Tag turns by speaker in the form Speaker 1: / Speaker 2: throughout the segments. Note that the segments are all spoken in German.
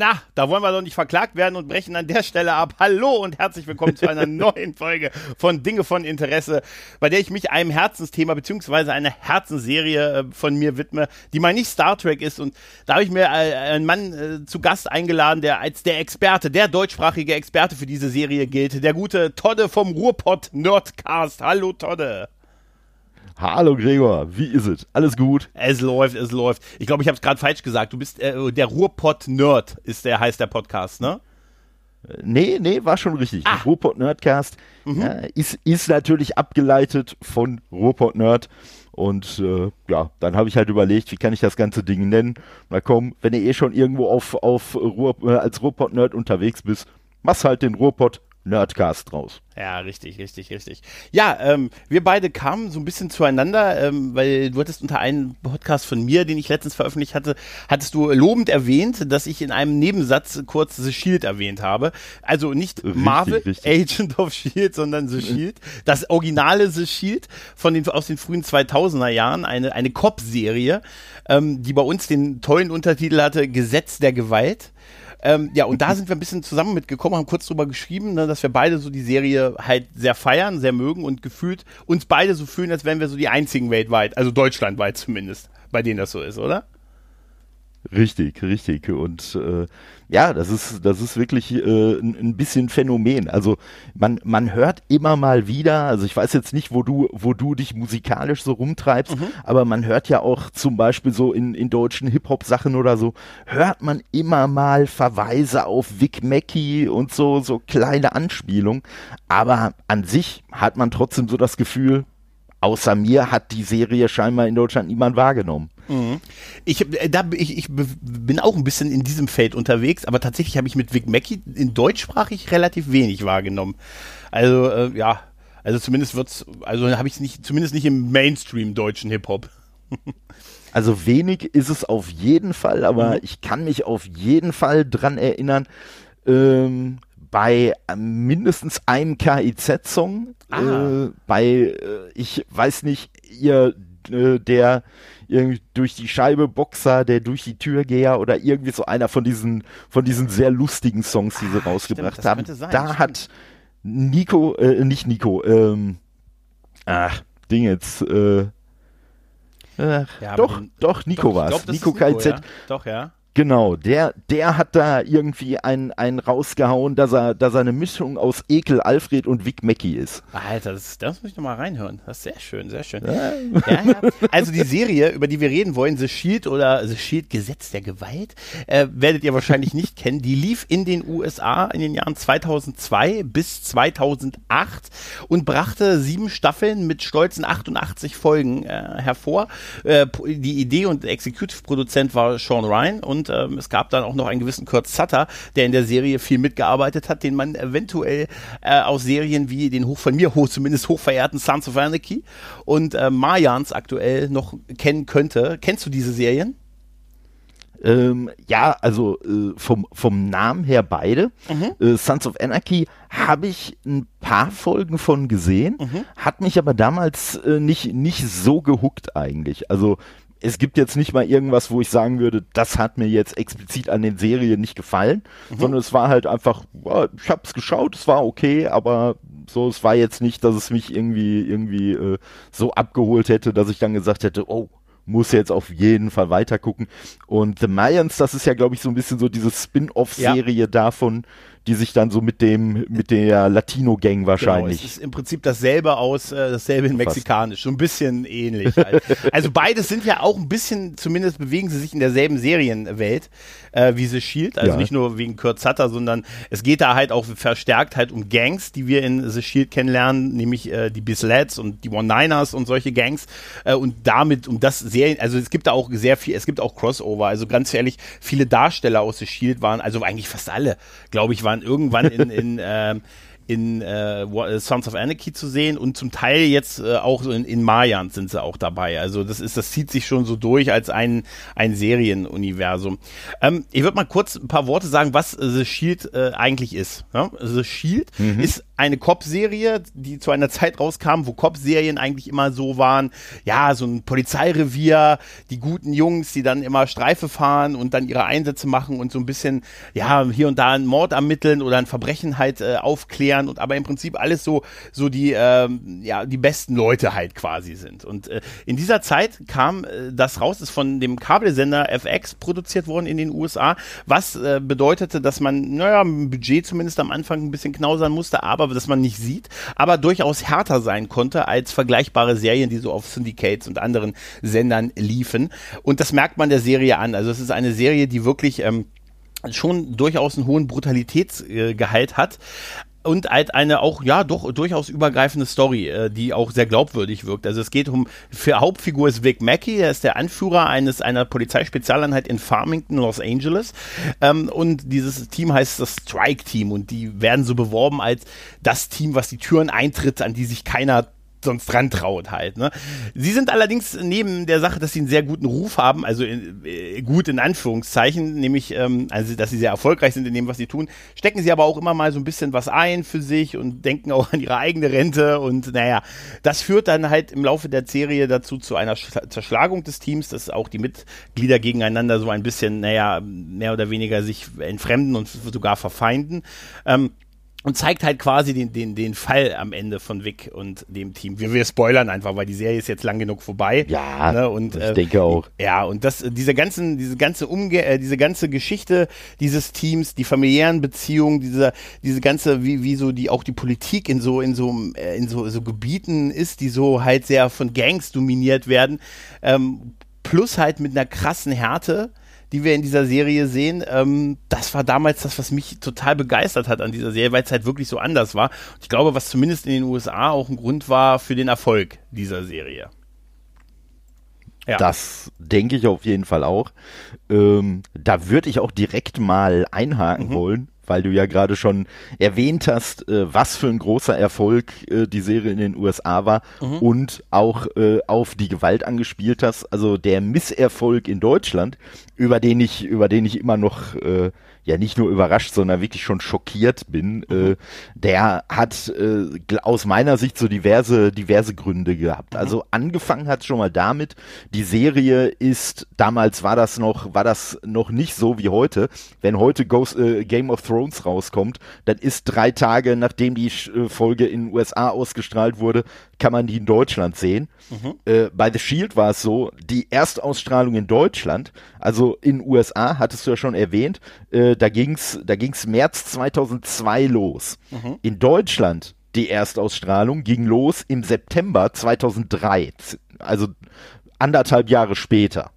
Speaker 1: Na, da wollen wir doch nicht verklagt werden und brechen an der Stelle ab. Hallo und herzlich willkommen zu einer neuen Folge von Dinge von Interesse, bei der ich mich einem Herzensthema bzw. einer Herzensserie von mir widme, die mal nicht Star Trek ist. Und da habe ich mir einen Mann zu Gast eingeladen, der als der Experte, der deutschsprachige Experte für diese Serie gilt. Der gute Todde vom Ruhrpott Nerdcast. Hallo Todde.
Speaker 2: Hallo Gregor, wie ist es? Alles gut?
Speaker 1: Es läuft. Ich glaube, ich habe es gerade falsch gesagt. Du bist der Ruhrpott-Nerd, heißt der Podcast, ne?
Speaker 2: Nee, war schon richtig. Ruhrpott-Nerdcast ist natürlich abgeleitet von Ruhrpott-Nerd. Und dann habe ich halt überlegt, wie kann ich das ganze Ding nennen? Na komm, wenn du schon irgendwo als Ruhrpott-Nerd unterwegs bist, machst halt den Ruhrpott Nerdcast draus.
Speaker 1: Ja, richtig. Ja, wir beide kamen so ein bisschen zueinander, weil du hattest unter einem Podcast von mir, den ich letztens veröffentlicht hatte, hattest du lobend erwähnt, dass ich in einem Nebensatz kurz The Shield erwähnt habe. Also nicht Marvel, Agent of Shield, sondern The Shield. Das originale The Shield aus den frühen 2000er Jahren, eine Cop-Serie, die bei uns den tollen Untertitel hatte, Gesetz der Gewalt. Und da sind wir ein bisschen zusammen mitgekommen, haben kurz drüber geschrieben, ne, dass wir beide so die Serie halt sehr feiern, sehr mögen und gefühlt uns beide so fühlen, als wären wir so die einzigen weltweit, also deutschlandweit zumindest, bei denen das so ist, oder?
Speaker 2: Richtig. Und das ist wirklich ein bisschen Phänomen. Also man hört immer mal wieder, also ich weiß jetzt nicht, wo du dich musikalisch so rumtreibst, aber man hört ja auch zum Beispiel so in deutschen Hip-Hop-Sachen oder so, hört man immer mal Verweise auf Vic Mackey und so kleine Anspielungen. Aber an sich hat man trotzdem so das Gefühl, außer mir hat die Serie scheinbar in Deutschland niemand wahrgenommen.
Speaker 1: Ich bin auch ein bisschen in diesem Feld unterwegs, aber tatsächlich habe ich mit Vic Mackey in deutschsprachig relativ wenig wahrgenommen. Also, zumindest habe ich es nicht, zumindest nicht im Mainstream deutschen Hip-Hop.
Speaker 2: Also wenig ist es auf jeden Fall, aber ich kann mich auf jeden Fall dran erinnern, bei mindestens einem KIZ-Song, ich weiß nicht, der irgendwie durch die Scheibe Boxer, der durch die Türgeher oder irgendwie so einer von diesen sehr lustigen Songs, die sie rausgebracht haben. Da hat Nico, Nico war es. Nico KIZ.
Speaker 1: Ja? Doch, ja.
Speaker 2: Genau, der hat da irgendwie einen rausgehauen, dass er eine Mischung aus Ekel, Alfred und Vic Mackey ist.
Speaker 1: Alter, das muss ich nochmal reinhören. Das ist sehr schön. Ja. Also die Serie, über die wir reden wollen, The Shield oder The Shield Gesetz der Gewalt, werdet ihr wahrscheinlich nicht kennen. Die lief in den USA in den Jahren 2002 bis 2008 und brachte 7 Staffeln mit stolzen 88 Folgen hervor. Die Idee- und Executive-Produzent war Sean Ryan und es gab dann auch noch einen gewissen Kurt Sutter, der in der Serie viel mitgearbeitet hat, den man eventuell aus Serien wie den zumindest hochverehrten Sons of Anarchy und Mayans aktuell noch kennen könnte. Kennst du diese Serien?
Speaker 2: Vom Namen her beide. Sons of Anarchy habe ich ein paar Folgen von gesehen, hat mich aber damals nicht so gehuckt eigentlich. Also es gibt jetzt nicht mal irgendwas, wo ich sagen würde, das hat mir jetzt explizit an den Serien nicht gefallen, sondern es war halt einfach, ich habe es geschaut, es war okay, aber so, es war jetzt nicht, dass es mich irgendwie so abgeholt hätte, dass ich dann gesagt hätte, muss jetzt auf jeden Fall weiter gucken. Und The Mayans, das ist ja, glaube ich, so ein bisschen so diese Spin-off-Serie davon, die sich dann so mit der Latino-Gang wahrscheinlich.
Speaker 1: Genau, es ist im Prinzip dasselbe in Mexikanisch, so ein bisschen ähnlich. Halt. Also beides sind ja auch ein bisschen, zumindest bewegen sie sich in derselben Serienwelt wie The Shield, also nicht nur wegen Kurt Sutter, sondern es geht da halt auch verstärkt halt um Gangs, die wir in The Shield kennenlernen, nämlich die Bislets und die One-Niners und solche Gangs und damit also es gibt da auch sehr viel, es gibt auch Crossover, also ganz ehrlich, viele Darsteller aus The Shield waren, also eigentlich fast alle, glaube ich, waren irgendwann in Sons of Anarchy zu sehen und zum Teil jetzt auch so in Mayans sind sie auch dabei. Also das zieht sich schon so durch als ein Serienuniversum. Ich würde mal kurz ein paar Worte sagen, was The Shield eigentlich ist. Ja? The Shield ist eine Cop-Serie, die zu einer Zeit rauskam, wo Cop-Serien eigentlich immer so waren, ja, so ein Polizeirevier, die guten Jungs, die dann immer Streife fahren und dann ihre Einsätze machen und so ein bisschen, ja, hier und da einen Mord ermitteln oder ein Verbrechen halt aufklären und aber im Prinzip alles so die besten Leute halt quasi sind. Und in dieser Zeit kam das raus, ist von dem Kabelsender FX produziert worden in den USA, was bedeutete, dass man, im Budget zumindest am Anfang ein bisschen knausern musste, aber dass man nicht sieht, aber durchaus härter sein konnte als vergleichbare Serien, die so auf Syndicates und anderen Sendern liefen. Und das merkt man der Serie an. Also es ist eine Serie, die wirklich schon durchaus einen hohen Brutalitätsgehalt hat. Und halt eine auch, ja, doch durchaus übergreifende Story, die auch sehr glaubwürdig wirkt. Also es geht für Hauptfigur ist Vic Mackey, der ist der Anführer einer Polizeispezialeinheit in Farmington, Los Angeles. Und dieses Team heißt das Strike Team und die werden so beworben als das Team, was die Türen eintritt, an die sich keiner sonst dran traut halt. Ne? Sie sind allerdings neben der Sache, dass sie einen sehr guten Ruf haben, also gut in Anführungszeichen, nämlich also dass sie sehr erfolgreich sind in dem, was sie tun, stecken sie aber auch immer mal so ein bisschen was ein für sich und denken auch an ihre eigene Rente und das führt dann halt im Laufe der Serie dazu zu einer Zerschlagung des Teams, dass auch die Mitglieder gegeneinander so ein bisschen, mehr oder weniger sich entfremden und sogar verfeinden. Und zeigt halt quasi den Fall am Ende von Vic und dem Team. Wir spoilern einfach, weil die Serie ist jetzt lang genug vorbei.
Speaker 2: Ja,
Speaker 1: ne? Und,
Speaker 2: ich denke auch.
Speaker 1: Ja, und diese ganze Geschichte dieses Teams, die familiären Beziehungen, diese ganze, wie so auch die Politik in so Gebieten ist, die so halt sehr von Gangs dominiert werden, plus halt mit einer krassen Härte, die wir in dieser Serie sehen, das war damals das, was mich total begeistert hat an dieser Serie, weil es halt wirklich so anders war. Ich glaube, was zumindest in den USA auch ein Grund war für den Erfolg dieser Serie. Ja.
Speaker 2: Das denke ich auf jeden Fall auch. Da würde ich auch direkt mal einhaken wollen, weil du ja gerade schon erwähnt hast, was für ein großer Erfolg die Serie in den USA war und auch auf die Gewalt angespielt hast. Also der Misserfolg in Deutschland, über den ich immer noch nicht nur überrascht, sondern wirklich schon schockiert bin, der hat aus meiner Sicht so diverse Gründe gehabt. Also angefangen hat schon mal damit, die Serie ist, damals war das noch nicht so wie heute. Wenn heute Game of Thrones rauskommt, dann ist 3 Tage, nachdem die Folge in den USA ausgestrahlt wurde, kann man die in Deutschland sehen. Bei The Shield war es so, die Erstausstrahlung in Deutschland, also in USA, hattest du ja schon erwähnt, da ging's März 2002 los. In Deutschland, die Erstausstrahlung ging los im September 2003, also 1,5 Jahre später.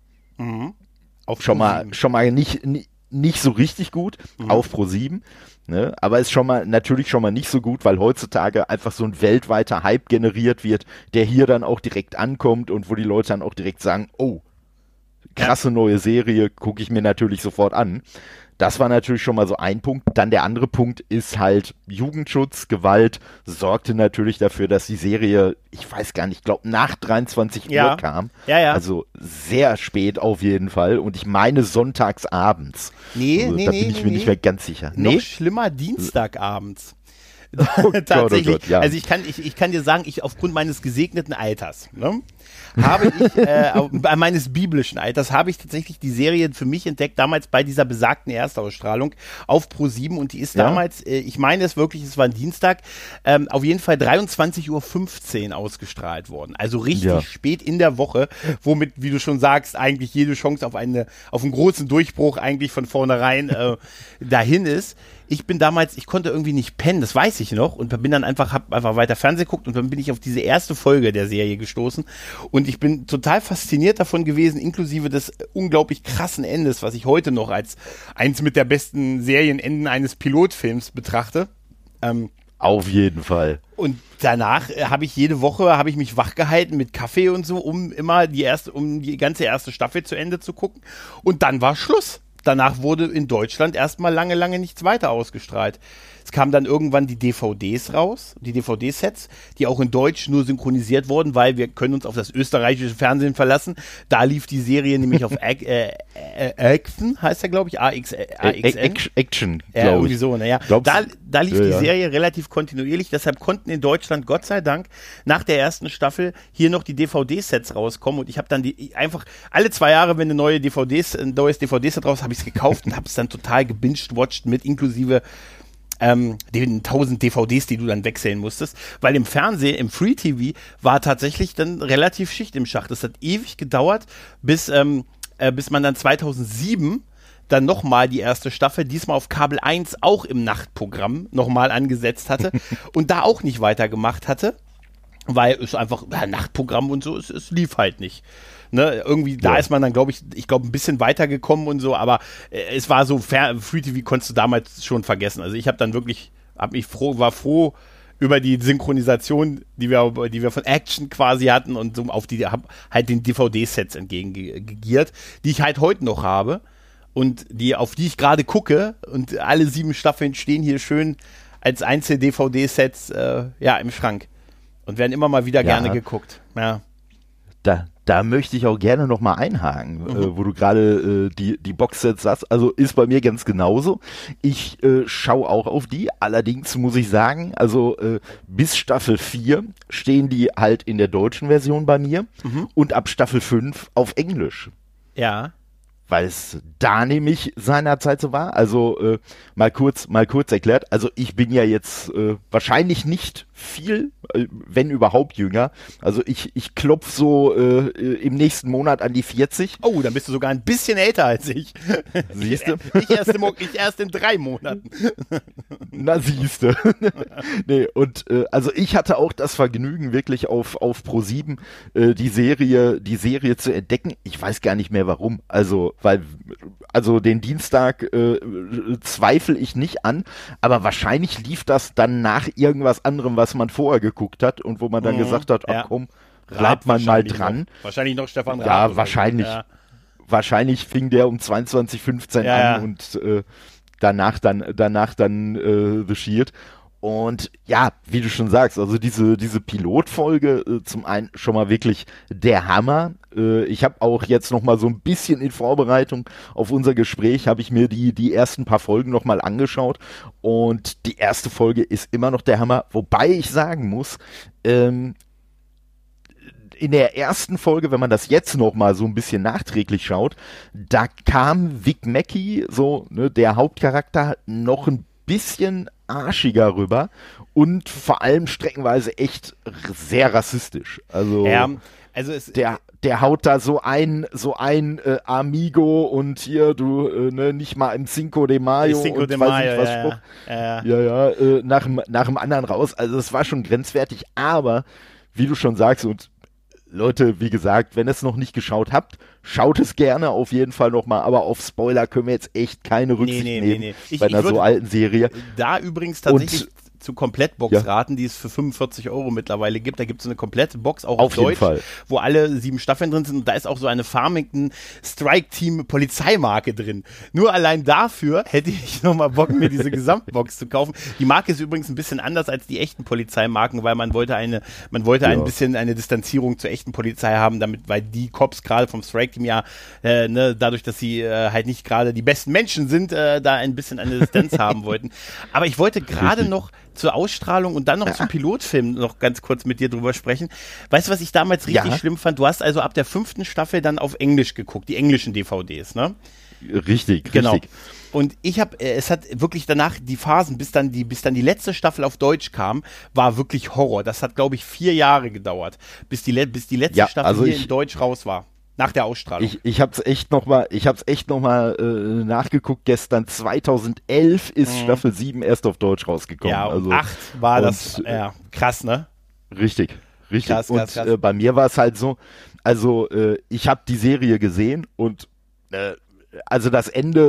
Speaker 2: Schon mal nicht so richtig gut, auf Pro7, ne? Aber ist natürlich schon mal nicht so gut, weil heutzutage einfach so ein weltweiter Hype generiert wird, der hier dann auch direkt ankommt und wo die Leute dann auch direkt sagen, oh, krasse neue Serie, gucke ich mir natürlich sofort an. Das war natürlich schon mal so ein Punkt. Dann der andere Punkt ist halt Jugendschutz, Gewalt, sorgte natürlich dafür, dass die Serie, ich weiß gar nicht, ich glaube nach 23 Uhr kam. Ja. Also sehr spät auf jeden Fall. Und ich meine sonntags abends. Da bin ich mir nicht mehr ganz sicher.
Speaker 1: Noch schlimmer, Dienstagabends.
Speaker 2: Oh
Speaker 1: Tatsächlich.
Speaker 2: Gott, ja.
Speaker 1: Also ich kann dir sagen, aufgrund meines gesegneten Alters, ne, habe ich, meines biblischen Alters, habe ich tatsächlich die Serie für mich entdeckt, damals bei dieser besagten Erstausstrahlung auf Pro7 und die ist damals, ich meine es wirklich, es war ein Dienstag, auf jeden Fall 23:15 Uhr ausgestrahlt worden. Also richtig spät in der Woche, womit, wie du schon sagst, eigentlich jede Chance auf einen großen Durchbruch eigentlich von vornherein dahin ist. Ich konnte irgendwie nicht pennen, das weiß ich noch, und bin dann hab einfach weiter Fernsehen geguckt und dann bin ich auf diese erste Folge der Serie gestoßen und ich bin total fasziniert davon gewesen, inklusive des unglaublich krassen Endes, was ich heute noch als eins mit der besten Serienenden eines Pilotfilms betrachte.
Speaker 2: Auf jeden Fall.
Speaker 1: Und danach habe ich jede Woche mich wachgehalten mit Kaffee und so, um die ganze erste Staffel zu Ende zu gucken, und dann war Schluss. Danach wurde in Deutschland erstmal lange, lange nichts weiter ausgestrahlt. kamen dann irgendwann die DVDs raus, die DVD-Sets, die auch in Deutsch nur synchronisiert wurden, weil wir können uns auf das österreichische Fernsehen verlassen. Da lief die Serie nämlich auf Action, heißt der, glaube ich,
Speaker 2: Action,
Speaker 1: ja, irgendwie so, naja. Da lief die Serie relativ kontinuierlich, deshalb konnten in Deutschland, Gott sei Dank, nach der ersten Staffel hier noch die DVD-Sets rauskommen und ich habe dann die einfach alle 2 Jahre, wenn ein neues DVD-Set raus, habe ich es gekauft und habe es dann total gebinged-watched mit inklusive den 1000 DVDs, die du dann wechseln musstest, weil im Fernsehen, im Free TV war tatsächlich dann relativ Schicht im Schacht. Das hat ewig gedauert, bis man dann 2007 dann nochmal die erste Staffel, diesmal auf Kabel 1 auch im Nachtprogramm nochmal angesetzt hatte und da auch nicht weitergemacht hatte, weil es einfach Nachtprogramm und so, es lief halt nicht. Ne, irgendwie, da ist man dann, glaube ich, ein bisschen weitergekommen und so, aber es war so, Free TV konntest du damals schon vergessen. Also ich habe dann wirklich, war froh über die Synchronisation, die wir von Action quasi hatten und so auf die, hab halt den DVD-Sets entgegengegiert, die ich halt heute noch habe und auf die ich gerade gucke und alle 7 Staffeln stehen hier schön als Einzel-DVD-Sets, im Schrank und werden immer mal wieder gerne geguckt. Ja.
Speaker 2: Da möchte ich auch gerne nochmal einhaken, wo du gerade die Boxsets sagst. Also ist bei mir ganz genauso. Ich schaue auch auf die. Allerdings muss ich sagen, also bis Staffel 4 stehen die halt in der deutschen Version bei mir und ab Staffel 5 auf Englisch.
Speaker 1: Ja.
Speaker 2: Weil es da nämlich seinerzeit so war. Also mal kurz erklärt. Also ich bin ja jetzt wahrscheinlich nicht viel, wenn überhaupt jünger. Also ich klopf so im nächsten Monat an die 40.
Speaker 1: Oh, dann bist du sogar ein bisschen älter als ich.
Speaker 2: Siehste?
Speaker 1: Ich erst in 3 Monaten.
Speaker 2: Na siehste. Nee, und also ich hatte auch das Vergnügen, wirklich auf Pro7 die Serie zu entdecken. Ich weiß gar nicht mehr warum. Also den Dienstag zweifle ich nicht an, aber wahrscheinlich lief das dann nach irgendwas anderem, was man vorher geguckt hat und wo man dann gesagt hat, ach komm, bleibt man mal dran.
Speaker 1: Wahrscheinlich noch Stefan Raab.
Speaker 2: Ja, wahrscheinlich. Ja. Wahrscheinlich fing der um 22:15 an und danach dann The Shield. Und ja, wie du schon sagst, also diese Pilotfolge zum einen schon mal wirklich der Hammer. Ich habe auch jetzt noch mal so ein bisschen in Vorbereitung auf unser Gespräch, habe ich mir die ersten paar Folgen noch mal angeschaut und die erste Folge ist immer noch der Hammer. Wobei ich sagen muss, in der ersten Folge, wenn man das jetzt noch mal so ein bisschen nachträglich schaut, da kam Vic Mackey, so der Hauptcharakter, noch ein bisschen arschiger rüber und vor allem streckenweise echt sehr rassistisch. Also, der haut da so ein Amigo und hier du nicht mal im Cinco de Mayo
Speaker 1: Cinco de
Speaker 2: Mayo, nach dem anderen raus. Also es war schon grenzwertig, aber wie du schon sagst und Leute, wie gesagt, wenn ihr es noch nicht geschaut habt, schaut es gerne auf jeden Fall nochmal, aber auf Spoiler können wir jetzt echt keine Rücksicht nehmen bei einer so alten Serie.
Speaker 1: Da übrigens tatsächlich zu Komplettbox-Raten, die es für 45 € mittlerweile gibt. Da gibt es eine komplette Box, auch auf Deutsch, wo alle 7 Staffeln drin sind. Und da ist auch so eine Farmington Strike-Team-Polizeimarke drin. Nur allein dafür hätte ich nochmal Bock, mir diese Gesamtbox zu kaufen. Die Marke ist übrigens ein bisschen anders als die echten Polizeimarken, weil man wollte ein bisschen eine Distanzierung zur echten Polizei haben, weil die Cops gerade vom Strike-Team dadurch, dass sie halt nicht gerade die besten Menschen sind, da ein bisschen eine Distanz haben wollten. Aber ich wollte gerade noch zur Ausstrahlung und dann noch zum Pilotfilm noch ganz kurz mit dir drüber sprechen. Weißt du, was ich damals richtig schlimm fand? Du hast also ab der 5. Staffel dann auf Englisch geguckt, die englischen DVDs, ne?
Speaker 2: Richtig, genau.
Speaker 1: Und es hat wirklich danach die Phasen, bis dann die letzte Staffel auf Deutsch kam, war wirklich Horror. Das hat, glaube ich, 4 Jahre gedauert, bis die letzte Staffel hier in Deutsch raus war. Nach der Ausstrahlung.
Speaker 2: Ich hab's echt noch mal nachgeguckt. Gestern 2011 ist Staffel 7 erst auf Deutsch rausgekommen.
Speaker 1: Ja, und 8 war das. Ja, krass, ne?
Speaker 2: Richtig.
Speaker 1: Krass.
Speaker 2: Und bei mir war es halt so, also ich habe die Serie gesehen und also das Ende,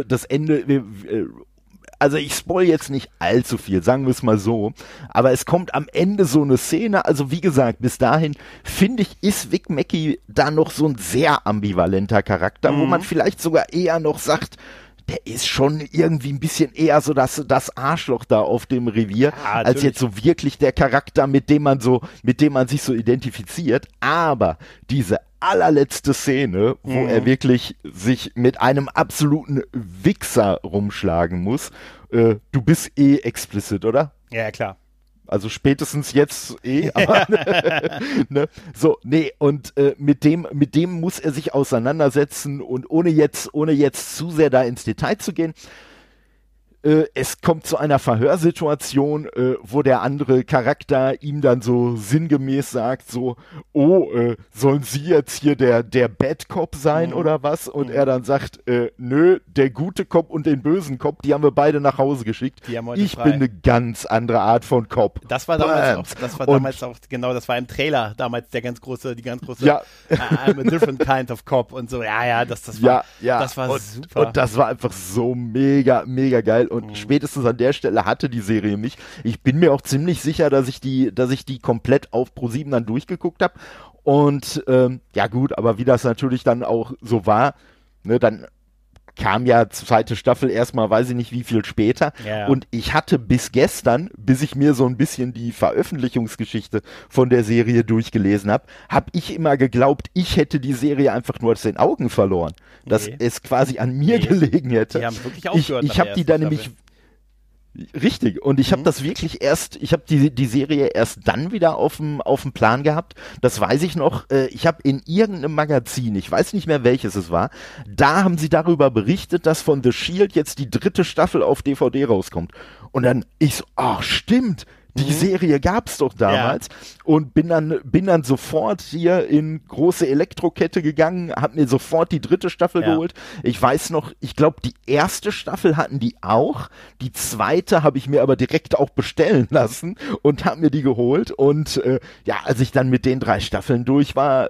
Speaker 2: also ich spoil jetzt nicht allzu viel, sagen wir es mal so, aber es kommt am Ende so eine Szene, also wie gesagt, bis dahin finde ich, ist Vic Mackey da noch so ein sehr ambivalenter Charakter, wo man vielleicht sogar eher noch sagt, der ist schon irgendwie ein bisschen eher so das Arschloch da auf dem Revier, als jetzt so wirklich der Charakter, mit dem man sich so identifiziert. Aber diese allerletzte Szene, wo er wirklich sich mit einem absoluten Wichser rumschlagen muss, du bist explicit, oder?
Speaker 1: Ja, klar.
Speaker 2: Also spätestens jetzt aber ne? So, nee, und mit dem muss er sich auseinandersetzen und ohne jetzt zu sehr da ins Detail zu gehen, es kommt zu einer Verhörsituation, wo der andere Charakter ihm dann so sinngemäß sagt, so, sollen Sie jetzt hier der Bad Cop sein oder was? Und er dann sagt, nö, der gute Cop und den bösen Cop, die haben wir beide nach Hause geschickt. Ich bin eine ganz andere Art von Cop.
Speaker 1: Das war damals auch, genau, das war im Trailer damals die ganz große,
Speaker 2: ja.
Speaker 1: I'm a different kind of cop und so, das war super.
Speaker 2: Und das war einfach so mega, mega geil. Und spätestens an der Stelle hatte die Serie mich. Ich bin mir auch ziemlich sicher, dass ich die komplett auf Pro7 dann durchgeguckt habe. Und ja gut, aber wie das natürlich dann auch so war, ne, dann kam ja zweite Staffel erstmal, weiß ich nicht wie viel später.
Speaker 1: Ja.
Speaker 2: Und ich hatte bis gestern, bis ich mir so ein bisschen die Veröffentlichungsgeschichte von der Serie durchgelesen habe, habe ich immer geglaubt, ich hätte die Serie einfach nur aus den Augen verloren. Dass es quasi an mir gelegen hätte.
Speaker 1: Die haben wirklich aufgehört.
Speaker 2: Ich habe die dann nämlich richtig, und ich habe das wirklich ich habe die Serie erst dann wieder auf dem Plan gehabt, das weiß ich noch, ich habe in irgendeinem Magazin, ich weiß nicht mehr welches es war, da haben sie darüber berichtet, dass von The Shield jetzt die 3. Staffel auf DVD rauskommt. Und dann ich so, ach stimmt, die Serie gab's doch damals, und bin dann sofort hier in große Elektrokette gegangen, hab mir sofort die 3. Staffel geholt. Ich weiß noch, ich glaube, die 1. Staffel hatten die auch, die 2. habe ich mir aber direkt auch bestellen lassen und hab mir die geholt. Und als ich dann mit den 3 Staffeln durch war,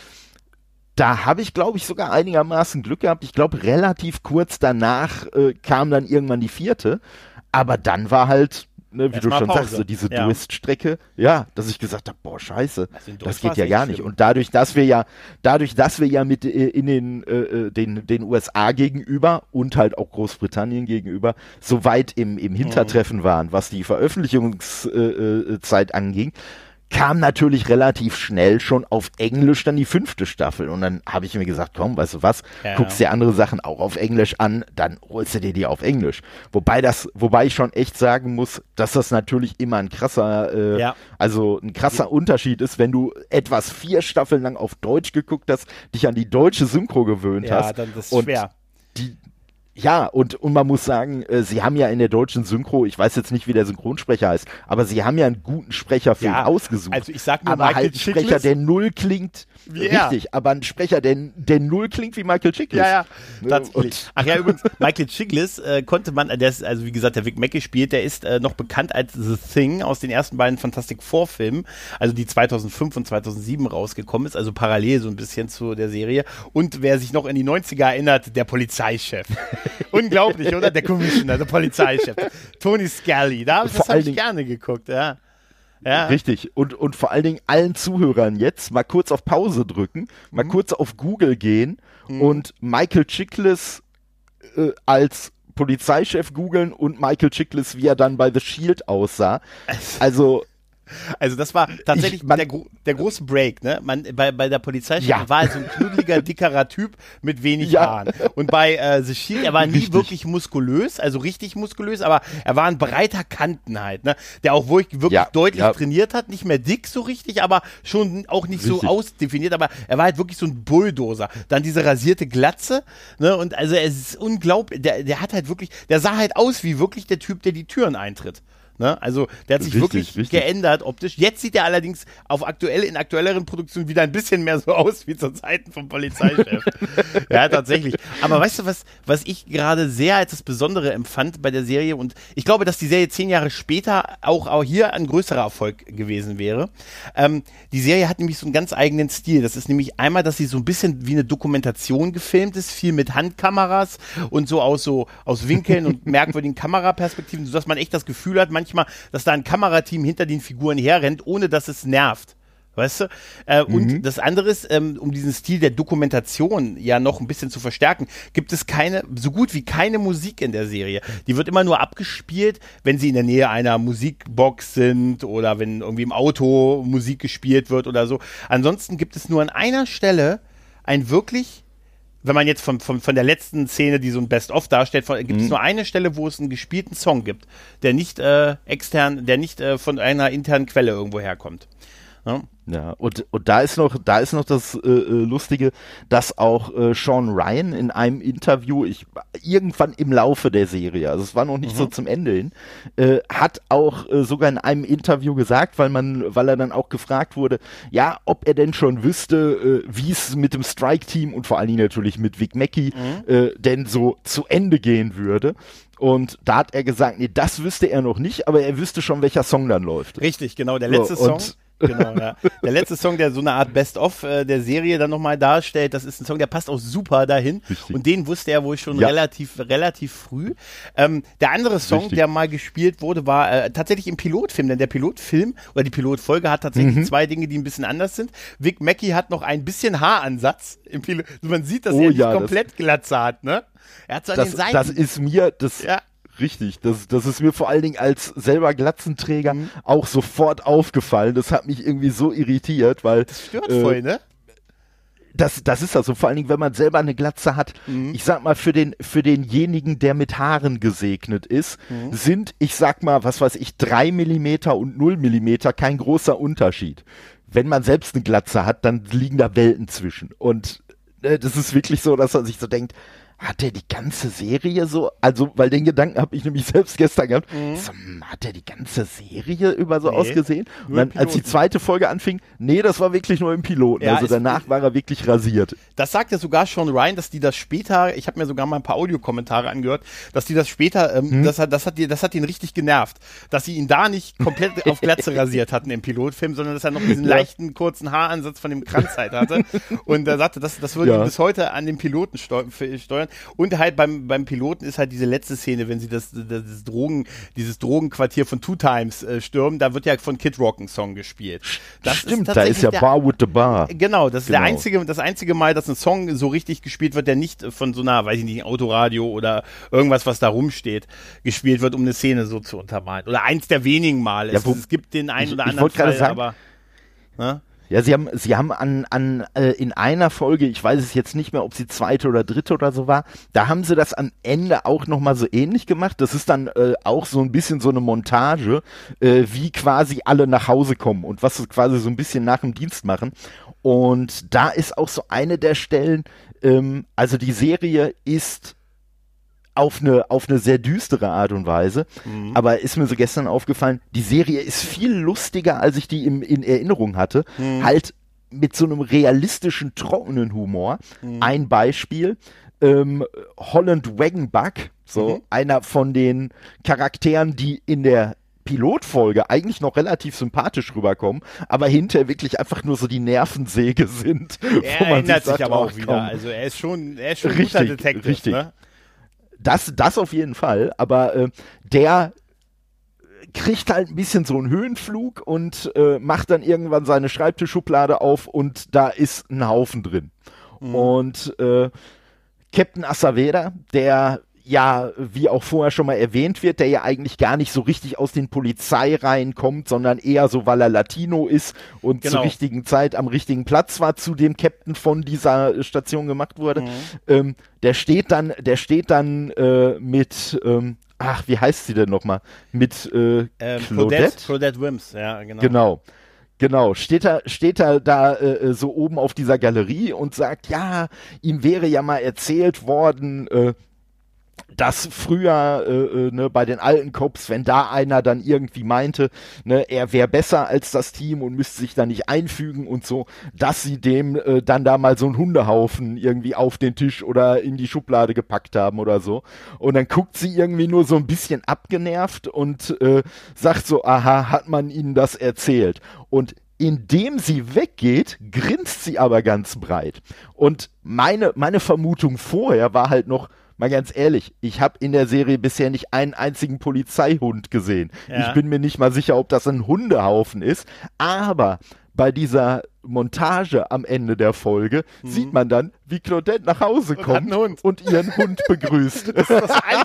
Speaker 2: da habe ich, glaube ich, sogar einigermaßen Glück gehabt. Ich glaube, relativ kurz danach kam dann irgendwann die 4. Aber dann war halt, ne, wie du schon sagst, so diese Durststrecke, dass ich gesagt habe, boah, scheiße, das geht ja gar nicht. Schlimm. Und dadurch, dass wir ja mit in den USA gegenüber und halt auch Großbritannien gegenüber so weit im Hintertreffen waren, was die Veröffentlichungszeit anging, kam natürlich relativ schnell schon auf Englisch dann die 5. Staffel. Und dann habe ich mir gesagt, komm, weißt du was, guckst dir andere Sachen auch auf Englisch an, dann holst du dir die auf Englisch. Wobei ich schon echt sagen muss, dass das natürlich immer ein krasser Unterschied ist, wenn du etwas 4 Staffeln lang auf Deutsch geguckt hast, dich an die deutsche Synchro gewöhnt hast.
Speaker 1: Ja, dann ist es schwer.
Speaker 2: Und man muss sagen, sie haben ja in der deutschen Synchro, ich weiß jetzt nicht, wie der Synchronsprecher heißt, aber sie haben ja einen guten Sprecher für ihn ausgesucht.
Speaker 1: Also ich sag nur
Speaker 2: aber
Speaker 1: Michael
Speaker 2: halt ein Sprecher, der null klingt, richtig, aber ein Sprecher, der null klingt wie Michael Chiklis.
Speaker 1: Ja, tatsächlich. Ach ja, übrigens, Michael Chiklis konnte man, der ist, also wie gesagt, der Vic Mackey spielt, der ist noch bekannt als The Thing aus den ersten beiden Fantastic Four Filmen, also die 2005 und 2007 rausgekommen ist, also parallel so ein bisschen zu der Serie. Und wer sich noch in die 90er erinnert, der Polizeichef. Unglaublich, oder? Der Commissioner, der Polizeichef. Tony Scully, das habe ich gerne geguckt, ja.
Speaker 2: Richtig. Und vor allen Dingen allen Zuhörern jetzt mal kurz auf Pause drücken, mal kurz auf Google gehen und Michael Chiklis als Polizeichef googeln und Michael Chiklis, wie er dann bei The Shield aussah.
Speaker 1: Also das war tatsächlich der große Break, ne? Bei der Polizeichef war so ein knuddeliger, dickerer Typ mit wenig Haaren. Und bei The Shield, er war nie wirklich muskulös, also richtig muskulös, aber er war ein breiter Kanten halt, ne? Der auch wirklich deutlich trainiert hat, nicht mehr dick so richtig, aber schon auch nicht so ausdefiniert, aber er war halt wirklich so ein Bulldozer. Dann diese rasierte Glatze, ne? Und also es ist unglaublich, der hat halt wirklich, der sah halt aus wie wirklich der Typ, der die Türen eintritt. Ne? Also der hat sich wirklich geändert optisch. Jetzt sieht er allerdings in aktuelleren Produktionen wieder ein bisschen mehr so aus wie zu Zeiten vom Polizeichef. Ja, tatsächlich. Aber weißt du, was ich gerade sehr als das Besondere empfand bei der Serie, und ich glaube, dass die Serie 10 Jahre später auch hier ein größerer Erfolg gewesen wäre. Die Serie hat nämlich so einen ganz eigenen Stil. Das ist nämlich einmal, dass sie so ein bisschen wie eine Dokumentation gefilmt ist, viel mit Handkameras und so aus Winkeln und merkwürdigen Kameraperspektiven, sodass man echt das Gefühl hat, manchmal, dass da ein Kamerateam hinter den Figuren herrennt, ohne dass es nervt. Weißt du? Und das andere ist, um diesen Stil der Dokumentation ja noch ein bisschen zu verstärken, gibt es so gut wie keine Musik in der Serie. Die wird immer nur abgespielt, wenn sie in der Nähe einer Musikbox sind oder wenn irgendwie im Auto Musik gespielt wird oder so. Ansonsten gibt es nur an einer Stelle ein wirklich, wenn man jetzt von der letzten Szene, die so ein Best-of darstellt, gibt es nur eine Stelle, wo es einen gespielten Song gibt, der nicht extern, der nicht von einer internen Quelle irgendwo herkommt.
Speaker 2: Ja, und da ist noch das Lustige, dass auch Sean Ryan in einem Interview, irgendwann im Laufe der Serie, also es war noch nicht so zum Ende hin, hat auch sogar in einem Interview gesagt, weil er dann auch gefragt wurde, ja, ob er denn schon wüsste, wie es mit dem Strike-Team und vor allen Dingen natürlich mit Vic Mackey denn so zu Ende gehen würde. Und da hat er gesagt, nee, das wüsste er noch nicht, aber er wüsste schon, welcher Song dann läuft.
Speaker 1: Richtig, genau, der letzte Song. Genau, ja. Der letzte Song, der so eine Art Best-of der Serie dann nochmal darstellt, das ist ein Song, der passt auch super dahin. Richtig. Und den wusste er wohl schon relativ früh. Der andere Song, der mal gespielt wurde, war tatsächlich im Pilotfilm, denn der Pilotfilm oder die Pilotfolge hat tatsächlich zwei Dinge, die ein bisschen anders sind. Vic Mackey hat noch ein bisschen Haaransatz im Pilot. Also man sieht, dass er nicht komplett Glatze hat, ne? Er hat so an den Seiten.
Speaker 2: Das ist mir, richtig, das ist mir vor allen Dingen als selber Glatzenträger auch sofort aufgefallen. Das hat mich irgendwie so irritiert, weil
Speaker 1: das stört voll, ne?
Speaker 2: Das ist also vor allen Dingen, wenn man selber eine Glatze hat, ich sag mal, für denjenigen, der mit Haaren gesegnet ist, sind, ich sag mal, 3 Millimeter und 0 Millimeter kein großer Unterschied. Wenn man selbst eine Glatze hat, dann liegen da Welten zwischen. Und das ist wirklich so, dass man sich so denkt, hat der die ganze Serie so, also, weil den Gedanken habe ich nämlich selbst gestern gehabt, so, hat der die ganze Serie über so ausgesehen? Und dann, als die zweite Folge anfing, das war wirklich nur im Piloten, also danach war er wirklich rasiert.
Speaker 1: Das sagt ja sogar Sean Ryan, dass die das später, ich habe mir sogar mal ein paar Audiokommentare angehört, dass die das später, das hat ihn richtig genervt, dass sie ihn da nicht komplett auf Glatze rasiert hatten im Pilotfilm, sondern dass er noch diesen leichten, kurzen Haaransatz von dem Kranzheit hatte. Und er sagte, das würde ihn bis heute an den Piloten steuern. Und halt beim Piloten ist halt diese letzte Szene, wenn sie dieses Drogenquartier von Two Times stürmen, da wird ja von Kid Rock ein Song gespielt. Das
Speaker 2: Stimmt, da ist ja Bar with the Bar.
Speaker 1: Genau, das ist das einzige Mal, dass ein Song so richtig gespielt wird, der nicht von so einer, weiß ich nicht, Autoradio oder irgendwas, was da rumsteht, gespielt wird, um eine Szene so zu untermalen. Oder eins der wenigen Mal. Es gibt den einen oder anderen Fall,
Speaker 2: sagen,
Speaker 1: aber... Ne?
Speaker 2: Ja, sie haben in einer Folge, ich weiß es jetzt nicht mehr, ob sie zweite oder dritte oder so war, da haben sie das am Ende auch nochmal so ähnlich gemacht. Das ist dann auch so ein bisschen so eine Montage, wie quasi alle nach Hause kommen und was sie quasi so ein bisschen nach dem Dienst machen. Und da ist auch so eine der Stellen, also die Serie ist auf eine sehr düstere Art und Weise, aber ist mir so gestern aufgefallen, die Serie ist viel lustiger, als ich die in Erinnerung hatte, halt mit so einem realistischen, trockenen Humor. Ein Beispiel, Holland Wagonbuck, einer von den Charakteren, die in der Pilotfolge eigentlich noch relativ sympathisch rüberkommen, aber hinterher wirklich einfach nur so die Nervensäge sind.
Speaker 1: Er ändert sich aber auch wieder, also er ist schon ein guter Detective,
Speaker 2: richtig.
Speaker 1: Ne?
Speaker 2: Das auf jeden Fall, aber der kriegt halt ein bisschen so einen Höhenflug und macht dann irgendwann seine Schreibtischschublade auf und da ist ein Haufen drin. Und Captain Asaveira, der ja, wie auch vorher schon mal erwähnt wird, der ja eigentlich gar nicht so richtig aus den Polizeireihen kommt, sondern eher so, weil er Latino ist und zur richtigen Zeit am richtigen Platz war, zu dem Captain von dieser Station gemacht wurde. Der steht dann mit, wie heißt sie denn nochmal? Mit
Speaker 1: Claudette Wims, ja, genau.
Speaker 2: Genau, steht er da so oben auf dieser Galerie und sagt, ja, ihm wäre ja mal erzählt worden, dass früher bei den alten Cops, wenn da einer dann irgendwie meinte, er wäre besser als das Team und müsste sich da nicht einfügen und so, dass sie dem dann da mal so einen Hundehaufen irgendwie auf den Tisch oder in die Schublade gepackt haben oder so. Und dann guckt sie irgendwie nur so ein bisschen abgenervt und sagt so, aha, hat man ihnen das erzählt? Und indem sie weggeht, grinst sie aber ganz breit. Und meine Vermutung vorher war halt noch, mal ganz ehrlich, ich habe in der Serie bisher nicht einen einzigen Polizeihund gesehen. Ja. Ich bin mir nicht mal sicher, ob das ein Hundehaufen ist, aber bei dieser Montage am Ende der Folge sieht man dann, wie Claudette nach Hause kommt und ihren Hund begrüßt.
Speaker 1: Das ist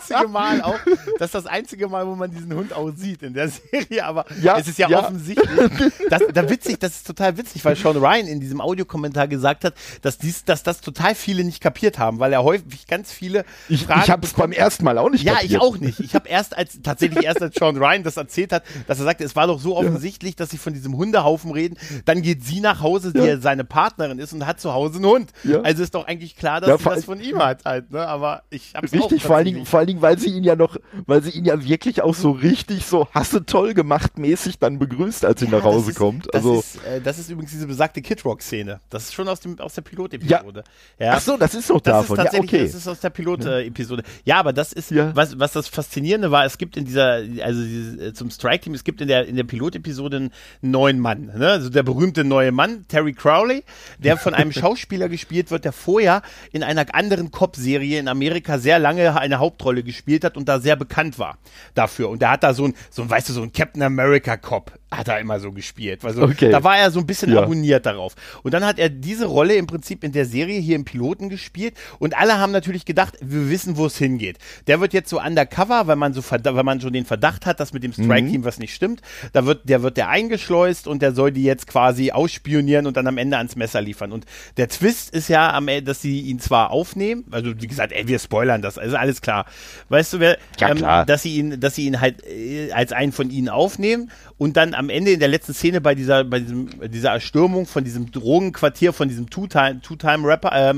Speaker 1: das einzige Mal, wo man diesen Hund auch sieht in der Serie, aber es ist ja offensichtlich. Das ist total witzig, weil Sean Ryan in diesem Audiokommentar gesagt hat, dass das total viele nicht kapiert haben, weil er häufig ganz viele Fragen
Speaker 2: Ich habe es beim ersten Mal auch nicht kapiert.
Speaker 1: Ja, ich auch nicht. Ich habe tatsächlich erst als Sean Ryan das erzählt hat, dass er sagte, es war doch so offensichtlich, dass sie von diesem Hundehaufen reden, dann geht sie nach Hause, die ja seine Partnerin ist und hat zu Hause einen Hund. Ja. Also ist doch eigentlich klar, dass sie das von ihm hat halt, ne? Aber ich hab's
Speaker 2: richtig,
Speaker 1: auch
Speaker 2: vor allen Dingen, weil sie ihn ja wirklich auch so richtig so hasse toll gemacht mäßig dann begrüßt, als sie nach Hause kommt. Also
Speaker 1: das ist übrigens diese besagte Kid Rock Szene. Das ist schon aus der Pilotepisode.
Speaker 2: Ja. Ach so, das ist doch davon.
Speaker 1: Das ist aus der Pilotepisode. Ja, aber das ist was das Faszinierende war. Es gibt in zum Strike Team, es gibt in der Pilotepisode einen neuen Mann, ne? Also der berühmte neue Mann, Terry Crowley, der von einem Schauspieler gespielt wird, der vorher in einer anderen Cop-Serie in Amerika sehr lange eine Hauptrolle gespielt hat und da sehr bekannt war dafür. Und der hat da so ein Captain America Cop hat er immer so gespielt. Also da war er so ein bisschen abonniert darauf. Und dann hat er diese Rolle im Prinzip in der Serie hier im Piloten gespielt und alle haben natürlich gedacht, wir wissen, wo es hingeht. Der wird jetzt so undercover, weil man schon den Verdacht hat, dass mit dem Strike-Team was nicht stimmt. Der wird eingeschleust und der soll die jetzt quasi ausspionieren und dann am Ende ans Messer liefern. Und der Twist ist ja am Ende, dass sie ihn zwar aufnehmen, also wie gesagt, wir spoilern das, also alles klar. Weißt du, dass sie ihn halt als einen von ihnen aufnehmen und dann am Ende in der letzten Szene bei dieser Erstürmung von diesem Drogenquartier, von diesem Two-Time-Rapper,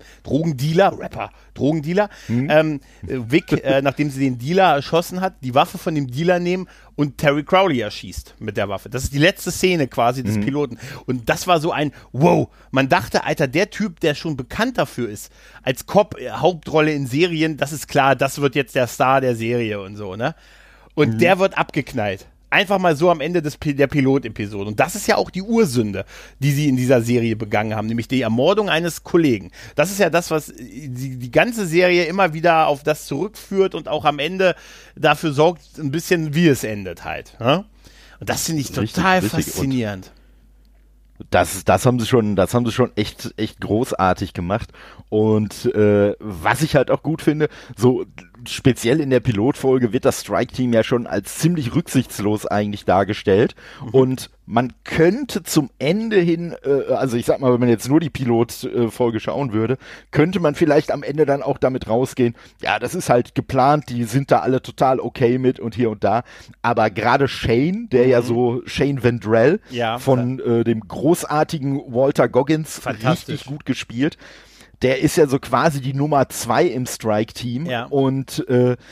Speaker 1: Drogendealer, Vic, nachdem sie den Dealer erschossen hat, die Waffe von dem Dealer nehmen und Terry Crowley erschießt mit der Waffe. Das ist die letzte Szene quasi des Piloten. Und das war so ein Wow. Man dachte, Alter, der Typ, der schon bekannt dafür ist, als Cop, Hauptrolle in Serien, das ist klar, das wird jetzt der Star der Serie und so, ne? Und der wird abgeknallt. Einfach mal so am Ende der Pilot-Episode. Und das ist ja auch die Ursünde, die sie in dieser Serie begangen haben, nämlich die Ermordung eines Kollegen. Das ist ja das, was die ganze Serie immer wieder auf das zurückführt und auch am Ende dafür sorgt, ein bisschen, wie es endet halt. Ja? Und das finde ich total faszinierend.
Speaker 2: Das haben sie schon echt großartig gemacht. Und was ich halt auch gut finde, so speziell in der Pilotfolge wird das Strike-Team ja schon als ziemlich rücksichtslos eigentlich dargestellt. Und man könnte zum Ende hin, also ich sag mal, wenn man jetzt nur die Pilotfolge schauen würde, könnte man vielleicht am Ende dann auch damit rausgehen, ja, das ist halt geplant, die sind da alle total okay mit und hier und da. Aber gerade Shane, der ja so Shane Vendrell von dem großartigen Walter Goggins richtig gut gespielt, der ist ja so quasi die Nummer 2 im Strike-Team und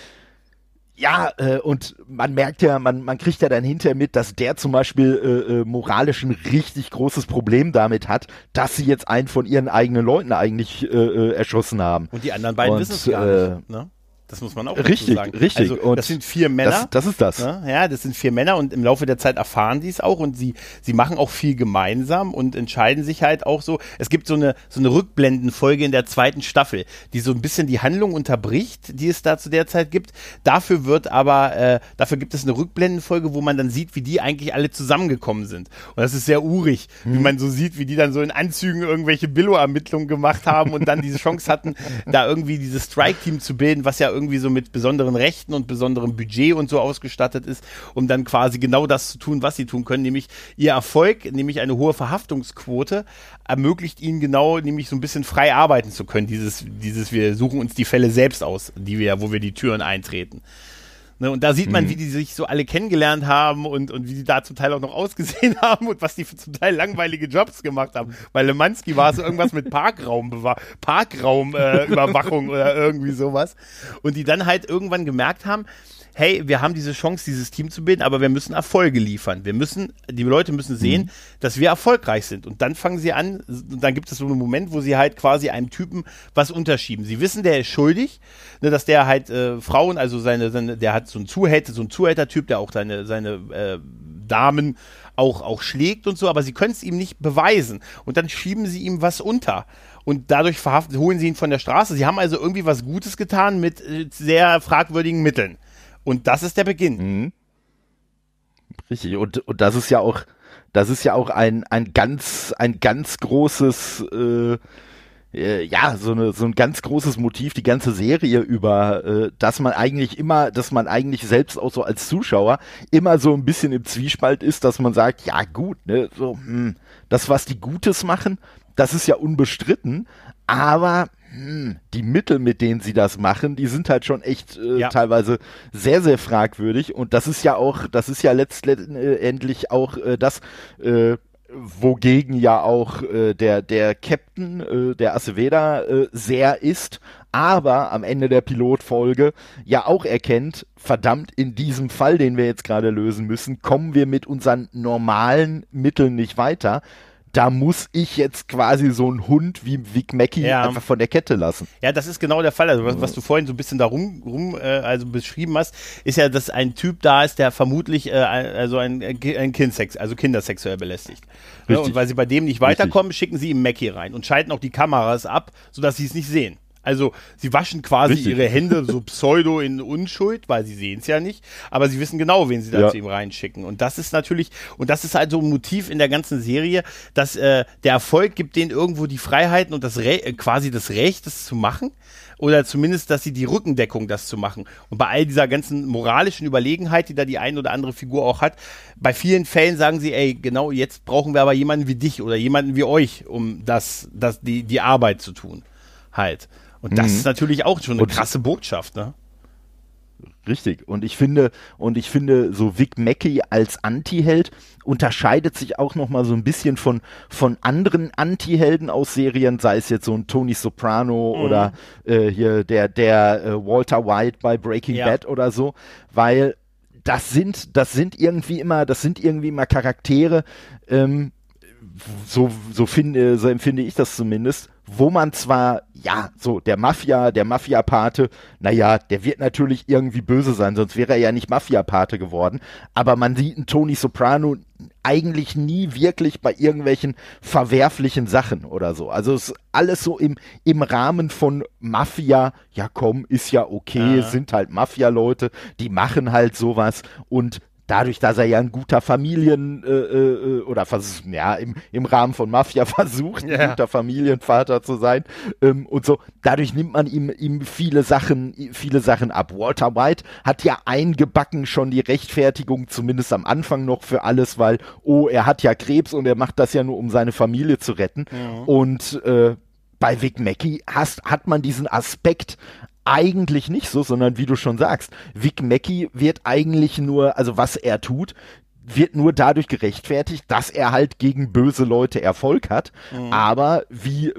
Speaker 2: und man merkt ja, man kriegt ja dann hinterher mit, dass der zum Beispiel moralisch ein richtig großes Problem damit hat, dass sie jetzt einen von ihren eigenen Leuten eigentlich erschossen haben.
Speaker 1: Und die anderen beiden wissen es gar nicht, ne? Das muss man auch dazu sagen.
Speaker 2: Richtig.
Speaker 1: Also, und das sind 4 Männer.
Speaker 2: Das ist das.
Speaker 1: Ne? Ja, das sind 4 Männer und im Laufe der Zeit erfahren die es auch und sie machen auch viel gemeinsam und entscheiden sich halt auch so. Es gibt so eine Rückblendenfolge in der 2. Staffel, die so ein bisschen die Handlung unterbricht, die es da zu der Zeit gibt. Dafür gibt es eine Rückblendenfolge, wo man dann sieht, wie die eigentlich alle zusammengekommen sind. Und das ist sehr urig, wie man so sieht, wie die dann so in Anzügen irgendwelche Billo-Ermittlungen gemacht haben und dann diese Chance hatten, da irgendwie dieses Strike-Team zu bilden, was ja irgendwie so mit besonderen Rechten und besonderem Budget und so ausgestattet ist, um dann quasi genau das zu tun, was sie tun können, nämlich ihr Erfolg, nämlich eine hohe Verhaftungsquote, ermöglicht ihnen genau, nämlich so ein bisschen frei arbeiten zu können, dieses wir suchen uns die Fälle selbst aus, wo wir die Türen eintreten. Ne, und da sieht man, wie die sich so alle kennengelernt haben und wie die da zum Teil auch noch ausgesehen haben und was die für zum Teil langweilige Jobs gemacht haben. Bei Lemanski war es so irgendwas mit Parkraumüberwachung oder irgendwie sowas. Und die dann halt irgendwann gemerkt haben, hey, wir haben diese Chance, dieses Team zu bilden, aber wir müssen Erfolge liefern. Die Leute müssen sehen, dass wir erfolgreich sind. Und dann fangen sie an, dann gibt es so einen Moment, wo sie halt quasi einem Typen was unterschieben. Sie wissen, der ist schuldig, ne, dass der halt Frauen, also der hat so einen Zuhälter-Typ, der auch seine Damen auch schlägt und so, aber sie können es ihm nicht beweisen. Und dann schieben sie ihm was unter. Und dadurch holen sie ihn von der Straße. Sie haben also irgendwie was Gutes getan mit sehr fragwürdigen Mitteln. Und das ist der Beginn.
Speaker 2: Richtig, und das ist ja auch Das ist ja auch ein ganz großes, so ein ganz großes Motiv, die ganze Serie über, dass man eigentlich selbst auch so als Zuschauer immer so ein bisschen im Zwiespalt ist, dass man sagt, ja gut, ne, so, das, was die Gutes machen, das ist ja unbestritten, aber die Mittel, mit denen sie das machen, die sind halt schon echt teilweise sehr, sehr fragwürdig, und das ist ja letztendlich auch das, wogegen ja auch der Captain, der Aceveda, sehr ist, aber am Ende der Pilotfolge ja auch erkennt, verdammt, in diesem Fall, den wir jetzt gerade lösen müssen, kommen wir mit unseren normalen Mitteln nicht weiter. Da muss ich jetzt quasi so einen Hund wie Vic Mackey einfach von der Kette lassen.
Speaker 1: Ja, das ist genau der Fall. Also was du vorhin so ein bisschen da also beschrieben hast, ist ja, dass ein Typ da ist, der vermutlich ein Kind kindersexuell belästigt. Ja, und weil sie bei dem nicht weiterkommen, schicken sie ihm Mackey rein und schalten auch die Kameras ab, sodass sie es nicht sehen. Also sie waschen quasi ihre Hände so pseudo in Unschuld, weil sie sehen es ja nicht, aber sie wissen genau, wen sie da zu ihm reinschicken. Und das ist natürlich, und das ist halt so ein Motiv in der ganzen Serie, dass der Erfolg gibt denen irgendwo die Freiheiten und quasi das Recht, das zu machen. Oder zumindest, dass sie die Rückendeckung, das zu machen. Und bei all dieser ganzen moralischen Überlegenheit, die da die eine oder andere Figur auch hat, bei vielen Fällen sagen sie, ey, genau, jetzt brauchen wir aber jemanden wie dich oder jemanden wie euch, um die Arbeit zu tun. Halt. Und das ist natürlich auch schon eine krasse Botschaft, ne?
Speaker 2: Richtig. Und ich finde, so Vic Mackey als Anti-Held unterscheidet sich auch nochmal so ein bisschen von anderen Anti-Helden aus Serien, sei es jetzt so ein Tony Soprano oder hier der Walter White bei Breaking Bad oder so, weil das sind irgendwie immer Charaktere, so empfinde ich das zumindest, wo man zwar, der Mafia-Pate, der wird natürlich irgendwie böse sein, sonst wäre er ja nicht Mafia-Pate geworden, aber man sieht einen Tony Soprano eigentlich nie wirklich bei irgendwelchen verwerflichen Sachen oder so. Also es ist alles so im Rahmen von Mafia, ja komm, ist ja okay, es sind halt Mafia-Leute, die machen halt sowas, und dadurch, dass er ja ein guter im Rahmen von Mafia versucht, ein guter Familienvater zu sein, und so, dadurch nimmt man ihm viele Sachen ab. Walter White hat ja eingebacken schon die Rechtfertigung, zumindest am Anfang noch, für alles, weil, er hat ja Krebs und er macht das ja nur, um seine Familie zu retten. Ja. Und bei Vic Mackey hat man diesen Aspekt eigentlich nicht so, sondern wie du schon sagst, Vic Mackey wird eigentlich nur, also was er tut, wird nur dadurch gerechtfertigt, dass er halt gegen böse Leute Erfolg hat. Aber wie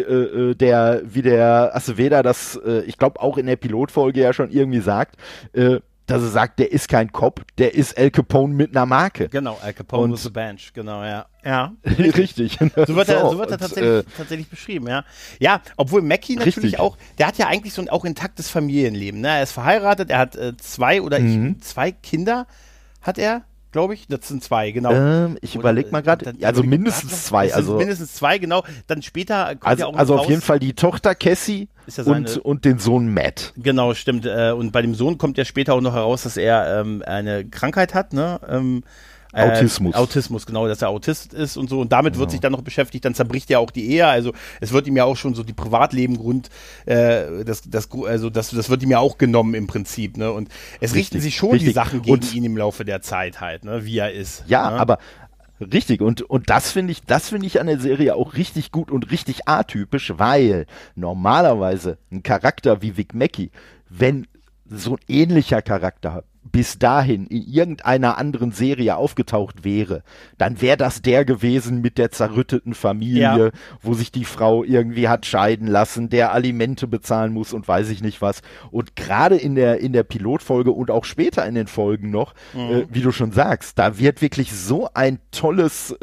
Speaker 2: der Aceveda das, ich glaube auch in der Pilotfolge ja schon irgendwie sagt, dass er sagt, der ist kein Cop, der ist Al Capone mit einer Marke.
Speaker 1: Genau, Al Capone with a bench, genau, ja. Ja,
Speaker 2: richtig.
Speaker 1: So wird er tatsächlich beschrieben, ja. Ja, obwohl Mackey natürlich auch, der hat ja eigentlich so ein auch intaktes Familienleben, ne? Er ist verheiratet, er hat zwei Kinder hat er, glaube ich. Das sind 2, genau.
Speaker 2: Ich überlege mal gerade, also mindestens 2. Also
Speaker 1: mindestens 2, genau. Dann später kommt
Speaker 2: ja auch noch auf jeden Fall die Tochter Cassie und den Sohn Matt.
Speaker 1: Genau, stimmt. Und bei dem Sohn kommt ja später auch noch heraus, dass er eine Krankheit hat, ne? Autismus, genau, dass er Autist ist und so. Und damit wird sich dann noch beschäftigt. Dann zerbricht ja auch die Ehe. Also es wird ihm ja auch schon so die Privatleben das wird ihm ja auch genommen im Prinzip. Ne? Und es richten sich schon die Sachen gegen ihn im Laufe der Zeit halt, ne? Wie er ist.
Speaker 2: Ja,
Speaker 1: ne?
Speaker 2: Aber richtig, und das finde ich an der Serie auch richtig gut und richtig atypisch, weil normalerweise ein Charakter wie Vic Mackey, wenn so ein ähnlicher Charakter bis dahin in irgendeiner anderen Serie aufgetaucht wäre, dann wäre das der gewesen mit der zerrütteten Familie, wo sich die Frau irgendwie hat scheiden lassen, der Alimente bezahlen muss und weiß ich nicht was. Und gerade in der Pilotfolge und auch später in den Folgen noch, wie du schon sagst, da wird wirklich so ein tolles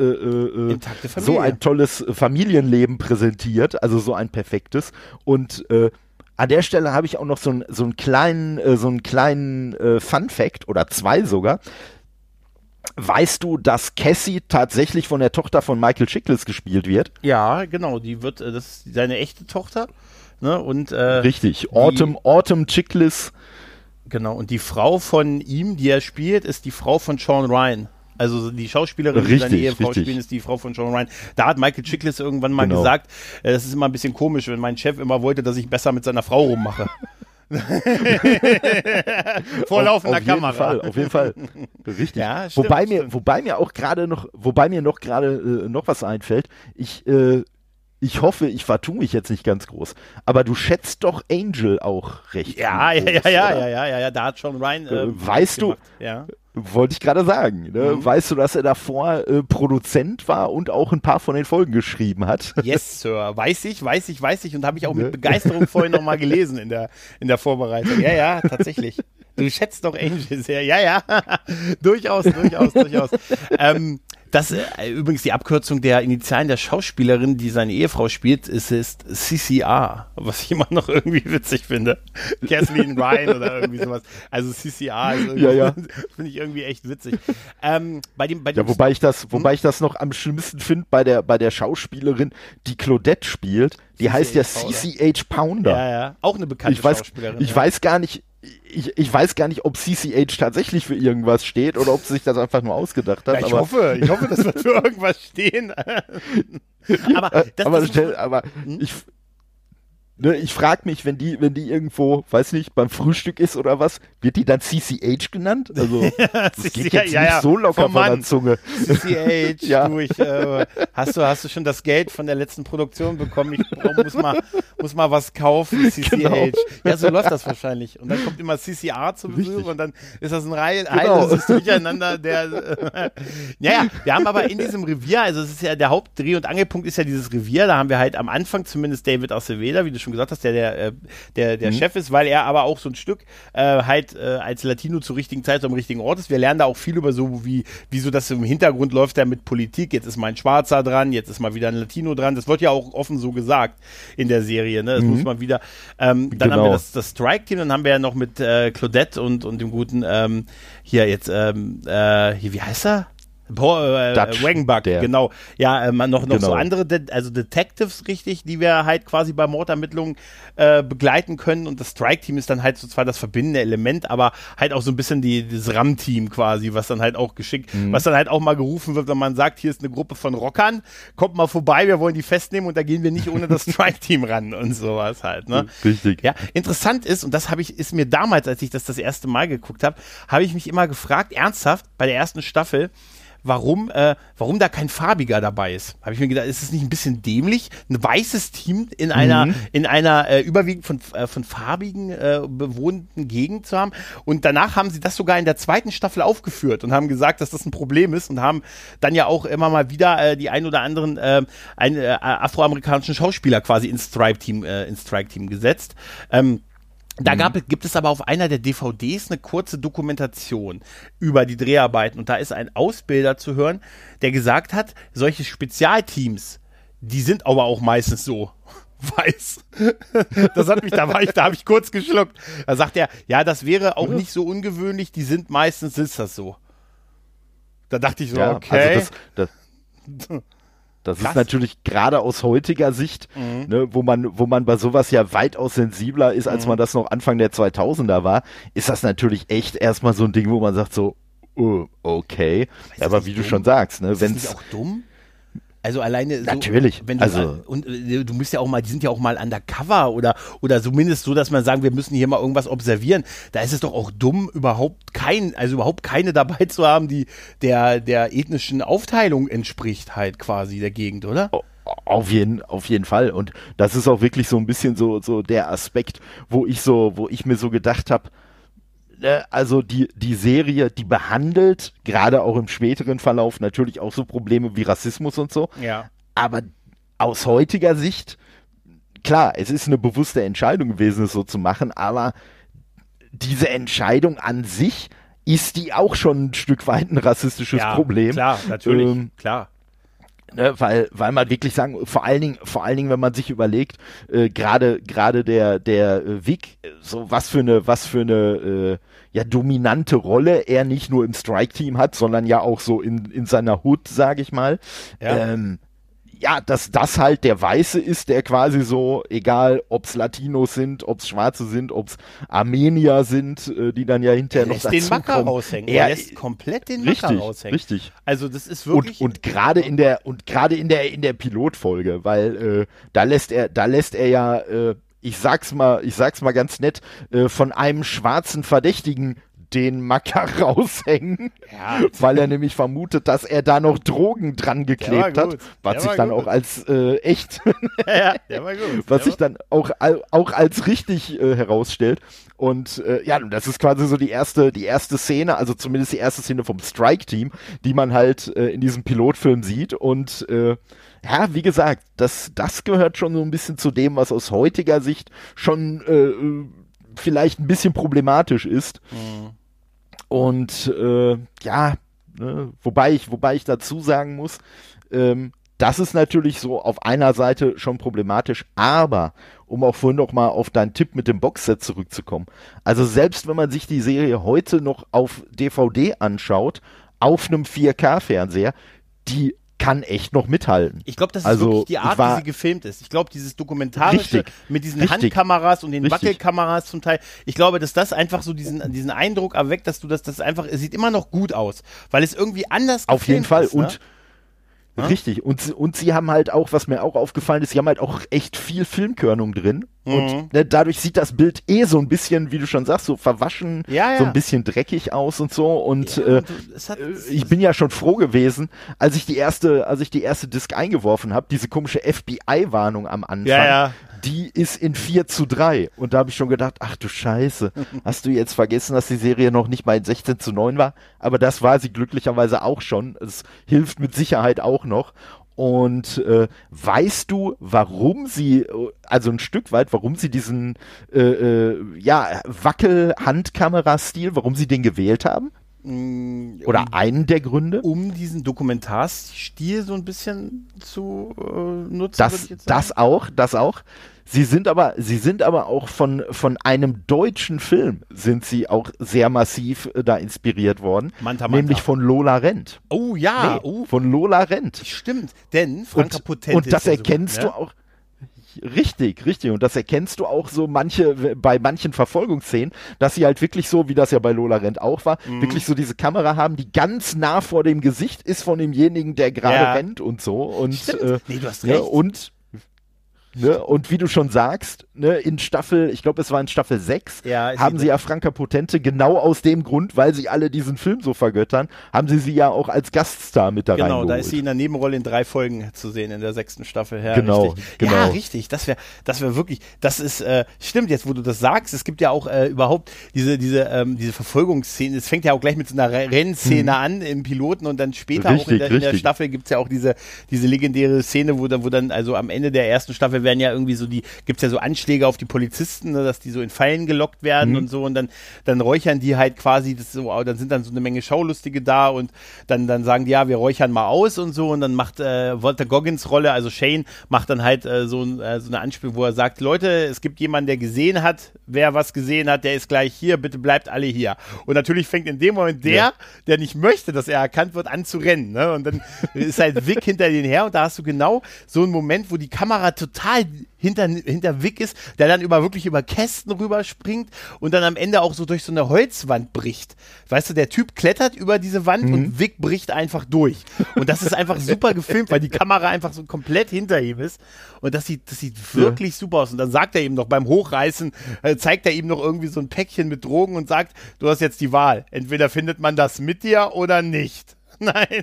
Speaker 2: Familienleben präsentiert, also so ein perfektes, und an der Stelle habe ich auch noch so einen kleinen Fun-Fact oder 2 sogar. Weißt du, dass Cassie tatsächlich von der Tochter von Michael Chiklis gespielt wird?
Speaker 1: Ja, genau. Das ist seine echte Tochter. Ne? Und,
Speaker 2: richtig. Autumn Chiklis.
Speaker 1: Genau. Und die Frau von ihm, die er spielt, ist die Frau von Sean Ryan. Also die Schauspielerin, die seine Ehefrau spielt, ist die Frau von Sean Ryan. Da hat Michael Chiklis irgendwann mal gesagt, das ist immer ein bisschen komisch, wenn mein Chef immer wollte, dass ich besser mit seiner Frau rummache. Vor laufender Kamera.
Speaker 2: Auf jeden Fall. Richtig.
Speaker 1: Ja, stimmt,
Speaker 2: wobei mir noch was einfällt. Ich hoffe, ich vertue mich jetzt nicht ganz groß, aber du schätzt doch Angel auch recht.
Speaker 1: Ja, da hat Sean Ryan
Speaker 2: weißt du, wollte ich gerade sagen, ne? Weißt du, dass er davor Produzent war und auch ein paar von den Folgen geschrieben hat?
Speaker 1: Yes, Sir. Weiß ich und habe ich auch mit Begeisterung vorhin nochmal gelesen in der Vorbereitung. Ja, tatsächlich. Du schätzt doch Angel sehr. Ja. durchaus. Das übrigens die Abkürzung der Initialen der Schauspielerin, die seine Ehefrau spielt, ist CCR, was ich immer noch irgendwie witzig finde. Kathleen Ryan oder irgendwie sowas. Also CCR finde ich irgendwie echt witzig.
Speaker 2: Wobei ich das noch am schlimmsten finde bei der Schauspielerin, die Claudette spielt. Die heißt ja CCH Pounder.
Speaker 1: Ja. Auch eine bekannte Schauspielerin.
Speaker 2: Ich weiß gar nicht, ob CCH tatsächlich für irgendwas steht oder ob sie sich das einfach nur ausgedacht hat.
Speaker 1: Ja, ich hoffe, das wird für irgendwas stehen.
Speaker 2: Ich frage mich, wenn die irgendwo, weiß nicht, beim Frühstück ist oder was, wird die dann CCH genannt? Also, das geht jetzt nicht so locker von der Zunge.
Speaker 1: CCH, hast du schon das Geld von der letzten Produktion bekommen? Ich muss mal was kaufen, CCH. Genau. Ja, so läuft das wahrscheinlich. Und dann kommt immer CCR zu Besuch und dann ist das ein heiles Durcheinander. Wir haben aber in diesem Revier, also es ist ja der Hauptdreh- und Angelpunkt ist ja dieses Revier, da haben wir halt am Anfang zumindest David Acevedo, wie du schon gesagt hast, der Chef ist, weil er aber auch so ein Stück als Latino zur richtigen Zeit am richtigen Ort ist. Wir lernen da auch viel über so, wie so das im Hintergrund läuft, da mit Politik. Jetzt ist mal ein Schwarzer dran, jetzt ist mal wieder ein Latino dran. Das wird ja auch offen so gesagt in der Serie, ne? Das muss man wieder. Dann haben wir das Strike-Team, dann haben wir ja noch mit Claudette und dem guten wie heißt er? Wagenbuck, genau. Ja, noch so andere, also Detectives, richtig, die wir halt quasi bei Mordermittlungen begleiten können. Und das Strike-Team ist dann halt so zwar das verbindende Element, aber halt auch so ein bisschen das RAM-Team quasi, was dann halt auch was dann halt auch mal gerufen wird, wenn man sagt, hier ist eine Gruppe von Rockern, kommt mal vorbei, wir wollen die festnehmen und da gehen wir nicht ohne das Strike-Team ran und sowas halt, ne?
Speaker 2: Richtig.
Speaker 1: Ja, interessant ist, und das ist mir damals, als ich das erste Mal geguckt habe, habe ich mich immer gefragt, ernsthaft, bei der ersten Staffel, warum da kein Farbiger dabei ist. Habe ich mir gedacht, ist es nicht ein bisschen dämlich, ein weißes Team in einer überwiegend von farbigen bewohnten Gegend zu haben. Und danach haben sie das sogar in der zweiten Staffel aufgeführt und haben gesagt, dass das ein Problem ist und haben dann ja auch immer mal wieder die ein oder anderen afroamerikanischen Schauspieler quasi ins Strike-Team gesetzt. Gibt es aber auf einer der DVDs eine kurze Dokumentation über die Dreharbeiten und da ist ein Ausbilder zu hören, der gesagt hat, solche Spezialteams, die sind aber auch meistens so weiß. Da habe ich kurz geschluckt. Da sagt er, ja, das wäre auch nicht so ungewöhnlich, meistens ist das so. Da dachte ich so, ja, okay.
Speaker 2: Also das ist natürlich gerade aus heutiger Sicht, ne, wo man bei sowas ja weitaus sensibler ist, als man das noch Anfang der 2000er war, ist das natürlich echt erstmal so ein Ding, wo man sagt so, okay. Aber wie du schon sagst, ne, wenn es...
Speaker 1: Ist das nicht auch dumm? Also alleine so,
Speaker 2: natürlich.
Speaker 1: Wenn du du musst ja auch mal, die sind ja auch mal undercover oder zumindest so, dass man sagen, wir müssen hier mal irgendwas observieren. Da ist es doch auch dumm, überhaupt keine dabei zu haben, die der ethnischen Aufteilung entspricht halt quasi der Gegend, oder?
Speaker 2: Auf jeden Fall. Und das ist auch wirklich so ein bisschen so der Aspekt, wo ich mir so gedacht habe, also die Serie, die behandelt, gerade auch im späteren Verlauf, natürlich auch so Probleme wie Rassismus und so.
Speaker 1: Ja.
Speaker 2: Aber aus heutiger Sicht, klar, es ist eine bewusste Entscheidung gewesen, es so zu machen, aber diese Entscheidung an sich, ist die auch schon ein Stück weit ein rassistisches Problem.
Speaker 1: Klar, natürlich, klar.
Speaker 2: Ne, weil man wirklich sagen, vor allen Dingen, wenn man sich überlegt, gerade der Vic, so was für eine dominante Rolle er nicht nur im Strike-Team hat, sondern ja auch so in seiner Hood, sage ich mal. ja, dass das halt der Weiße ist, der quasi so, egal ob's Latinos sind, ob's Schwarze sind, ob's Armenier sind, die dann ja hinterher noch dazu
Speaker 1: den Macker
Speaker 2: kommen.
Speaker 1: raushängen. Er lässt komplett den Macker raushängen.
Speaker 2: Richtig.
Speaker 1: Also das ist wirklich...
Speaker 2: Und gerade in der Pilotfolge, weil da lässt er ja, ich sag's mal ganz nett, von einem schwarzen Verdächtigen den Macker raushängen, weil er nämlich vermutet, dass er da noch Drogen dran geklebt hat, was sich dann auch als echt,
Speaker 1: der war gut.
Speaker 2: was sich dann auch als richtig herausstellt. Und das ist quasi so die erste Szene, also zumindest die erste Szene vom Strike-Team, die man halt in diesem Pilotfilm sieht. Und wie gesagt, das gehört schon so ein bisschen zu dem, was aus heutiger Sicht schon vielleicht ein bisschen problematisch ist. Mhm. Und wobei ich dazu sagen muss, das ist natürlich so auf einer Seite schon problematisch, aber um auch vorhin noch mal auf deinen Tipp mit dem Boxset zurückzukommen, also selbst wenn man sich die Serie heute noch auf DVD anschaut, auf einem 4K-Fernseher, die kann echt noch mithalten.
Speaker 1: Ich glaube, das ist wirklich die Art, wie sie gefilmt ist. Ich glaube, dieses Dokumentarische mit diesen Handkameras und den Wackelkameras zum Teil, ich glaube, dass das einfach so diesen Eindruck erweckt, dass du das einfach, es sieht immer noch gut aus, weil es irgendwie anders gefilmt ist.
Speaker 2: Auf jeden Fall.
Speaker 1: Ist, ne?
Speaker 2: Und richtig. Und sie haben halt auch, was mir auch aufgefallen ist, sie haben halt auch echt viel Filmkörnung drin. Und dadurch sieht das Bild so ein bisschen, wie du schon sagst, so verwaschen, so ein bisschen dreckig aus und so. Und ich bin ja schon froh gewesen, als ich die erste Disc eingeworfen habe, diese komische FBI-Warnung am Anfang. Die ist in 4:3. Und da habe ich schon gedacht, ach du Scheiße, hast du jetzt vergessen, dass die Serie noch nicht mal in 16:9 war? Aber das war sie glücklicherweise auch schon. Es hilft mit Sicherheit auch noch. Und weißt du, warum sie, also ein Stück weit, warum sie diesen Wackel-Handkamera-Stil, warum sie den gewählt haben? Oder einen der Gründe?
Speaker 1: Um diesen Dokumentarstil so ein bisschen zu nutzen, würde ich jetzt
Speaker 2: sagen. Das auch. Sie sind aber auch von einem deutschen Film sind sie auch sehr massiv da inspiriert worden.
Speaker 1: Manta.
Speaker 2: Nämlich von Lola Rent.
Speaker 1: Oh ja.
Speaker 2: Von Lola Rent.
Speaker 1: Stimmt, denn Franka Potente
Speaker 2: und das erkennst du auch. Richtig. Und das erkennst du auch so bei manchen Verfolgungsszenen, dass sie halt wirklich so, wie das ja bei Lola Rent auch war, wirklich so diese Kamera haben, die ganz nah vor dem Gesicht ist von demjenigen, der gerade rennt und so. Und,
Speaker 1: du hast recht.
Speaker 2: Und wie du schon sagst, in Staffel, ich glaube, es war in Staffel 6, haben sie ja Franka Potente genau aus dem Grund, weil sie alle diesen Film so vergöttern, haben sie ja auch als Gaststar mit da reingeholt.
Speaker 1: Genau, da ist sie in der Nebenrolle in 3 Folgen zu sehen in der 6. Staffel. Ja,
Speaker 2: genau.
Speaker 1: Ja, richtig. Das wäre wirklich, das ist, stimmt jetzt, wo du das sagst, es gibt ja auch überhaupt diese Verfolgungsszene, es fängt ja auch gleich mit so einer Rennszene an im Piloten und dann später auch in der Staffel gibt's ja auch diese legendäre Szene, wo dann, also am Ende der ersten Staffel werden ja irgendwie so gibt's ja so Anschläge auf die Polizisten, ne, dass die so in Fallen gelockt werden und so und dann räuchern die halt quasi das so, dann sind dann so eine Menge Schaulustige da und dann sagen die, ja, wir räuchern mal aus und so und dann macht Walter Goggins Rolle, also Shane, macht dann halt so eine Anspielung, wo er sagt, Leute, es gibt jemanden, der gesehen hat, wer was gesehen hat, der ist gleich hier, bitte bleibt alle hier. Und natürlich fängt in dem Moment der nicht möchte, dass er erkannt wird, an zu rennen, ne? Und dann ist halt Vic hinter den her und da hast du genau so einen Moment, wo die Kamera total hinter Vic ist, der dann wirklich über Kästen rüberspringt und dann am Ende auch so durch so eine Holzwand bricht. Weißt du, der Typ klettert über diese Wand und Vic bricht einfach durch. Und das ist einfach super gefilmt, weil die Kamera einfach so komplett hinter ihm ist. Und das sieht wirklich super aus. Und dann sagt er ihm noch beim Hochreißen, zeigt er ihm noch irgendwie so ein Päckchen mit Drogen und sagt, du hast jetzt die Wahl. Entweder findet man das mit dir oder nicht. Nein.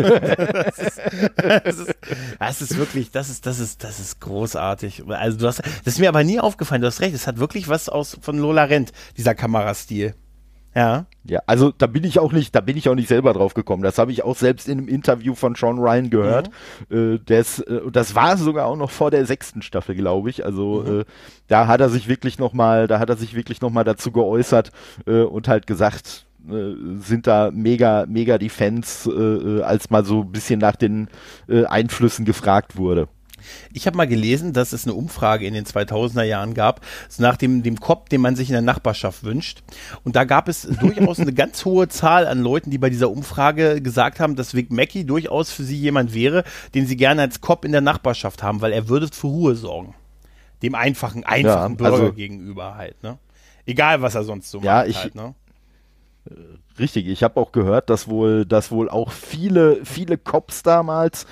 Speaker 1: Das ist wirklich, das ist großartig. Also das ist mir aber nie aufgefallen, du hast recht, es hat wirklich was von Lola Rent, dieser Kamerastil. Ja.
Speaker 2: Ja, also da bin ich auch nicht selber drauf gekommen. Das habe ich auch selbst in einem Interview von Sean Ryan gehört. Das war sogar auch noch vor der 6. Staffel, glaube ich. Also da hat er sich wirklich noch mal dazu geäußert und halt gesagt, sind da mega die Fans, als mal so ein bisschen nach den Einflüssen gefragt wurde.
Speaker 1: Ich habe mal gelesen, dass es eine Umfrage in den 2000er Jahren gab, so nach dem Cop, den man sich in der Nachbarschaft wünscht. Und da gab es durchaus eine ganz hohe Zahl an Leuten, die bei dieser Umfrage gesagt haben, dass Vic Mackey durchaus für sie jemand wäre, den sie gerne als Cop in der Nachbarschaft haben, weil er würde für Ruhe sorgen. Dem einfachen Bürger gegenüber halt, ne? Egal, was er sonst so macht halt, ne?
Speaker 2: Richtig, ich habe auch gehört, dass wohl auch viele Cops damals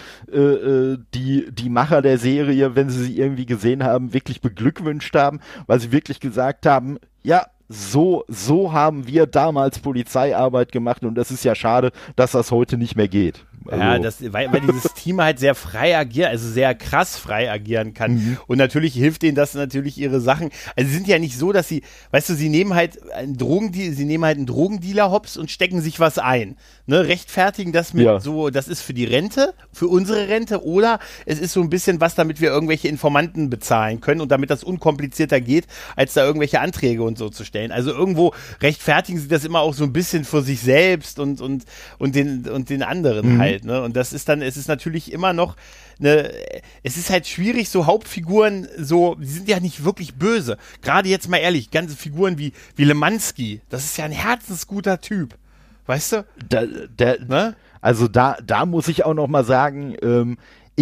Speaker 2: die Macher der Serie, wenn sie irgendwie gesehen haben, wirklich beglückwünscht haben, weil sie wirklich gesagt haben, ja, so haben wir damals Polizeiarbeit gemacht und das ist ja schade, dass das heute nicht mehr geht. Also.
Speaker 1: Ja, weil dieses Team halt sehr frei agiert, also sehr krass frei agieren kann. Mhm. Und natürlich hilft denen das natürlich ihre Sachen. Also sie sind ja nicht so, dass sie, weißt du, sie nehmen halt einen Drogendealer hops und stecken sich was ein. Ne, rechtfertigen das mit so, das ist für die Rente, für unsere Rente, oder es ist so ein bisschen was, damit wir irgendwelche Informanten bezahlen können und damit das unkomplizierter geht, als da irgendwelche Anträge und so zu stellen. Also irgendwo rechtfertigen sie das immer auch so ein bisschen für sich selbst und den anderen halt. Ne? Und das ist dann, es ist natürlich immer noch es ist halt schwierig, so Hauptfiguren, die sind ja nicht wirklich böse. Gerade jetzt mal ehrlich, ganze Figuren wie Lemanski, das ist ja ein herzensguter Typ. Weißt du?
Speaker 2: Ne? Also da muss ich auch noch mal sagen,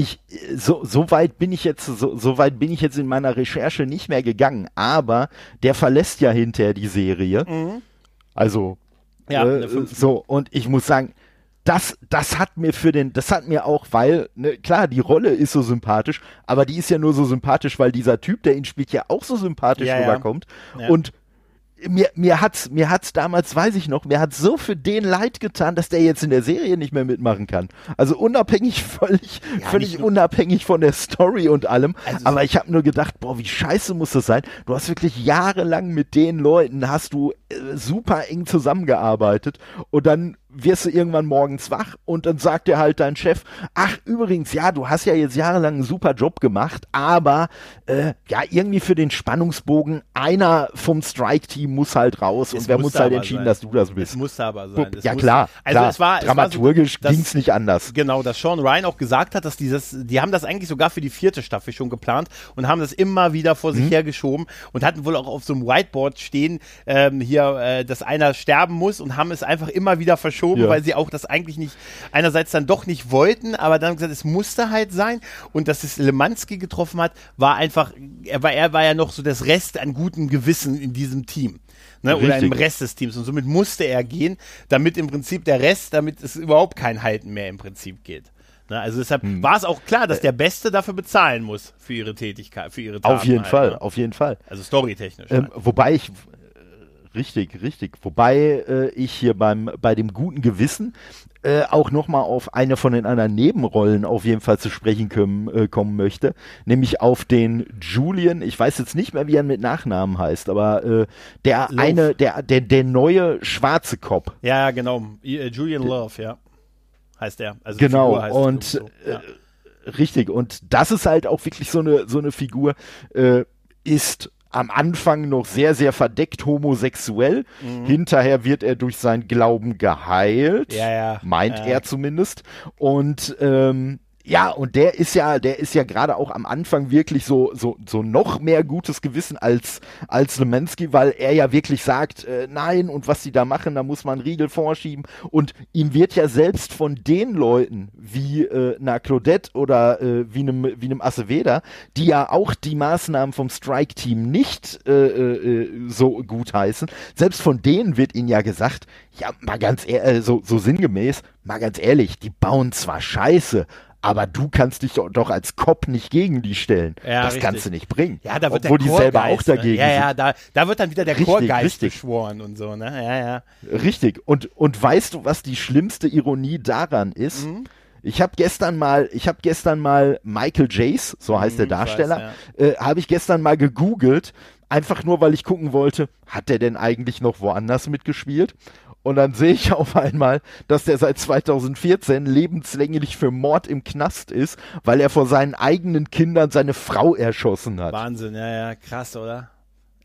Speaker 2: so weit bin ich jetzt in meiner Recherche nicht mehr gegangen, aber der verlässt ja hinterher die Serie. Mhm. Also so, und ich muss sagen, das hat mir auch, weil, ne, klar, die Rolle ist so sympathisch, aber die ist ja nur so sympathisch, weil dieser Typ, der ihn spielt, ja auch so sympathisch rüberkommt. Ja. Und mir hat's damals, weiß ich noch, mir hat's so für den leid getan, dass der jetzt in der Serie nicht mehr mitmachen kann. Also völlig unabhängig von der Story und allem. Also aber ich habe nur gedacht, boah, wie scheiße muss das sein? Du hast wirklich jahrelang mit den Leuten, hast du super eng zusammengearbeitet und dann wirst du irgendwann morgens wach und dann sagt dir halt dein Chef, ach übrigens, ja, du hast ja jetzt jahrelang einen super Job gemacht, aber irgendwie für den Spannungsbogen einer vom Strike-Team muss halt raus und wer muss halt entschieden, dass du das bist.
Speaker 1: Es muss aber sein.
Speaker 2: Ja klar, dramaturgisch ging's nicht anders.
Speaker 1: Genau, dass Sean Ryan auch gesagt hat, dass die haben das eigentlich sogar für die 4. Staffel schon geplant und haben das immer wieder vor sich hergeschoben und hatten wohl auch auf so einem Whiteboard stehen, dass einer sterben muss und haben es einfach immer wieder verschoben, weil sie auch das eigentlich nicht, einerseits dann doch nicht wollten, aber dann gesagt, es musste halt sein und dass es Lemanski getroffen hat, war einfach, er war ja noch so das Rest an gutem Gewissen in diesem Team. Ne, oder im Rest des Teams. Und somit musste er gehen, damit im Prinzip damit es überhaupt kein Halten mehr im Prinzip geht. Ne, also deshalb war es auch klar, dass der Beste dafür bezahlen muss für ihre Tätigkeit, für ihre Taten.
Speaker 2: Auf jeden Fall, ne? Auf jeden Fall.
Speaker 1: Also storytechnisch.
Speaker 2: Wobei ich Richtig. Wobei ich hier bei dem guten Gewissen auch nochmal auf eine von den anderen Nebenrollen auf jeden Fall zu sprechen kommen möchte, nämlich auf den Julian, ich weiß jetzt nicht mehr, wie er mit Nachnamen heißt, aber der neue schwarze Cop.
Speaker 1: Ja, genau, Julian Love, ja, heißt er. Also
Speaker 2: genau, heißt und so. Richtig, und das ist halt auch wirklich so eine Figur, ist am Anfang noch sehr, sehr verdeckt homosexuell. Hinterher wird er durch seinen Glauben geheilt. Meint er zumindest. Und und der ist ja gerade auch am Anfang wirklich so noch mehr gutes Gewissen als Lemanski, weil er ja wirklich sagt, nein, und was die da machen, da muss man einen Riegel vorschieben. Und ihm wird ja selbst von den Leuten wie einer Claudette oder wie einem Aceveda, die ja auch die Maßnahmen vom Strike-Team nicht so gut heißen, selbst von denen wird ihnen ja gesagt, ja, mal ganz ehrlich, so sinngemäß, mal ganz ehrlich, die bauen zwar Scheiße, aber du kannst dich doch als Cop nicht gegen die stellen. Ja, das kannst du nicht bringen.
Speaker 1: Ja, da wird
Speaker 2: obwohl die selber auch dagegen sind.
Speaker 1: Ja, da wird dann wieder der Chorgeist beschworen und so, ne? Ja.
Speaker 2: Richtig. Und weißt du, was die schlimmste Ironie daran ist? Ich habe gestern mal Michael Jace, so heißt der Darsteller, habe ich gestern mal gegoogelt, einfach nur, weil ich gucken wollte, hat der denn eigentlich noch woanders mitgespielt? Und dann sehe ich auf einmal, dass der seit 2014 lebenslänglich für Mord im Knast ist, weil er vor seinen eigenen Kindern seine Frau erschossen hat.
Speaker 1: Wahnsinn, ja, krass, oder?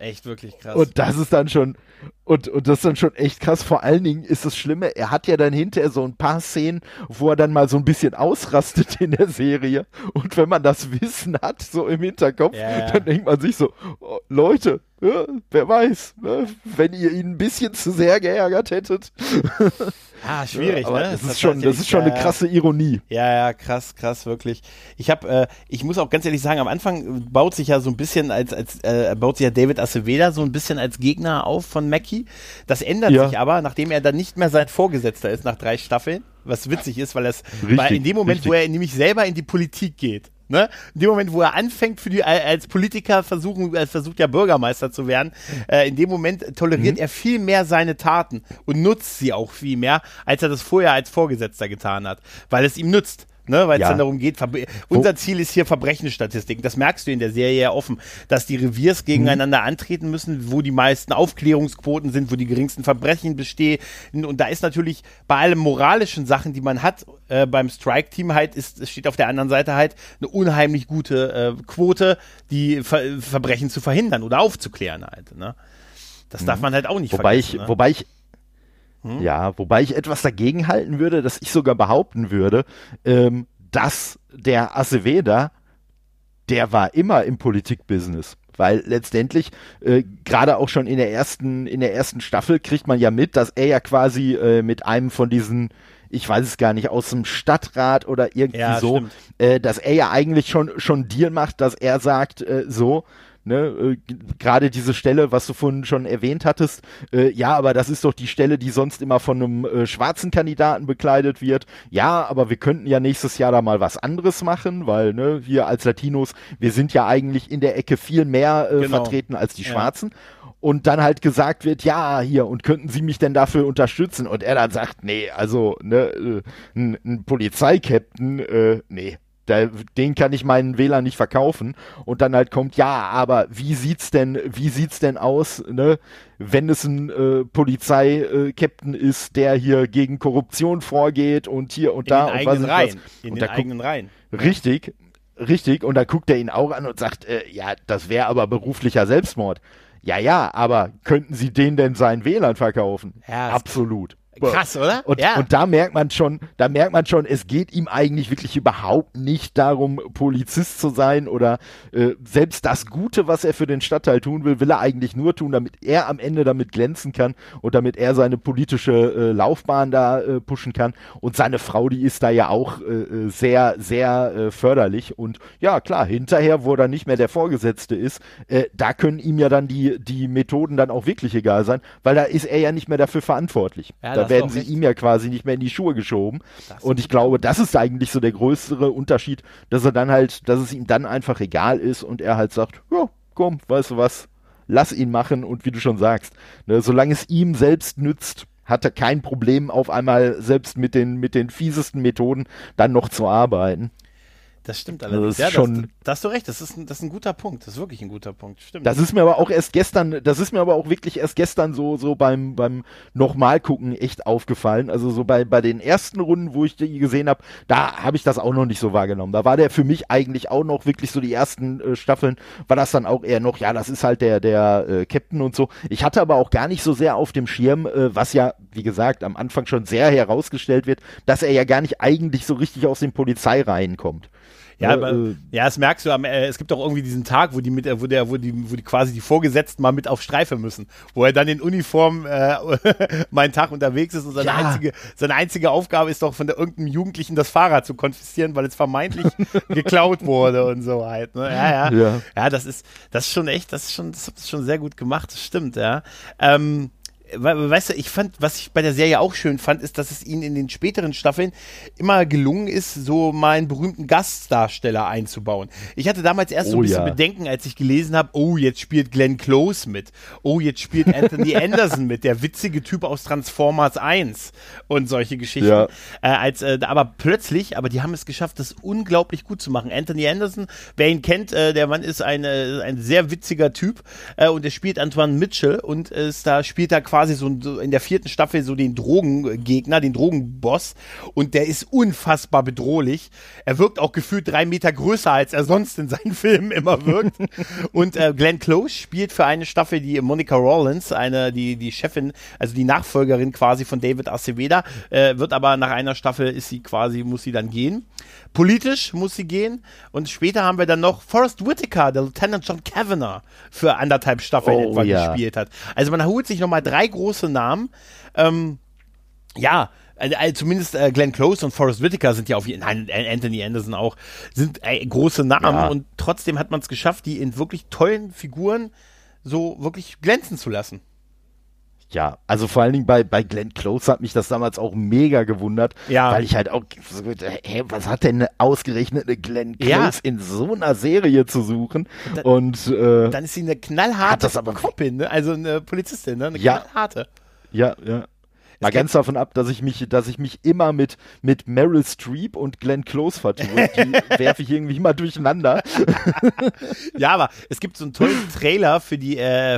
Speaker 1: Echt wirklich krass.
Speaker 2: Und das ist dann schon, und das ist dann schon echt krass. Vor allen Dingen ist das Schlimme, er hat ja dann hinterher so ein paar Szenen, wo er dann mal so ein bisschen ausrastet in der Serie. Und wenn man das Wissen hat, so im Hinterkopf, dann denkt man sich so, oh, Leute, ja, wer weiß, ne, wenn ihr ihn ein bisschen zu sehr geärgert hättet.
Speaker 1: Schwierig,
Speaker 2: aber
Speaker 1: ne?
Speaker 2: Das ist schon eine krasse Ironie.
Speaker 1: Ja, krass, wirklich. Ich muss auch ganz ehrlich sagen, am Anfang baut sich ja so ein bisschen baut sich ja David Aceveda so ein bisschen als Gegner auf von Mackie. Das ändert sich aber, nachdem er dann nicht mehr sein Vorgesetzter ist nach 3 Staffeln, was witzig ist, weil in dem Moment, wo er nämlich selber in die Politik geht, ne? In dem Moment, wo er anfängt, als Politiker versucht ja Bürgermeister zu werden, in dem Moment toleriert er viel mehr seine Taten und nutzt sie auch viel mehr, als er das vorher als Vorgesetzter getan hat, weil es ihm nützt. Ne, weil es dann darum geht, unser Ziel ist hier Verbrechensstatistiken. Das merkst du in der Serie ja offen, dass die Reviers gegeneinander antreten müssen, wo die meisten Aufklärungsquoten sind, wo die geringsten Verbrechen bestehen. Und da ist natürlich bei allen moralischen Sachen, die man hat, beim Strike-Team halt, steht auf der anderen Seite halt eine unheimlich gute Quote, die Verbrechen zu verhindern oder aufzuklären halt. Ne? Das darf man halt auch nicht vergessen.
Speaker 2: Wobei ich etwas dagegen halten würde, dass ich sogar behaupten würde, dass der Aceveda, der war immer im Politikbusiness. Weil letztendlich, gerade auch schon in der ersten Staffel kriegt man ja mit, dass er ja quasi mit einem von diesen, ich weiß es gar nicht, aus dem Stadtrat oder irgendwie so, dass er ja eigentlich schon Deal macht, dass er sagt, gerade diese Stelle, was du vorhin schon erwähnt hattest, aber das ist doch die Stelle, die sonst immer von einem schwarzen Kandidaten bekleidet wird. Ja, aber wir könnten ja nächstes Jahr da mal was anderes machen, weil wir als Latinos, wir sind ja eigentlich in der Ecke viel mehr vertreten als die Schwarzen. Und dann halt gesagt wird, ja, hier, und könnten Sie mich denn dafür unterstützen? Und er dann sagt, nee, also, ein Polizeikapitän, nee. Den kann ich meinen Wählern nicht verkaufen. Und dann halt kommt, ja, aber wie sieht's denn aus, ne, wenn es ein Polizeikapitän ist, der hier gegen Korruption vorgeht und hier und da und was ist das?
Speaker 1: In den eigenen Reihen.
Speaker 2: Richtig. Und dann guckt er ihn auch an und sagt, das wäre aber beruflicher Selbstmord. Ja, aber könnten Sie den denn seinen Wählern verkaufen?
Speaker 1: Ja,
Speaker 2: absolut.
Speaker 1: Krass, oder?
Speaker 2: Und da merkt man schon, es geht ihm eigentlich wirklich überhaupt nicht darum, Polizist zu sein oder selbst das Gute, was er für den Stadtteil tun will, will er eigentlich nur tun, damit er am Ende damit glänzen kann und damit er seine politische Laufbahn da pushen kann. Und seine Frau, die ist da ja auch sehr, sehr förderlich. Und ja, klar, hinterher, wo er dann nicht mehr der Vorgesetzte ist, da können ihm ja dann die Methoden dann auch wirklich egal sein, weil da ist er ja nicht mehr dafür verantwortlich. Ja, da werden sie ihm ja quasi nicht mehr in die Schuhe geschoben. Und ich glaube, das ist eigentlich so der größere Unterschied, dass es ihm dann einfach egal ist und er halt sagt, ja, komm, weißt du was, lass ihn machen und wie du schon sagst, ne, solange es ihm selbst nützt, hat er kein Problem, auf einmal selbst mit den fiesesten Methoden dann noch zu arbeiten.
Speaker 1: Das stimmt allerdings.
Speaker 2: Das
Speaker 1: da hast du recht, das ist ein guter Punkt. Das ist wirklich ein guter Punkt. Stimmt.
Speaker 2: Das ist mir aber auch wirklich erst gestern so beim Nochmalgucken echt aufgefallen. Also so bei den ersten Runden, wo ich die gesehen habe, da habe ich das auch noch nicht so wahrgenommen. Da war der für mich eigentlich auch noch wirklich so die ersten Staffeln, war das dann auch eher noch, ja, das ist halt der Captain und so. Ich hatte aber auch gar nicht so sehr auf dem Schirm, was ja, wie gesagt, am Anfang schon sehr herausgestellt wird, dass er ja gar nicht eigentlich so richtig aus den Polizeireihen kommt.
Speaker 1: Ja, aber, das merkst du, es gibt auch irgendwie diesen Tag, wo die quasi die Vorgesetzten mal mit auf Streife müssen, wo er dann in Uniform mal einen Tag unterwegs ist und seine einzige Aufgabe ist doch von irgendeinem Jugendlichen das Fahrrad zu konfiszieren, weil es vermeintlich geklaut wurde und so halt. Ne? Ja, das ist schon echt, das ist schon sehr gut gemacht, das stimmt, ja. Weißt du, was ich bei der Serie auch schön fand, ist, dass es ihnen in den späteren Staffeln immer gelungen ist, so mal einen berühmten Gastdarsteller einzubauen. Ich hatte damals erst so ein bisschen Bedenken, als ich gelesen habe, oh, jetzt spielt Glenn Close mit. Oh, jetzt spielt Anthony Anderson mit, der witzige Typ aus Transformers 1 und solche Geschichten. Ja. Aber die haben es geschafft, das unglaublich gut zu machen. Anthony Anderson, wer ihn kennt, der Mann ist ein sehr witziger Typ und er spielt Antoine Mitchell und da spielt er quasi quasi so in der 4. Staffel so den Drogengegner, den Drogenboss, und der ist unfassbar bedrohlich. Er wirkt auch gefühlt 3 Meter größer, als er sonst in seinen Filmen immer wirkt. Und Glenn Close spielt für eine Staffel die Monica Rawlins, die Chefin, also die Nachfolgerin quasi von David Aceveda, wird aber nach einer Staffel muss sie dann gehen. Politisch muss sie gehen, und später haben wir dann noch Forrest Whitaker, der Lieutenant John Kavanagh, für 1,5 Staffeln gespielt hat. Also man holt sich nochmal 3 große Namen. Zumindest Glenn Close und Forrest Whitaker sind ja Anthony Anderson auch, sind große Namen, und trotzdem hat man es geschafft, die in wirklich tollen Figuren so wirklich glänzen zu lassen.
Speaker 2: Ja, also vor allen Dingen bei Glenn Close hat mich das damals auch mega gewundert, weil ich halt auch, was hat denn ausgerechnet eine Glenn Close in so einer Serie zu suchen?
Speaker 1: Dann ist sie eine knallharte Kopin, ne? Also eine Polizistin, ne? Eine knallharte.
Speaker 2: Ja. Mal ganz davon ab, dass ich mich immer mit Meryl Streep und Glenn Close vertue. Die werfe ich irgendwie immer durcheinander.
Speaker 1: Ja, aber es gibt so einen tollen Trailer für die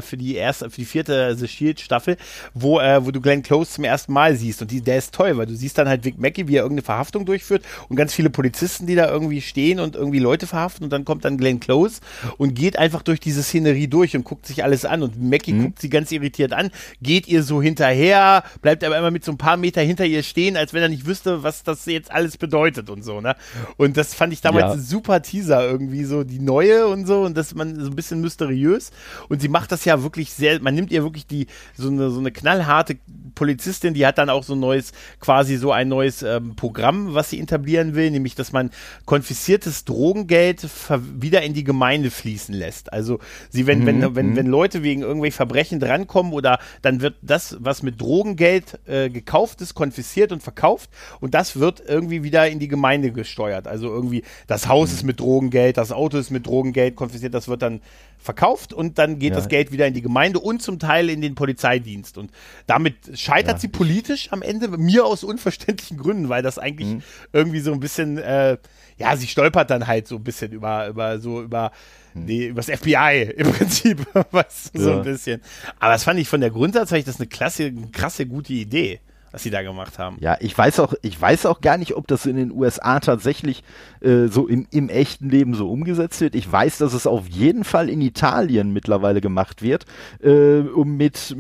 Speaker 1: 4. The Shield Staffel, wo du Glenn Close zum ersten Mal siehst, und der ist toll, weil du siehst dann halt Vic Mackey, wie er irgendeine Verhaftung durchführt, und ganz viele Polizisten, die da irgendwie stehen und irgendwie Leute verhaften, und dann kommt dann Glenn Close und geht einfach durch diese Szenerie durch und guckt sich alles an, und Mackey guckt sie ganz irritiert an, geht ihr so hinterher, bleibt aber immer mit so ein paar Meter hinter ihr stehen, als wenn er nicht wüsste, was das jetzt alles bedeutet und so, ne? Und das fand ich damals ein super Teaser irgendwie, so die neue und so, und das man so ein bisschen mysteriös, und sie macht das ja wirklich man nimmt ihr wirklich so eine knallharte Polizistin, die hat dann auch so ein neues Programm, was sie etablieren will, nämlich, dass man konfisziertes Drogengeld wieder in die Gemeinde fließen lässt. Also wenn Leute wegen irgendwelchen Verbrechen drankommen, oder dann wird das, was mit Drogengeld gekauft ist, konfisziert und verkauft, und das wird irgendwie wieder in die Gemeinde gesteuert. Also irgendwie das Haus ist mit Drogengeld, das Auto ist mit Drogengeld konfisziert, das wird dann verkauft, und dann geht das Geld wieder in die Gemeinde und zum Teil in den Polizeidienst. Und damit scheitert sie politisch am Ende, mir aus unverständlichen Gründen, weil das eigentlich irgendwie so ein bisschen, sie stolpert dann halt so ein bisschen über das FBI im Prinzip, so ein bisschen. Aber das fand ich von der Grundsatz, das eine krasse, gute Idee, was sie da gemacht haben.
Speaker 2: Ja, ich weiß auch gar nicht, ob das in den USA tatsächlich so im echten Leben so umgesetzt wird. Ich weiß, dass es auf jeden Fall in Italien mittlerweile gemacht wird, mit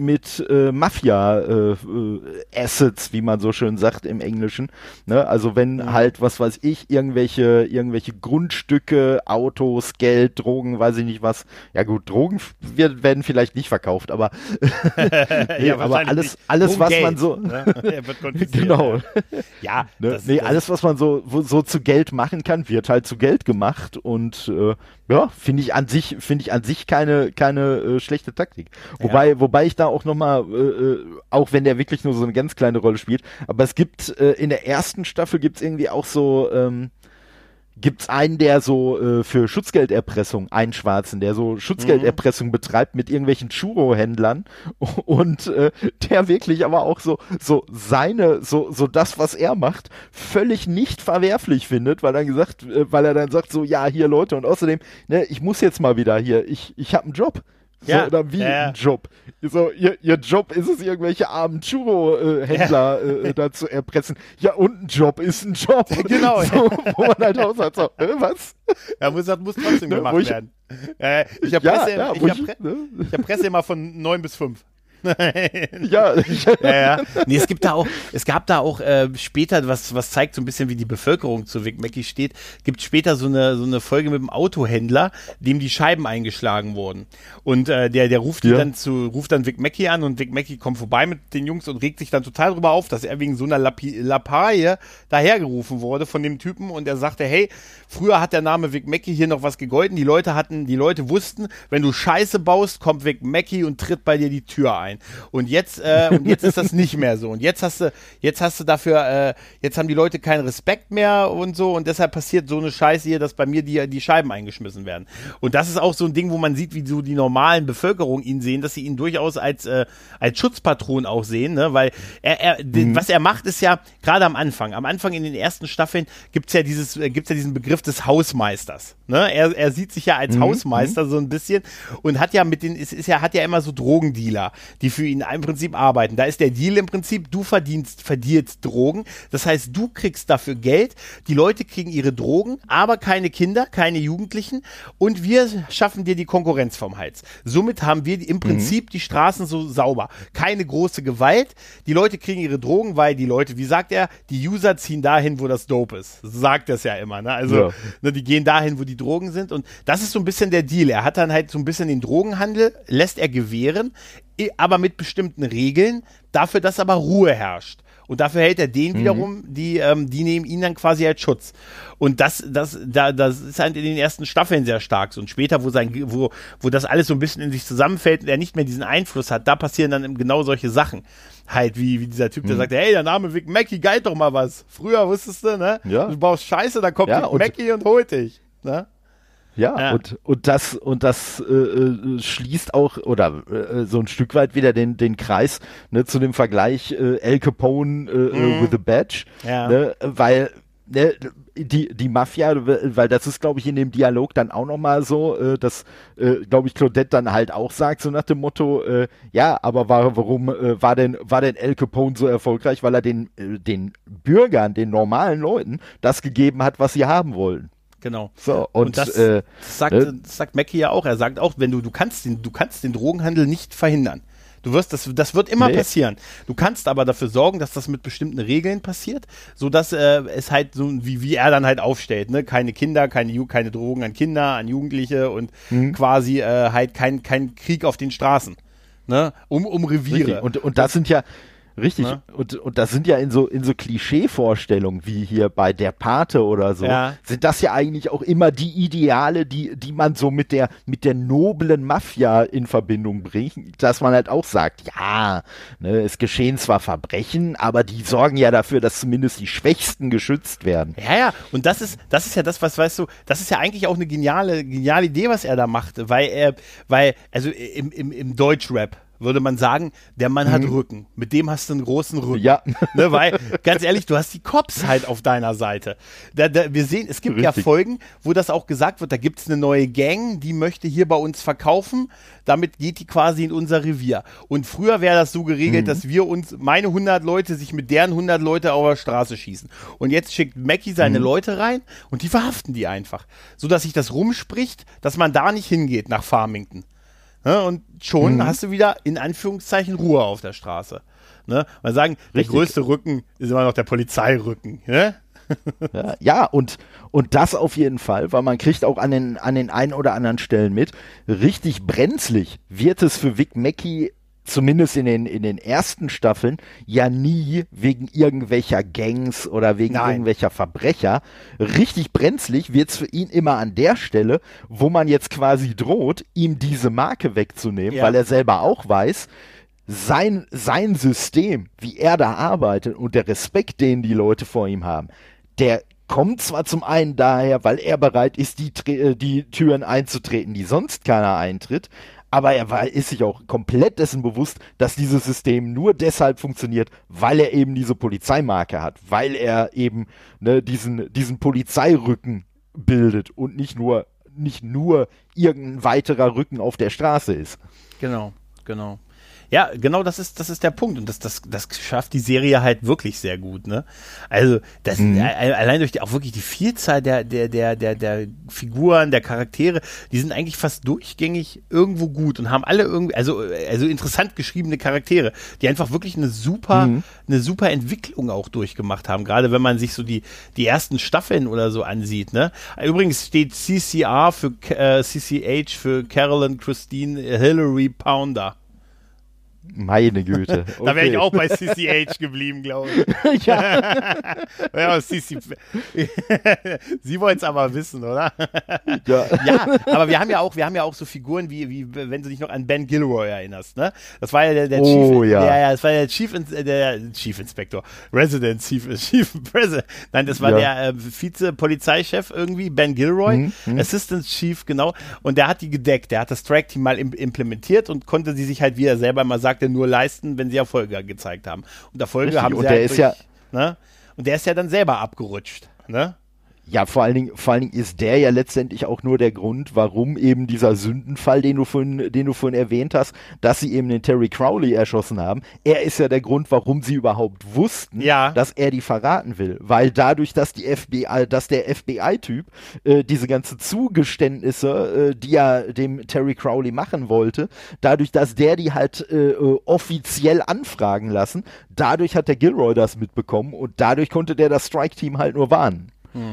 Speaker 2: Mafia-Assets, wie man so schön sagt im Englischen. Ne? Also wenn halt, was weiß ich, irgendwelche Grundstücke, Autos, Geld, Drogen, weiß ich nicht was. Ja gut, Drogen werden vielleicht nicht verkauft, aber, aber alles was Geld, man so... Ne? Genau.
Speaker 1: Ja.
Speaker 2: Alles, was man so zu Geld machen kann, wird halt zu Geld gemacht, und finde ich an sich keine schlechte Taktik. Wobei ich da auch nochmal, auch wenn der wirklich nur so eine ganz kleine Rolle spielt, aber es gibt in der ersten Staffel gibt's irgendwie auch so gibt's einen, der so für Schutzgelderpressung, einen Schwarzen, der so Schutzgelderpressung betreibt mit irgendwelchen Churro-Händlern, und der wirklich aber auch so das, was er macht, völlig nicht verwerflich findet, weil er dann sagt so, ja, hier Leute, und außerdem, ne, ich muss jetzt mal wieder hier, ich habe einen Job. So, oder wie ein Job. So, ihr Job ist es, irgendwelche armen Churro-Händler da zu erpressen. Ja, und ein Job ist ein Job.
Speaker 1: Genau.
Speaker 2: So, wo man halt auch sagt, so, was?
Speaker 1: Ja, muss trotzdem gemacht werden. Ich hab Presse immer von 9 bis 5.
Speaker 2: Ja.
Speaker 1: Nee, es gab da auch später, was zeigt so ein bisschen, wie die Bevölkerung zu Vic Mackey steht, gibt später so eine Folge mit dem Autohändler, dem die Scheiben eingeschlagen wurden. Und der ruft dann Vic Mackey an, und Vic Mackey kommt vorbei mit den Jungs und regt sich dann total drüber auf, dass er wegen so einer Lappalie dahergerufen wurde von dem Typen, und er sagte, hey, früher hat der Name Vic Mackey hier noch was gegolten, die Leute wussten, wenn du Scheiße baust, kommt Vic Mackey und tritt bei dir die Tür ein. Und jetzt ist das nicht mehr so. Und jetzt hast du dafür, jetzt haben die Leute keinen Respekt mehr und so, und deshalb passiert so eine Scheiße hier, dass bei mir die Scheiben eingeschmissen werden. Und das ist auch so ein Ding, wo man sieht, wie so die normalen Bevölkerung ihn sehen, dass sie ihn durchaus als Schutzpatron auch sehen, ne? Weil was er macht, ist ja gerade am Anfang in den ersten Staffeln gibt's ja diesen Begriff des Hausmeisters. Ne? Er sieht sich ja als Hausmeister so ein bisschen, und hat ja hat ja immer so Drogendealer, die für ihn im Prinzip arbeiten. Da ist der Deal im Prinzip, du verdienst Drogen, das heißt, du kriegst dafür Geld, die Leute kriegen ihre Drogen, aber keine Kinder, keine Jugendlichen und wir schaffen dir die Konkurrenz vom Hals. Somit haben wir im Prinzip die Straßen so sauber. Keine große Gewalt, die Leute kriegen ihre Drogen, weil die Leute, wie sagt er, die User ziehen dahin, wo das Dope ist. So sagt er es ja immer, ne? Also, ne, die gehen dahin, wo die Drogen sind und das ist so ein bisschen der Deal. Er hat dann halt so ein bisschen den Drogenhandel, lässt er gewähren, aber mit bestimmten Regeln, dafür, dass aber Ruhe herrscht. Und dafür hält er den wiederum, die nehmen ihn dann quasi als Schutz. Und das ist halt in den ersten Staffeln sehr stark so. Und später, wo das alles so ein bisschen in sich zusammenfällt und er nicht mehr diesen Einfluss hat, da passieren dann genau solche Sachen. Halt, wie dieser Typ, der sagt, hey, der Name Vic Mackey, geil doch mal was. Früher wusstest du, ne? Ja. Du brauchst Scheiße, dann kommt Vic Mackey und holt dich, ne?
Speaker 2: Ja, und das schließt auch oder so ein Stück weit wieder den Kreis, ne, zu dem Vergleich Al Capone with a Badge, ne, weil die Mafia, weil das ist, glaube ich, in dem Dialog dann auch nochmal so, dass, glaube ich, Claudette dann halt auch sagt, so nach dem Motto, ja, aber warum war denn Al Capone so erfolgreich? Weil er den Bürgern, den normalen Leuten, das gegeben hat, was sie haben wollten.
Speaker 1: Genau.
Speaker 2: So,
Speaker 1: und das sagt Mackie ja auch. Er sagt auch, wenn du kannst den Drogenhandel nicht verhindern. Das wird immer passieren. Du kannst aber dafür sorgen, dass das mit bestimmten Regeln passiert, sodass es halt so, wie er dann halt aufstellt, ne? Keine Kinder, keine Drogen an Kinder, an Jugendliche und quasi halt kein Krieg auf den Straßen, ne? Um Reviere.
Speaker 2: Richtig. Und das sind ja richtig, ne? Und das sind ja in so Klischee-Vorstellungen, wie hier bei Der Pate oder so, sind das ja eigentlich auch immer die Ideale, die man so mit der noblen Mafia in Verbindung bringt, dass man halt auch sagt, ja, ne, es geschehen zwar Verbrechen, aber die sorgen ja dafür, dass zumindest die Schwächsten geschützt werden.
Speaker 1: Ja, und das ist ja das, was, weißt du, das ist ja eigentlich auch eine geniale Idee, was er da macht, weil im Deutschrap würde man sagen, der Mann hat Rücken. Mit dem hast du einen großen Rücken. Ja. Ne, weil, ganz ehrlich, du hast die Cops halt auf deiner Seite. Wir sehen, es gibt ja Folgen, wo das auch gesagt wird, da gibt es eine neue Gang, die möchte hier bei uns verkaufen, damit geht die quasi in unser Revier. Und früher wäre das so geregelt, dass meine 100 Leute sich mit deren 100 Leute auf der Straße schießen. Und jetzt schickt Mackie seine Leute rein und die verhaften die einfach. Sodass sich das rumspricht, dass man da nicht hingeht nach Farmington. Ne, und schon hast du wieder in Anführungszeichen Ruhe auf der Straße. Ne? Man sagen, der größte Rücken ist immer noch der Polizeirücken. Ne?
Speaker 2: Ja, und das auf jeden Fall, weil man kriegt auch an den einen oder anderen Stellen mit, richtig brenzlig wird es für Vic Mackey zumindest in den ersten Staffeln ja nie wegen irgendwelcher Gangs oder wegen irgendwelcher Verbrecher. Richtig brenzlig wird's für ihn immer an der Stelle, wo man jetzt quasi droht, ihm diese Marke wegzunehmen, weil er selber auch weiß, sein System, wie er da arbeitet und der Respekt, den die Leute vor ihm haben, der kommt zwar zum einen daher, weil er bereit ist, die Türen einzutreten, die sonst keiner eintritt, aber er ist sich auch komplett dessen bewusst, dass dieses System nur deshalb funktioniert, weil er eben diese Polizeimarke hat, weil er eben diesen Polizeirücken bildet und nicht nur irgendein weiterer Rücken auf der Straße ist.
Speaker 1: Genau. Ja, genau, das ist der Punkt und das schafft die Serie halt wirklich sehr gut, ne? Also, allein durch auch wirklich die Vielzahl der Figuren, der Charaktere, die sind eigentlich fast durchgängig irgendwo gut und haben alle irgendwie, also interessant geschriebene Charaktere, die einfach wirklich eine super Entwicklung auch durchgemacht haben, gerade wenn man sich so die ersten Staffeln oder so ansieht, ne? Übrigens steht CCH für Carolyn Christine Hillary Pounder.
Speaker 2: Meine Güte.
Speaker 1: Okay. Da wäre ich auch bei CCH geblieben, glaube ich. Ja, Sie wollen es aber wissen, oder? Ja, aber wir haben ja auch so Figuren wie wenn du dich noch an Ben Gilroy erinnerst, ne? Das war ja der Chief Inspector, Resident Chief President. Nein, das war der Vize-Polizeichef irgendwie, Ben Gilroy, Assistant Chief, genau. Und der hat die gedeckt, der hat das Track-Team mal implementiert und konnte sie sich halt, wie er selber mal sagte, nur leisten, wenn sie Erfolge gezeigt haben. Und Erfolge haben sie
Speaker 2: und der ist
Speaker 1: ne? Und der ist ja dann selber abgerutscht, ne?
Speaker 2: Ja, vor allen Dingen ist der ja letztendlich auch nur der Grund, warum eben dieser Sündenfall, den du vorhin erwähnt hast, dass sie eben den Terry Crowley erschossen haben, er ist ja der Grund, warum sie überhaupt wussten, dass er die verraten will. Weil dadurch, dass der FBI-Typ diese ganzen Zugeständnisse, die er dem Terry Crowley machen wollte, dadurch, dass der die halt offiziell anfragen lassen, dadurch hat der Gilroy das mitbekommen und dadurch konnte der das Strike-Team halt nur warnen.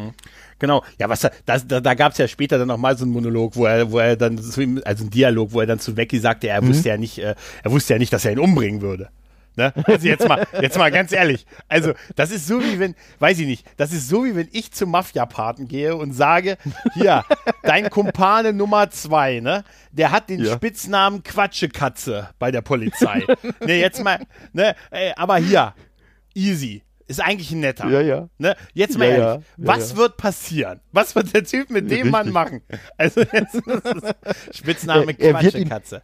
Speaker 1: Genau, ja, da gab es ja später dann noch mal so einen Monolog, wo er dann zu ihm, also ein Dialog, wo er dann zu Becky sagte, er wusste ja nicht, dass er ihn umbringen würde. Ne? Also jetzt mal ganz ehrlich, also das ist so wie wenn, weiß ich nicht, das ist so wie wenn ich zum Mafia-Paten gehe und sage, hier, dein Kumpane Nummer 2, ne, der hat den Spitznamen Quatschekatze bei der Polizei. Ne, jetzt mal, ne, aber hier, easy. Ist eigentlich ein netter.
Speaker 2: Ja.
Speaker 1: Ne? Jetzt mal ehrlich, was wird passieren? Was wird der Typ mit dem Mann machen? Also jetzt Spitzname Quatschekatze.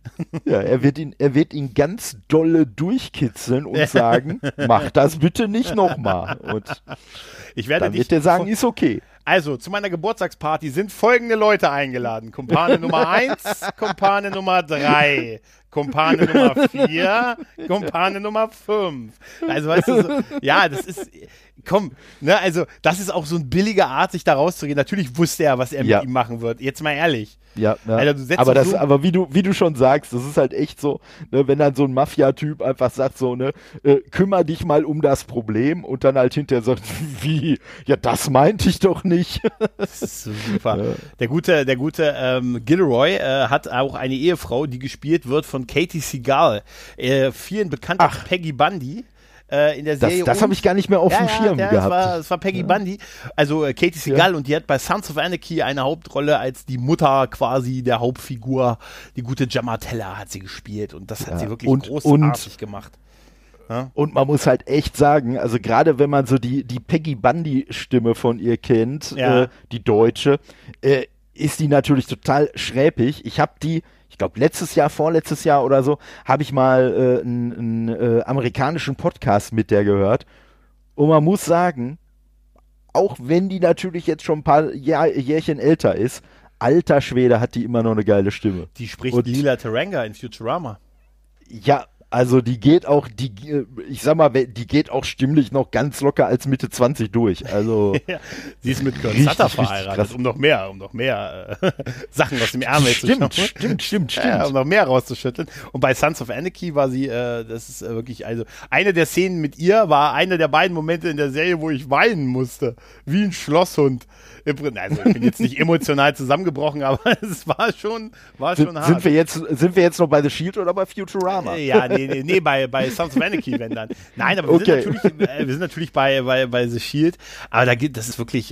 Speaker 2: Ja, er wird ihn ganz dolle durchkitzeln und sagen, mach das bitte nicht nochmal. Und dann wird er sagen, ist okay.
Speaker 1: Also, zu meiner Geburtstagsparty sind folgende Leute eingeladen. Kumpane Nummer 1, Kumpane Nummer 3, Kumpane Nummer 4, Kumpane Nummer 5. Also, weißt du, so, ja, das ist, komm, ne, also, das ist auch so ein billiger Art, sich da rauszugehen. Natürlich wusste er, was er mit ihm machen wird. Jetzt mal ehrlich.
Speaker 2: Ja,
Speaker 1: also,
Speaker 2: aber wie du schon sagst, das ist halt echt so, ne, wenn dann so ein Mafia-Typ einfach sagt so, ne, kümmere dich mal um das Problem und dann halt hinterher sagt, wie, ja, das meinte ich doch nicht.
Speaker 1: Das ist so super. Ja. Der gute Gilroy hat auch eine Ehefrau, die gespielt wird von Katie Seagal, vielen bekannt als Peggy Bundy. In der Serie.
Speaker 2: Das habe ich gar nicht mehr auf dem Schirm gehabt.
Speaker 1: Das war Peggy Bundy, also Katie Seagal, und die hat bei Sons of Anarchy eine Hauptrolle als die Mutter quasi der Hauptfigur. Die gute Jamartella hat sie gespielt und das hat sie wirklich großartig gemacht. Ja?
Speaker 2: Und man muss halt echt sagen, also gerade wenn man so die Peggy Bundy-Stimme von ihr kennt, die deutsche, ist die natürlich total schräpig. Ich glaube, vorletztes Jahr oder so, habe ich mal einen amerikanischen Podcast mit der gehört. Und man muss sagen, auch wenn die natürlich jetzt schon ein paar Jährchen älter ist, alter Schwede hat die immer noch eine geile Stimme.
Speaker 1: Die spricht Lila Teranga in Futurama.
Speaker 2: Ja, also die geht auch stimmlich noch ganz locker als Mitte 20 durch. Also
Speaker 1: sie ist mit Kurt Sutter verheiratet, um noch mehr Sachen aus dem Ärmel zu schütteln. Stimmt. Ja, um noch mehr rauszuschütteln. Und bei Sons of Anarchy war sie, das ist wirklich, also eine der Szenen mit ihr war einer der beiden Momente in der Serie, wo ich weinen musste. Wie ein Schlosshund. Also ich bin jetzt nicht emotional zusammengebrochen, aber es war schon hart.
Speaker 2: Sind wir jetzt noch bei The Shield oder bei Futurama?
Speaker 1: Ja, nee, bei Sons of Anarchy, wenn dann. Nein, aber wir sind natürlich bei The Shield, aber das ist wirklich,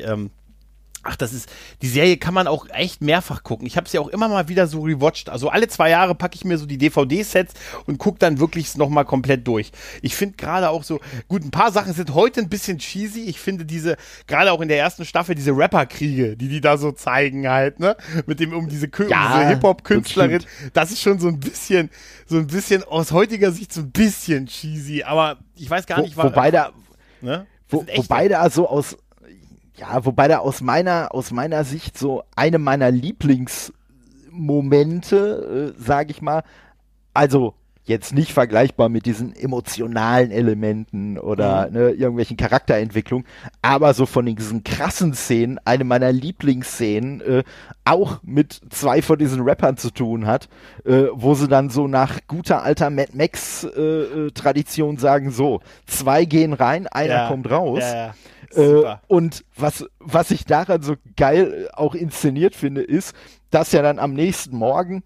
Speaker 1: die Serie kann man auch echt mehrfach gucken. Ich habe sie auch immer mal wieder so rewatcht. Also alle 2 Jahre packe ich mir so die DVD-Sets und gucke dann wirklich nochmal komplett durch. Ich finde gerade auch so, gut, ein paar Sachen sind heute ein bisschen cheesy. Ich finde gerade auch in der ersten Staffel, diese Rapper-Kriege, die da so zeigen halt, ne? Mit dem, diese Hip-Hop-Künstlerin. Das ist schon so ein bisschen aus heutiger Sicht so ein bisschen cheesy. Aber ich weiß gar nicht,
Speaker 2: wobei da aus meiner Sicht so eine meiner Lieblingsmomente, sage ich mal, also jetzt nicht vergleichbar mit diesen emotionalen Elementen oder irgendwelchen Charakterentwicklungen, aber so von diesen krassen Szenen, eine meiner Lieblingsszenen, auch mit 2 von diesen Rappern zu tun hat, wo sie dann so nach guter alter Mad Max Tradition sagen, so, 2 gehen rein, einer kommt raus. Und was ich daran so geil auch inszeniert finde, ist, dass ja dann am nächsten Morgen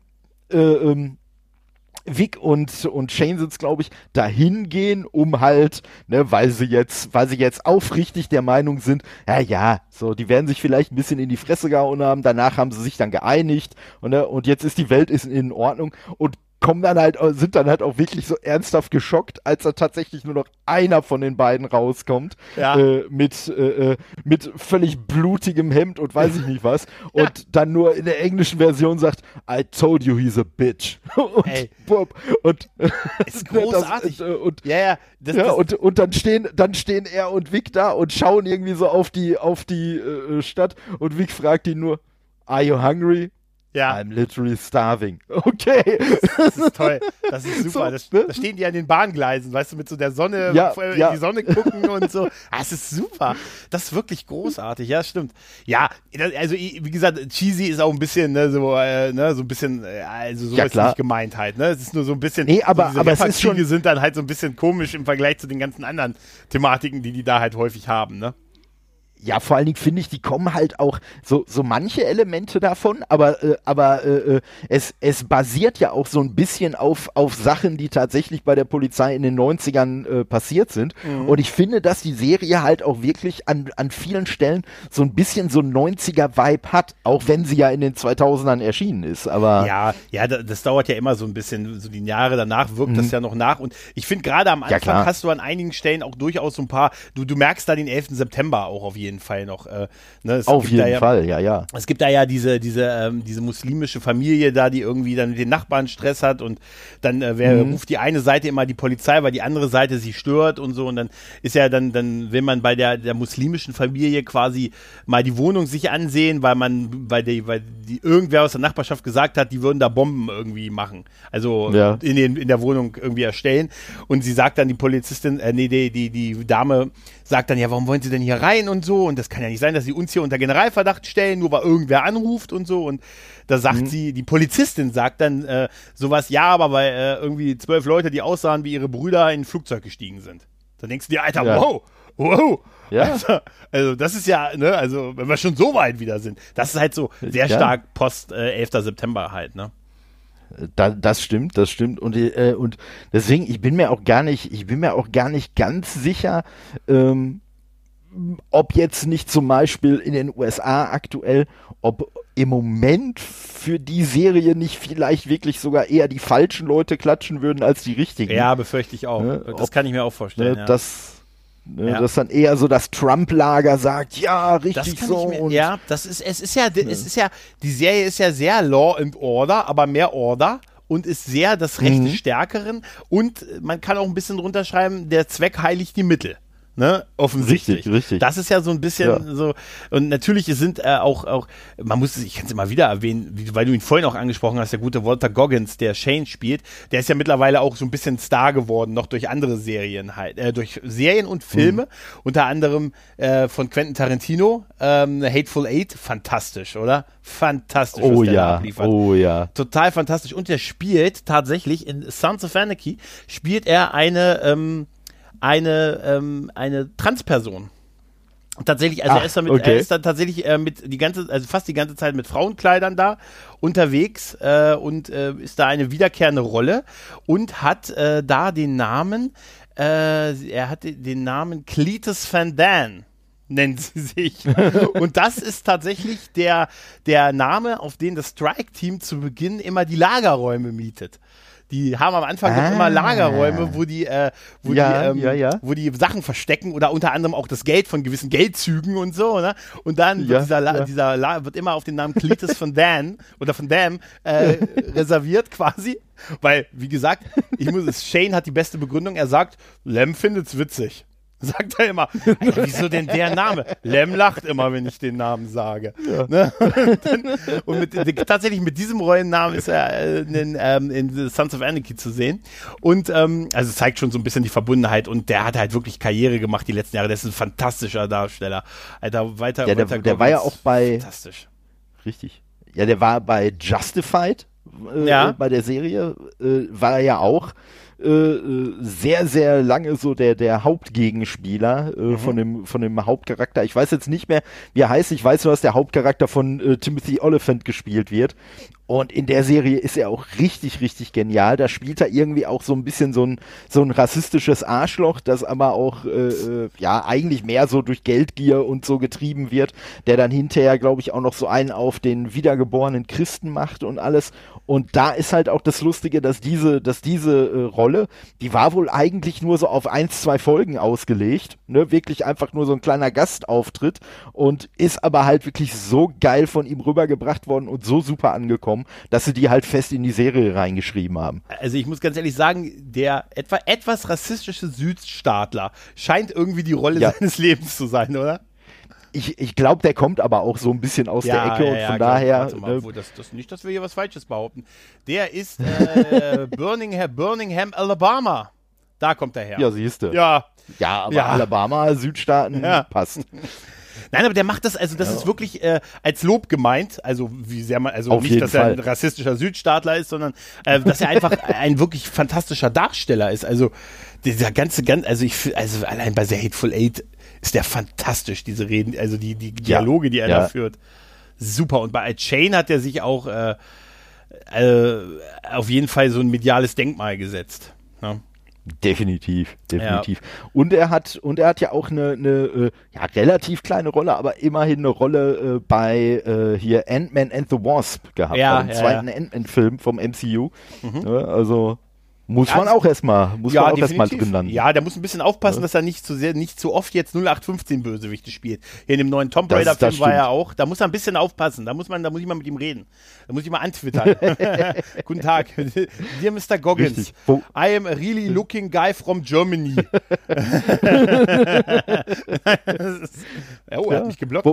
Speaker 2: Vic und Shane sind's, glaube ich, dahin gehen, um halt, ne, weil sie jetzt aufrichtig der Meinung sind, so, die werden sich vielleicht ein bisschen in die Fresse gehauen haben, danach haben sie sich dann geeinigt und jetzt ist die Welt in Ordnung und sind dann halt auch wirklich so ernsthaft geschockt, als da tatsächlich nur noch einer von den beiden rauskommt, mit völlig blutigem Hemd und weiß ich nicht was, und dann nur in der englischen Version sagt, I told you he's a bitch. Und
Speaker 1: ist großartig.
Speaker 2: Und dann stehen er und Vic da und schauen irgendwie so auf die Stadt, und Vic fragt ihn nur, are you hungry?
Speaker 1: Ja.
Speaker 2: I'm literally starving. Okay.
Speaker 1: Das ist toll. Das ist super. Da stehen die an den Bahngleisen, weißt du, mit so der Sonne, in die Sonne gucken und so. Das ist super. Das ist wirklich großartig. Ja, stimmt. Ja, also wie gesagt, cheesy ist auch ein bisschen, so ein bisschen, also so ist nicht gemeint halt, ne? Es ist nur so ein bisschen,
Speaker 2: aber es ist schon,
Speaker 1: sind dann halt so ein bisschen komisch im Vergleich zu den ganzen anderen Thematiken, die da halt häufig haben, ne?
Speaker 2: Ja, vor allen Dingen finde ich, die kommen halt auch so manche Elemente davon, aber es basiert ja auch so ein bisschen auf Sachen, die tatsächlich bei der Polizei in den 90ern passiert sind. Mhm. Und ich finde, dass die Serie halt auch wirklich an vielen Stellen so ein bisschen so ein 90er-Vibe hat, auch wenn sie ja in den 2000ern erschienen ist. Aber
Speaker 1: ja, das dauert ja immer so ein bisschen, so die Jahre danach wirkt das ja noch nach. Und ich finde, gerade am Anfang hast du an einigen Stellen auch durchaus so ein paar, du merkst da den 11. September auch auf jeden Fall noch.
Speaker 2: Auf jeden Fall, ja.
Speaker 1: Es gibt da ja diese muslimische Familie da, die irgendwie dann mit den Nachbarn Stress hat, und dann ruft die eine Seite immer die Polizei, weil die andere Seite sie stört und so, und dann ist ja dann will man bei der muslimischen Familie quasi mal die Wohnung sich ansehen, weil die irgendwer aus der Nachbarschaft gesagt hat, die würden da Bomben irgendwie machen. Also in der Wohnung irgendwie erstellen, und sie sagt dann, die Polizistin, die Dame sagt dann, ja, warum wollen sie denn hier rein und so, und das kann ja nicht sein, dass sie uns hier unter Generalverdacht stellen, nur weil irgendwer anruft und so, und da sagt sie, die Polizistin sagt dann sowas, ja, aber weil irgendwie 12 Leute, die aussahen wie ihre Brüder, in ein Flugzeug gestiegen sind. Dann denkst du dir, Alter, wow. Ja. Also das ist ja, ne, also wenn wir schon so weit wieder sind, das ist halt so sehr stark post 11. September halt, ne.
Speaker 2: Das stimmt. Und deswegen, ich bin mir auch gar nicht ganz sicher, ob jetzt nicht zum Beispiel in den USA aktuell, ob im Moment für die Serie nicht vielleicht wirklich sogar eher die falschen Leute klatschen würden als die richtigen.
Speaker 1: Ja, befürchte ich auch. Das kann ich mir auch vorstellen.
Speaker 2: Dass dann eher so das Trump-Lager sagt, ja, richtig so.
Speaker 1: Die Serie ist ja sehr Law and Order, aber mehr Order, und ist sehr das Recht des Stärkeren, und man kann auch ein bisschen drunter schreiben, der Zweck heiligt die Mittel. Ne? Offensichtlich.
Speaker 2: Richtig.
Speaker 1: Das ist ja so ein bisschen so, und natürlich sind auch, ich kann es immer wieder erwähnen, weil du ihn vorhin auch angesprochen hast, der gute Walter Goggins, der Shane spielt, der ist ja mittlerweile auch so ein bisschen Star geworden, noch durch andere Serien halt, durch Serien und Filme, unter anderem von Quentin Tarantino, Hateful Eight, fantastisch, oder? Fantastisch, was der da abliefert.
Speaker 2: Oh ja.
Speaker 1: Total fantastisch, und der spielt tatsächlich in Sons of Anarchy, spielt er eine Transperson. Tatsächlich, also er ist dann tatsächlich fast die ganze Zeit mit Frauenkleidern da unterwegs und ist da eine wiederkehrende Rolle und hat da den Namen, Cletus Van Dan nennt sie sich. Und das ist tatsächlich der Name, auf den das Strike-Team zu Beginn immer die Lagerräume mietet. Die haben am Anfang noch immer Lagerräume, wo die Sachen verstecken, oder unter anderem auch das Geld von gewissen Geldzügen und so, ne? Und dann wird wird immer auf den Namen Cletus von Dan oder von Dam reserviert quasi, weil, wie gesagt, Shane hat die beste Begründung, er sagt, Lem findet's witzig. Sagt er immer, wieso denn der Name? Lem lacht immer, wenn ich den Namen sage. Ja. Ne? Und tatsächlich mit diesem Rollennamen ist er in Sons of Anarchy zu sehen. Und also zeigt schon so ein bisschen die Verbundenheit, und der hat halt wirklich Karriere gemacht die letzten Jahre. Der ist ein fantastischer Darsteller. Alter,
Speaker 2: der war ja auch bei...
Speaker 1: Fantastisch.
Speaker 2: Richtig. Ja, der war bei Justified bei der Serie, war er ja auch. sehr, sehr lange so der Hauptgegenspieler von dem Hauptcharakter. Ich weiß jetzt nicht mehr, wie er heißt. Ich weiß nur, dass der Hauptcharakter von Timothy Olyphant gespielt wird. Und in der Serie ist er auch richtig, richtig genial. Da spielt er irgendwie auch so ein bisschen so ein rassistisches Arschloch, das aber auch ja eigentlich mehr so durch Geldgier und so getrieben wird, der dann hinterher, glaube ich, auch noch so einen auf den wiedergeborenen Christen macht und alles. Und da ist halt auch das Lustige, dass diese Rolle, die war wohl eigentlich nur so auf 1, 2 Folgen ausgelegt, ne, wirklich einfach nur so ein kleiner Gastauftritt und ist aber halt wirklich so geil von ihm rübergebracht worden und so super angekommen, dass sie die halt fest in die Serie reingeschrieben haben.
Speaker 1: Also ich muss ganz ehrlich sagen, der etwas rassistische Südstaatler scheint irgendwie die Rolle seines Lebens zu sein, oder?
Speaker 2: Ich glaube, der kommt aber auch so ein bisschen aus der Ecke und von daher.
Speaker 1: Nicht, dass wir hier was Falsches behaupten. Der ist Birmingham, Alabama. Da kommt er her.
Speaker 2: Ja, siehst du.
Speaker 1: Ja,
Speaker 2: aber Alabama, Südstaaten, passt.
Speaker 1: Nein, aber der macht das, also das ist wirklich als Lob gemeint, also wie sehr man, also
Speaker 2: auf
Speaker 1: nicht, dass
Speaker 2: Fall.
Speaker 1: er ein rassistischer Südstaatler ist, sondern dass er einfach ein wirklich fantastischer Darsteller ist. Also dieser ganze, also allein bei The Hateful Eight ist der fantastisch, diese Reden, also die Dialoge, die er da führt. Super. Und bei Chain hat er sich auch auf jeden Fall so ein mediales Denkmal gesetzt. Ja.
Speaker 2: Definitiv. Ja. Und er hat ja auch eine relativ kleine Rolle, aber immerhin eine Rolle bei hier Ant-Man and the Wasp gehabt, dem zweiten Ant-Man-Film vom MCU. Also muss man auch erstmal drin landen.
Speaker 1: Ja, der muss ein bisschen aufpassen, dass er nicht zu oft jetzt 0815 Bösewichte spielt. Hier in dem neuen Tomb Raider Film war er auch. Da muss er ein bisschen aufpassen. Da muss ich mal mit ihm reden. Da muss ich mal antwittern. Guten Tag. Dear Mr. Goggins. I am a really looking guy from Germany. Er hat mich geblockt.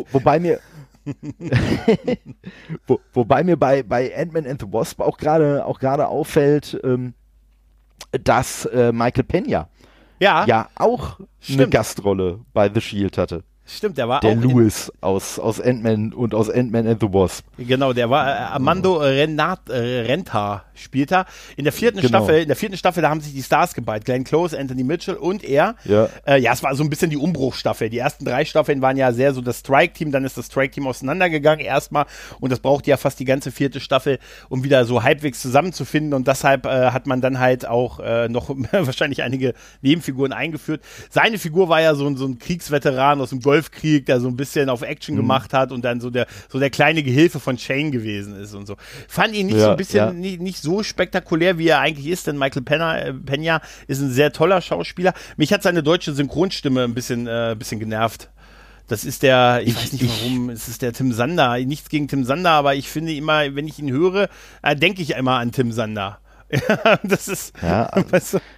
Speaker 2: Wobei mir bei Ant-Man and the Wasp auch gerade auffällt, dass Michael Pena ja auch eine Gastrolle bei The Shield hatte.
Speaker 1: Stimmt, der war
Speaker 2: der
Speaker 1: auch
Speaker 2: Lewis aus Ant-Man und aus Ant-Man and the Wasp.
Speaker 1: Genau, der war Armando Renta spielt er. In der vierten Staffel, da haben sich die Stars geballt. Glenn Close, Anthony Mitchell und er. Ja, es war so ein bisschen die Umbruchstaffel. Die ersten 3 Staffeln waren ja sehr so das Strike-Team, dann ist das Strike-Team auseinandergegangen erstmal und das braucht ja fast die ganze 4. Staffel, um wieder so halbwegs zusammenzufinden und deshalb hat man dann halt auch noch wahrscheinlich einige Nebenfiguren eingeführt. Seine Figur war ja so ein Kriegsveteran aus dem Golfkrieg, der so ein bisschen auf Action gemacht hat und dann so der kleine Gehilfe von Shane gewesen ist und so. Fand ihn nicht so ein bisschen, nicht so spektakulär, wie er eigentlich ist, denn Michael Pena ist ein sehr toller Schauspieler. Mich hat seine deutsche Synchronstimme ein bisschen genervt. Das ist ich weiß nicht warum, es ist der Tim Sander. Nichts gegen Tim Sander, aber ich finde immer, wenn ich ihn höre, denke ich immer an Tim Sander. Das ist, weißt du,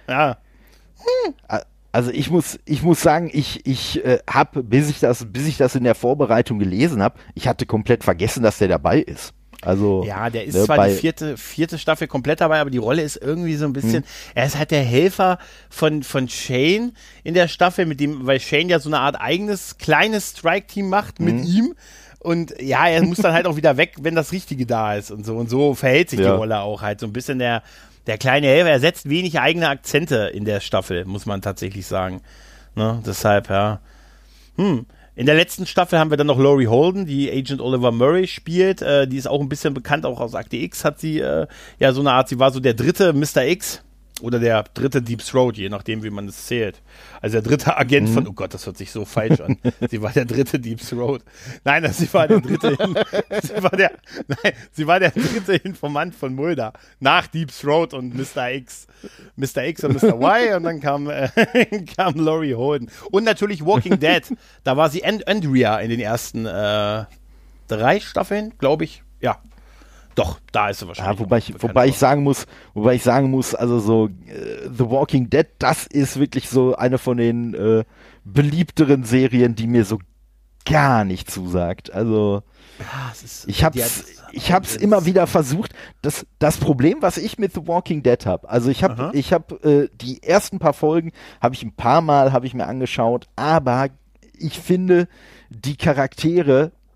Speaker 2: Also ich muss sagen, ich habe, bis ich das in der Vorbereitung gelesen habe, ich hatte komplett vergessen, dass der dabei ist. Also
Speaker 1: ja, der ist zwar die vierte Staffel komplett dabei, aber die Rolle ist irgendwie so ein bisschen, er ist halt der Helfer von Shane in der Staffel, weil Shane ja so eine Art eigenes kleines Strike-Team macht mit ihm. Und ja, er muss dann halt auch wieder weg, wenn das Richtige da ist und so. Und so verhält sich die Rolle auch halt so ein bisschen der kleine Helfer. Er setzt wenig eigene Akzente in der Staffel, muss man tatsächlich sagen. Ne? Deshalb, In der letzten Staffel haben wir dann noch Laurie Holden, die Agent Oliver Murray spielt. Die ist auch ein bisschen bekannt, auch aus Akte X hat sie so eine Art, sie war so der dritte Mr. X oder der dritte Deep Throat, je nachdem, wie man es zählt. Also der dritte Agent von, oh Gott, das hört sich so falsch an. Sie war der dritte Deep Throat. Nein, sie war der dritte, sie war der dritte Informant von Mulder. Nach Deep Throat und Mr. X. Mr. X und Mr. Y und dann kam Laurie Holden. Und natürlich Walking Dead. Da war sie Andrea in den ersten 3 Staffeln, glaube ich. Ja. Doch, da ist sie wahrscheinlich.
Speaker 2: Ja, wobei ich sagen muss, also so The Walking Dead, das ist wirklich so eine von den beliebteren Serien, die mir so gar nicht zusagt. Also ich hab's immer wieder versucht. Das Problem, was ich mit The Walking Dead habe, also ich habe die ersten paar Folgen habe ich ein paar Mal mir angeschaut, aber ich finde die Charaktere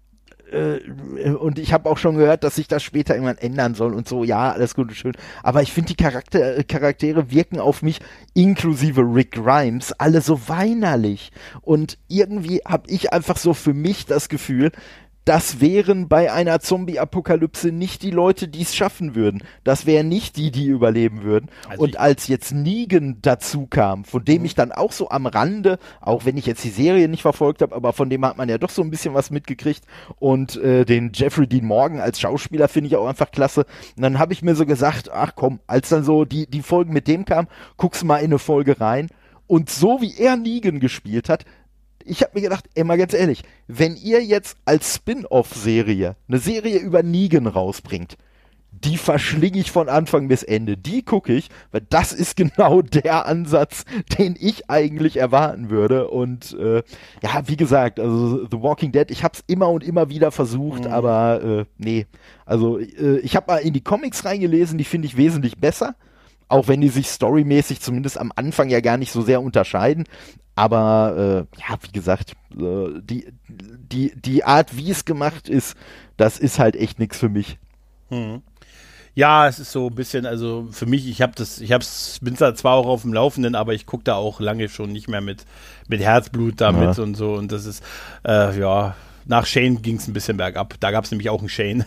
Speaker 2: und ich habe auch schon gehört, dass sich das später irgendwann ändern soll und so, ja, alles gut und schön. Aber ich finde, die Charaktere wirken auf mich, inklusive Rick Grimes, alle so weinerlich. Und irgendwie habe ich einfach so für mich das Gefühl, das wären bei einer Zombie-Apokalypse nicht die Leute, die es schaffen würden. Das wären nicht die überleben würden. Also und als jetzt Negan dazu kam, von dem ich dann auch so am Rande, auch wenn ich jetzt die Serie nicht verfolgt habe, aber von dem hat man ja doch so ein bisschen was mitgekriegt. Und den Jeffrey Dean Morgan als Schauspieler finde ich auch einfach klasse. Und dann habe ich mir so gesagt, ach komm, als dann so die Folgen mit dem kamen, guck's mal in eine Folge rein. Und so wie er Negan gespielt hat, ich habe mir gedacht, ey, mal ganz ehrlich, wenn ihr jetzt als Spin-off-Serie eine Serie über Negan rausbringt, die verschlinge ich von Anfang bis Ende. Die gucke ich, weil das ist genau der Ansatz, den ich eigentlich erwarten würde. Und ja, wie gesagt, also The Walking Dead, ich habe es immer und immer wieder versucht, aber nee. Also ich habe mal in die Comics reingelesen, die finde ich wesentlich besser. Auch wenn die sich storymäßig zumindest am Anfang ja gar nicht so sehr unterscheiden. Aber ja, wie gesagt, die Art, wie es gemacht ist, das ist halt echt nichts für mich.
Speaker 1: Ja, es ist so ein bisschen, also für mich, bin zwar auch auf dem Laufenden, aber ich gucke da auch lange schon nicht mehr mit Herzblut damit und so. Und das ist, ja, nach Shane ging es ein bisschen bergab. Da gab es nämlich auch einen Shane.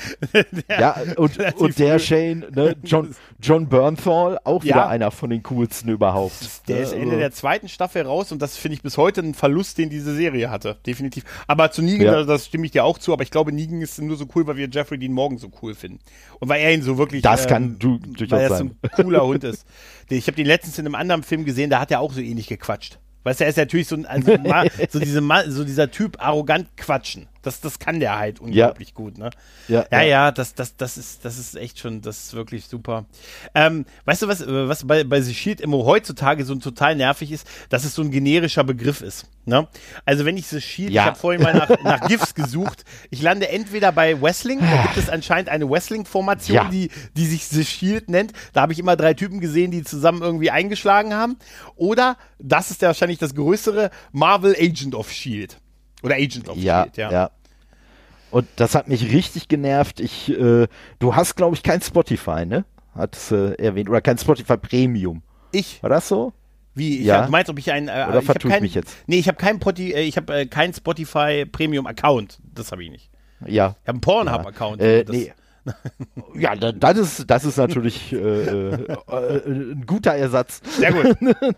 Speaker 2: und der Shane, ne, John Bernthal, auch wieder einer von den coolsten überhaupt.
Speaker 1: Der ist Ende der zweiten Staffel raus und das finde ich bis heute ein Verlust, den diese Serie hatte. Definitiv. Aber zu Negan, das stimme ich dir auch zu, aber ich glaube, Negan ist nur so cool, weil wir Jeffrey Dean Morgan so cool finden. Und weil er ihn so wirklich...
Speaker 2: Das kann durchaus
Speaker 1: weil er
Speaker 2: sein.
Speaker 1: so ein cooler Hund ist. Ich habe den letztens in einem anderen Film gesehen, da hat er auch so ähnlich gequatscht. Weißt du, er ist natürlich so dieser Typ arrogant quatschen. Das kann der halt unglaublich gut, ne? Ja, das ist echt schon, das ist wirklich super. Weißt du, was bei The Shield immer heutzutage so total nervig ist, dass es so ein generischer Begriff ist, ne? Also wenn ich The Shield, ich habe vorhin mal nach GIFs gesucht, ich lande entweder bei Wrestling, da gibt es anscheinend eine Wrestling-Formation, die sich The Shield nennt. Da habe ich immer 3 Typen gesehen, die zusammen irgendwie eingeschlagen haben. Oder, das ist ja wahrscheinlich das größere, Marvel Agent of Shield. Oder Agent of Shield, ja.
Speaker 2: Und das hat mich richtig genervt. Du hast, glaube ich, kein Spotify, ne? Hattest erwähnt. Oder kein Spotify Premium. War das so?
Speaker 1: Wie? Du meinst, ob ich ein...
Speaker 2: Oder vertue ich mich jetzt?
Speaker 1: Nee, ich habe kein Spotify Premium Account. Das habe ich nicht.
Speaker 2: Ja.
Speaker 1: Ich habe einen Pornhub-Account.
Speaker 2: Nee. Ja, das ist natürlich ein guter Ersatz.
Speaker 1: Sehr gut.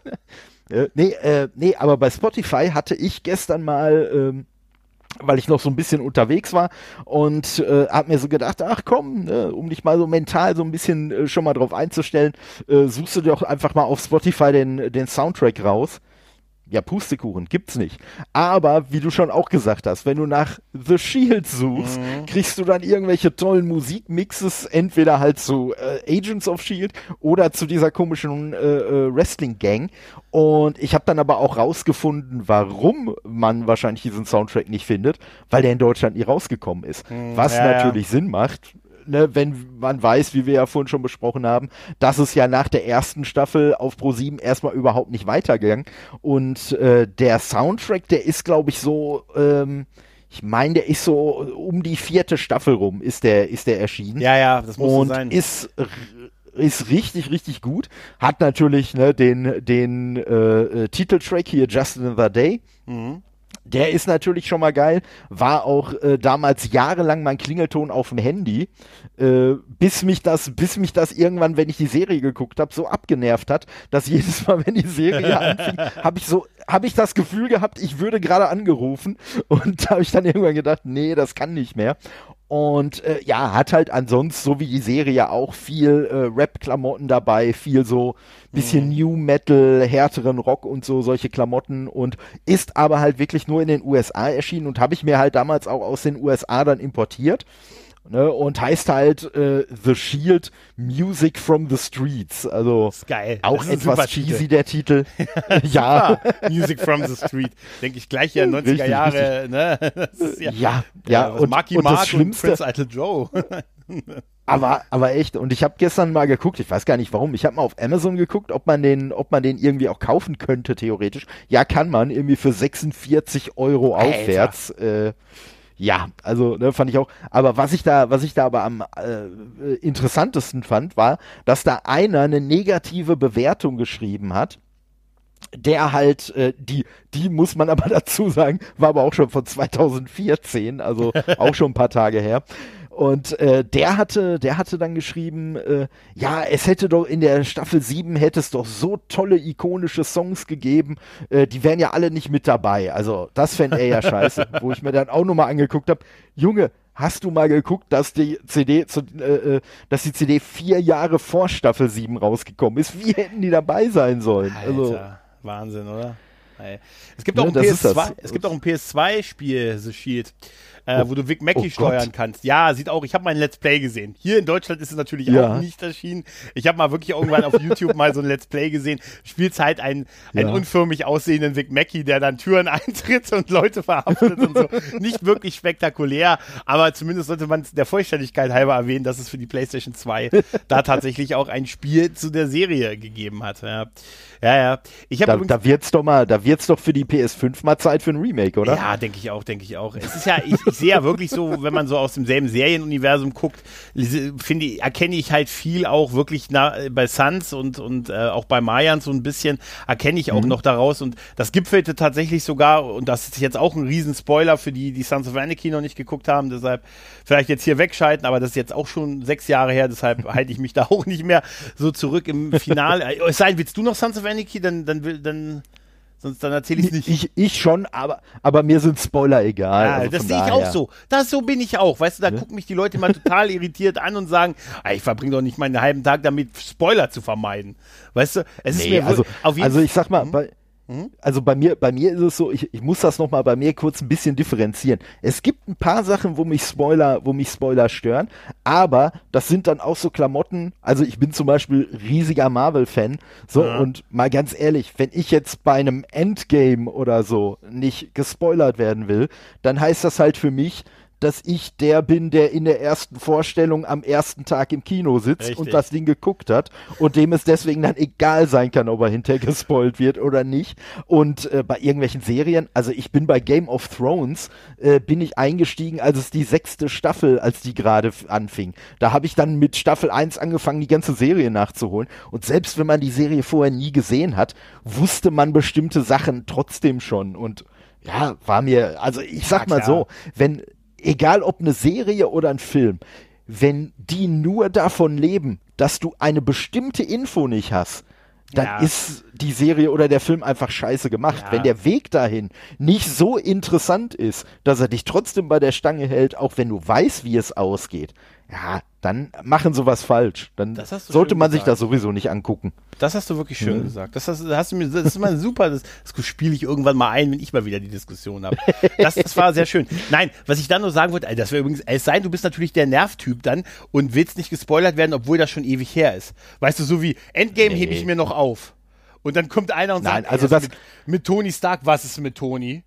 Speaker 2: Nee, aber bei Spotify hatte ich gestern mal... weil ich noch so ein bisschen unterwegs war und hab mir so gedacht, ach komm, ne, um dich mal so mental so ein bisschen schon mal drauf einzustellen, suchst du dir doch einfach mal auf Spotify den Soundtrack raus. Ja, Pustekuchen, gibt's nicht. Aber, wie du schon auch gesagt hast, wenn du nach The Shield suchst, kriegst du dann irgendwelche tollen Musikmixes, entweder halt zu Agents of Shield oder zu dieser komischen Wrestling-Gang. Und ich habe dann aber auch rausgefunden, warum man wahrscheinlich diesen Soundtrack nicht findet, weil der in Deutschland nie rausgekommen ist. Was natürlich Sinn macht. Ne, wenn man weiß, wie wir ja vorhin schon besprochen haben, dass es ja nach der ersten Staffel auf Pro7 erstmal überhaupt nicht weitergegangen. Und der Soundtrack, der ist, glaube ich, so, ich meine, der ist so um die 4. Staffel rum, ist der erschienen.
Speaker 1: Ja, das muss so sein.
Speaker 2: Und ist richtig, richtig gut. Hat natürlich den Titeltrack hier, Just Another Day. Der ist natürlich schon mal geil, war auch damals jahrelang mein Klingelton auf dem Handy, bis mich das irgendwann, wenn ich die Serie geguckt habe, so abgenervt hat, dass jedes Mal, wenn die Serie anfing, habe ich das Gefühl gehabt, ich würde gerade angerufen und da habe ich dann irgendwann gedacht, nee, das kann nicht mehr. Und hat halt ansonsten, so wie die Serie auch, viel Rap-Klamotten dabei, viel so bisschen New Metal, härteren Rock und so, solche Klamotten und ist aber halt wirklich nur in den USA erschienen und habe ich mir halt damals auch aus den USA dann importiert. Ne, und heißt halt The Shield Music from the Streets. Also
Speaker 1: das ist geil.
Speaker 2: Auch
Speaker 1: das ist
Speaker 2: etwas cheesy, der Titel. Ja.
Speaker 1: Music from the Street. Denke ich gleich ja 90er Jahre.
Speaker 2: Richtig.
Speaker 1: Ne? Das ist
Speaker 2: Ja.
Speaker 1: Und Marky Mark
Speaker 2: das Schlimmste,
Speaker 1: und Prince Idol Joe.
Speaker 2: aber echt, und ich habe gestern mal geguckt, ich weiß gar nicht warum, ich habe mal auf Amazon geguckt, ob man den irgendwie auch kaufen könnte, theoretisch. Ja, kann man, irgendwie für 46 € aufwärts. Ja, also ne, fand ich auch. Aber was ich da aber am interessantesten fand, war, dass da einer eine negative Bewertung geschrieben hat, der halt, die muss man aber dazu sagen, war aber auch schon von 2014, also auch schon ein paar Tage her. Und der hatte dann geschrieben, ja, es hätte doch in der Staffel 7 hätte es doch so tolle ikonische Songs gegeben, die wären ja alle nicht mit dabei. Also das fände er ja scheiße. Wo ich mir dann auch nochmal angeguckt habe, Junge, hast du mal geguckt, dass die CD 4 Jahre vor Staffel 7 rausgekommen ist? Wie hätten die dabei sein sollen?
Speaker 1: Alter,
Speaker 2: also,
Speaker 1: Wahnsinn, oder? Es gibt auch ein PS2, es gibt auch ein PS2-Spiel, The Shield, wo du Vic Mackey steuern kannst. Ja, sieht auch, ich habe mal ein Let's Play gesehen. Hier in Deutschland ist es natürlich auch nicht erschienen. Ich habe mal wirklich irgendwann auf YouTube mal so ein Let's Play gesehen. Spielst halt einen unförmig aussehenden Vic Mackey, der dann Türen eintritt und Leute verhaftet und so. Nicht wirklich spektakulär, aber zumindest sollte man der Vollständigkeit halber erwähnen, dass es für die PlayStation 2 da tatsächlich auch ein Spiel zu der Serie gegeben hat. Ja.
Speaker 2: Da wird's doch für die PS5 mal Zeit für ein Remake, oder?
Speaker 1: Ja, denke ich auch. Es ist ja, ich sehe ja wirklich so, wenn man so aus demselben Serienuniversum guckt, erkenne ich halt viel auch wirklich bei Suns und auch bei Mayans so ein bisschen, erkenne ich auch noch daraus, und das gipfelte tatsächlich sogar, und das ist jetzt auch ein Riesen-Spoiler für die Sons of Anarchy noch nicht geguckt haben, deshalb vielleicht jetzt hier wegschalten, aber das ist jetzt auch schon 6 Jahre her, deshalb halte ich mich da auch nicht mehr so zurück im Finale. Es sei denn, willst du noch Sons of Anarchy, dann sonst dann erzähle ich es nicht.
Speaker 2: Ich schon, aber mir sind Spoiler egal.
Speaker 1: Ja,
Speaker 2: also
Speaker 1: das sehe ich auch so. So bin ich auch. Weißt du, da gucken mich die Leute mal total irritiert an und sagen, ich verbringe doch nicht meinen halben Tag damit, Spoiler zu vermeiden. Weißt du, es ist mir
Speaker 2: auf jeden Fall. Ich sag mal, also bei mir ist es so, ich muss das nochmal bei mir kurz ein bisschen differenzieren. Es gibt ein paar Sachen, wo mich Spoiler stören, aber das sind dann auch so Klamotten, also ich bin zum Beispiel riesiger Marvel-Fan, und mal ganz ehrlich, wenn ich jetzt bei einem Endgame oder so nicht gespoilert werden will, dann heißt das halt für mich, dass ich der bin, der in der ersten Vorstellung am ersten Tag im Kino sitzt und das Ding geguckt hat und dem es deswegen dann egal sein kann, ob er hinterher gespoilt wird oder nicht. Und bei irgendwelchen Serien, also ich bin bei Game of Thrones, bin ich eingestiegen, als es die 6. Staffel, als die gerade anfing. Da habe ich dann mit Staffel 1 angefangen, die ganze Serie nachzuholen. Und selbst wenn man die Serie vorher nie gesehen hat, wusste man bestimmte Sachen trotzdem schon. Und ja, war mir, also ich sag mal so, egal ob eine Serie oder ein Film, wenn die nur davon leben, dass du eine bestimmte Info nicht hast, dann ist die Serie oder der Film einfach scheiße gemacht. Ja. Wenn der Weg dahin nicht so interessant ist, dass er dich trotzdem bei der Stange hält, auch wenn du weißt, wie es ausgeht, dann machen sie was falsch. Dann sollte man sich das sowieso nicht angucken.
Speaker 1: Das hast du wirklich schön gesagt. Das ist mal super, das spiele ich irgendwann mal ein, wenn ich mal wieder die Diskussion habe. Das war sehr schön. Nein, was ich dann nur sagen wollte, das wäre übrigens, es sei denn, du bist natürlich der Nervtyp dann und willst nicht gespoilert werden, obwohl das schon ewig her ist. Weißt du, so wie Endgame hebe ich mir noch auf. Und dann kommt einer und sagt,
Speaker 2: also das
Speaker 1: mit Tony Stark, was ist mit Tony?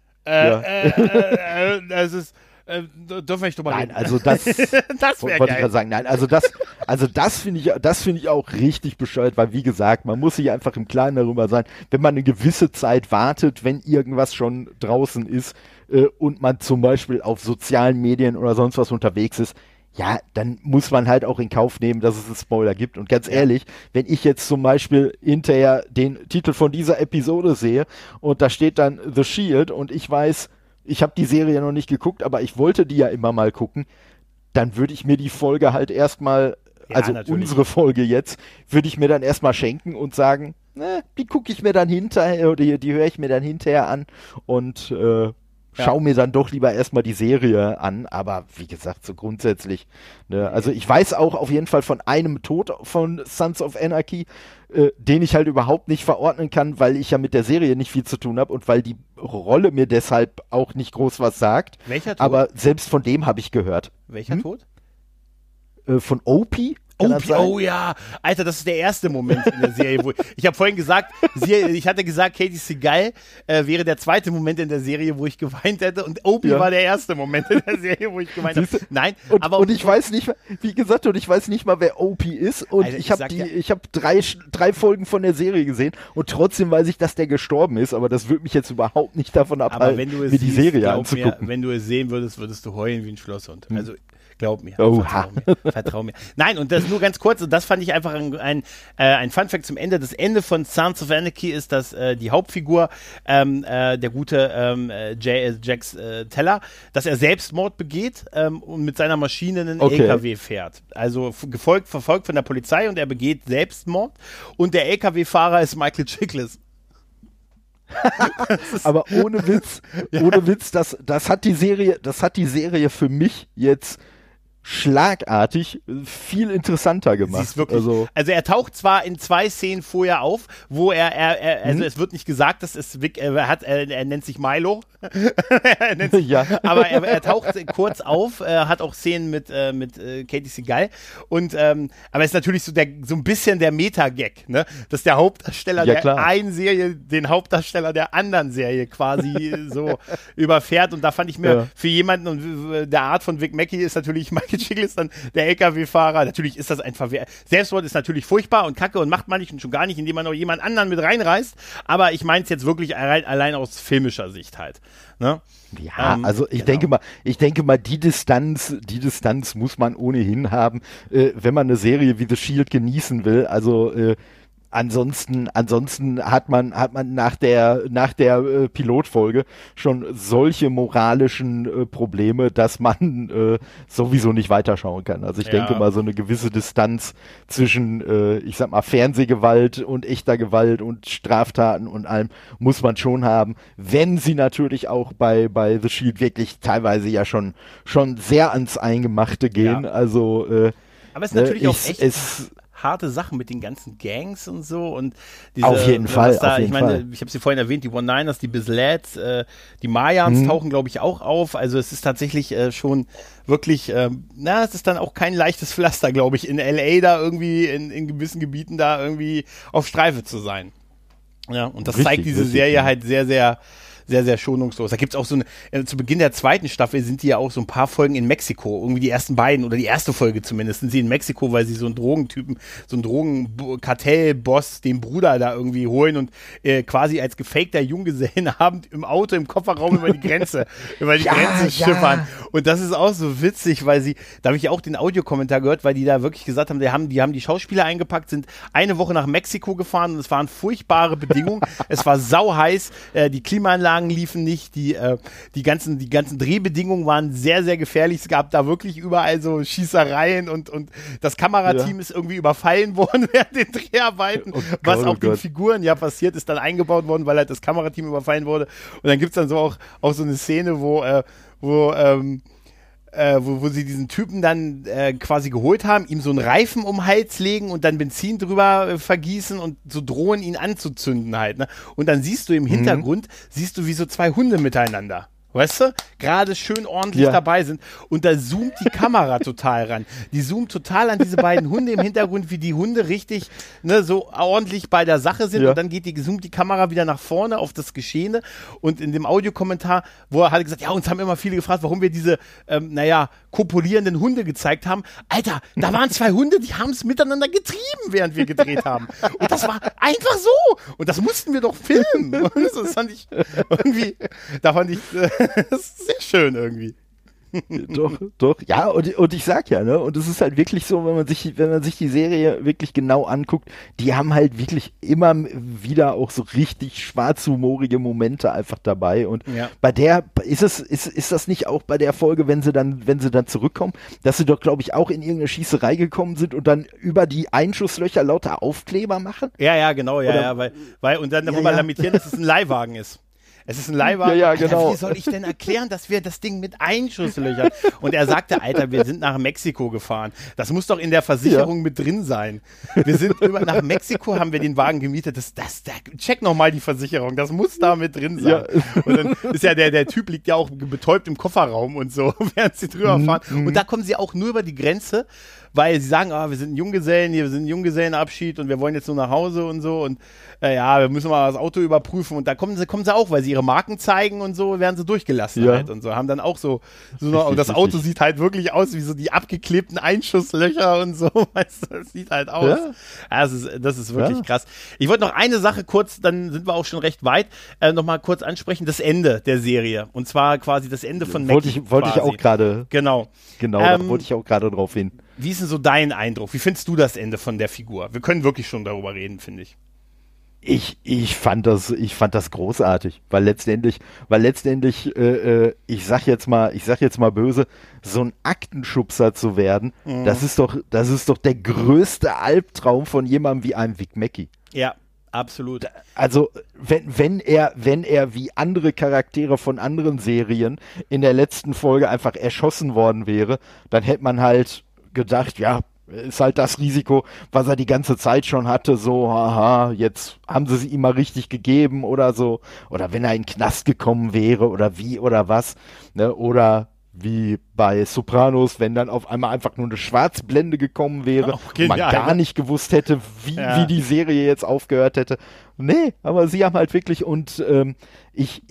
Speaker 1: Das ist dürfen wir nicht drüber reden.
Speaker 2: Nein, also das
Speaker 1: wäre geil. Ich gerade
Speaker 2: sagen. Nein, also das finde ich auch richtig bescheuert, weil wie gesagt, man muss sich einfach im Klaren darüber sein, wenn man eine gewisse Zeit wartet, wenn irgendwas schon draußen ist und man zum Beispiel auf sozialen Medien oder sonst was unterwegs ist, dann muss man halt auch in Kauf nehmen, dass es einen Spoiler gibt. Und ganz ehrlich, wenn ich jetzt zum Beispiel hinterher den Titel von dieser Episode sehe und da steht dann The Shield und ich weiß, ich habe die Serie noch nicht geguckt, aber ich wollte die ja immer mal gucken, dann würde ich mir die Folge halt erstmal, natürlich. Unsere Folge jetzt, würde ich mir dann erstmal schenken und sagen, die gucke ich mir dann hinterher, oder die höre ich mir dann hinterher an und schau mir dann doch lieber erstmal die Serie an, aber wie gesagt, so grundsätzlich. Ne? Also ich weiß auch auf jeden Fall von einem Tod von Sons of Anarchy, den ich halt überhaupt nicht verordnen kann, weil ich ja mit der Serie nicht viel zu tun habe und weil die Rolle mir deshalb auch nicht groß was sagt.
Speaker 1: Welcher Tod?
Speaker 2: Aber selbst von dem habe ich gehört.
Speaker 1: Welcher Tod?
Speaker 2: Von Opie. Kann das sein?
Speaker 1: Oh ja, Alter, das ist der erste Moment in der Serie, wo ich habe vorhin gesagt, ich hatte gesagt, Katie Seagal wäre der zweite Moment in der Serie, wo ich geweint hätte und Opie war der erste Moment in der Serie, wo ich geweint habe. Nein,
Speaker 2: und ich weiß nicht, wie gesagt, ich weiß nicht mal, wer Opie ist und Alter, ich habe drei Folgen von der Serie gesehen und trotzdem weiß ich, dass der gestorben ist, aber das würde mich jetzt überhaupt nicht davon abhalten, mir die Serie anzugucken.
Speaker 1: Wenn du es sehen würdest, würdest du heulen wie ein Schlosshund. Also glaub mir, vertrau mir. Nein, und das nur ganz kurz, und das fand ich einfach ein Funfact zum Ende. Das Ende von Sons of Anarchy ist, dass die Hauptfigur, der gute Jax Teller, dass er Selbstmord begeht und mit seiner Maschine einen LKW fährt. Also verfolgt von der Polizei und er begeht Selbstmord und der LKW-Fahrer ist Michael Chiklis.
Speaker 2: Aber ohne Witz, das hat die Serie für mich jetzt schlagartig viel interessanter gemacht.
Speaker 1: Sie ist wirklich, also er taucht zwar in 2 Szenen vorher auf, wo also es wird nicht gesagt, dass er nennt sich Milo, aber er taucht kurz auf, hat auch Szenen mit Katie Seagal und aber es ist natürlich so ein bisschen der Meta-Gag, ne? Dass der Hauptdarsteller der einen Serie den Hauptdarsteller der anderen Serie quasi so überfährt und da fand ich mir für jemanden und der Art von Vic Mackey ist natürlich Michael Chiklis dann der LKW-Fahrer. Natürlich ist das einfach Selbstmord ist natürlich furchtbar und kacke und macht man nicht und schon gar nicht, indem man noch jemand anderen mit reinreißt. Aber ich meine es jetzt wirklich allein aus filmischer Sicht halt. Ne?
Speaker 2: Ja, also ich denke mal, die Distanz muss man ohnehin haben, wenn man eine Serie wie The Shield genießen will. Also Ansonsten hat man nach der Pilotfolge schon solche moralischen Probleme, dass man sowieso nicht weiterschauen kann. Also ich denke mal, so eine gewisse Distanz zwischen, ich sag mal, Fernsehgewalt und echter Gewalt und Straftaten und allem muss man schon haben, wenn sie natürlich auch bei The Shield wirklich teilweise ja schon sehr ans Eingemachte gehen. Ja. Also
Speaker 1: aber es ist natürlich auch echt harte Sachen mit den ganzen Gangs und so und diese,
Speaker 2: auf jeden Fall.
Speaker 1: Ich habe sie vorhin erwähnt, die One-Niners, die Bislets, die Mayans tauchen, glaube ich, auch auf. Also es ist tatsächlich schon wirklich, es ist dann auch kein leichtes Pflaster, glaube ich, in LA da irgendwie in gewissen Gebieten da irgendwie auf Streife zu sein. Ja, und das zeigt diese Serie halt sehr, sehr sehr, sehr schonungslos. Da gibt es auch so zu Beginn der 2. Staffel sind die ja auch so ein paar Folgen in Mexiko, irgendwie die ersten beiden oder die erste Folge zumindest, sind sie in Mexiko, weil sie so einen Drogentypen, so einen Drogenkartellboss, den Bruder da irgendwie holen und quasi als gefakter Junggesellenabend im Auto, im Kofferraum über die Grenze schippern. Und das ist auch so witzig, weil da habe ich auch den Audiokommentar gehört, weil die da wirklich gesagt haben, die haben die Schauspieler eingepackt, sind eine Woche nach Mexiko gefahren und es waren furchtbare Bedingungen. Es war sauheiß, die Klimaanlagen liefen nicht, die ganzen Drehbedingungen waren sehr, sehr gefährlich. Es gab da wirklich überall so Schießereien und das Kamerateam ist irgendwie überfallen worden während den Dreharbeiten, was auch den Figuren ja passiert ist, dann eingebaut worden, weil halt das Kamerateam überfallen wurde. Und dann gibt es dann so auch so eine Szene, wo sie diesen Typen dann quasi geholt haben, ihm so einen Reifen um den Hals legen und dann Benzin drüber vergießen und so drohen, ihn anzuzünden halt. Ne? Und dann siehst du im Hintergrund, wie so 2 Hunde miteinander, weißt du, gerade schön ordentlich dabei sind und da zoomt die Kamera total ran. Die zoomt total an diese beiden Hunde im Hintergrund, wie die Hunde richtig so ordentlich bei der Sache sind und dann zoomt die Kamera wieder nach vorne auf das Geschehene und in dem Audiokommentar, wo er halt gesagt, uns haben immer viele gefragt, warum wir diese, kopulierenden Hunde gezeigt haben. Alter, da waren 2 Hunde, die haben es miteinander getrieben, während wir gedreht haben. Und das war einfach so. Und das mussten wir doch filmen. Und das fand ich irgendwie, das ist sehr schön irgendwie.
Speaker 2: Doch. Ja, und ich sag ja, ne, und es ist halt wirklich so, wenn man sich die Serie wirklich genau anguckt, die haben halt wirklich immer wieder auch so richtig schwarzhumorige Momente einfach dabei und bei der, ist das nicht auch bei der Folge, wenn sie dann zurückkommen, dass sie doch, glaube ich, auch in irgendeine Schießerei gekommen sind und dann über die Einschusslöcher lauter Aufkleber machen?
Speaker 1: Ja, genau, weil und dann darüber lamentieren, dass es ein Leihwagen ist. Es ist ein Leihwagen.
Speaker 2: Ja, genau.
Speaker 1: Alter, wie soll ich denn erklären, dass wir das Ding mit Einschusslöchern? Und er sagte, Alter, wir sind nach Mexiko gefahren. Das muss doch in der Versicherung mit drin sein. Wir sind nach Mexiko, haben wir den Wagen gemietet. Check nochmal die Versicherung. Das muss da mit drin sein. Ja. Und dann ist ja der Typ liegt ja auch betäubt im Kofferraum und so, während sie drüber fahren. Und da kommen sie auch nur über die Grenze, weil sie sagen, wir sind ein Junggesellen, wir sind ein Junggesellenabschied und wir wollen jetzt nur nach Hause und so und wir müssen mal das Auto überprüfen und da kommen sie auch, weil sie ihre Marken zeigen und so, werden sie durchgelassen halt und so, haben dann auch so und das Auto sieht halt wirklich aus wie so die abgeklebten Einschusslöcher und so, weißt du, das sieht halt aus. Ja, das ist wirklich krass. Ich wollte noch eine Sache kurz, dann sind wir auch schon recht weit, noch mal kurz ansprechen, das Ende der Serie und zwar quasi das Ende von Mackie.
Speaker 2: Wollte ich auch gerade.
Speaker 1: Genau,
Speaker 2: da wollte ich auch gerade drauf hin.
Speaker 1: Wie ist denn so dein Eindruck? Wie findest du das Ende von der Figur? Wir können wirklich schon darüber reden, finde ich.
Speaker 2: Ich fand das großartig, weil letztendlich, ich sag jetzt mal böse, so ein Aktenschubser zu werden, das ist doch der größte Albtraum von jemandem wie einem Vic Mackey.
Speaker 1: Ja, absolut.
Speaker 2: Also, wenn er wie andere Charaktere von anderen Serien in der letzten Folge einfach erschossen worden wäre, dann hätte man halt gedacht, ja, ist halt das Risiko, was er die ganze Zeit schon hatte, so, haha, jetzt haben sie ihm mal richtig gegeben oder so, oder wenn er in den Knast gekommen wäre oder wie oder was, ne, oder wie bei Sopranos, wenn dann auf einmal einfach nur eine Schwarzblende gekommen wäre und man gar nicht gewusst hätte, wie die Serie jetzt aufgehört hätte. Nee, aber sie haben halt wirklich und ich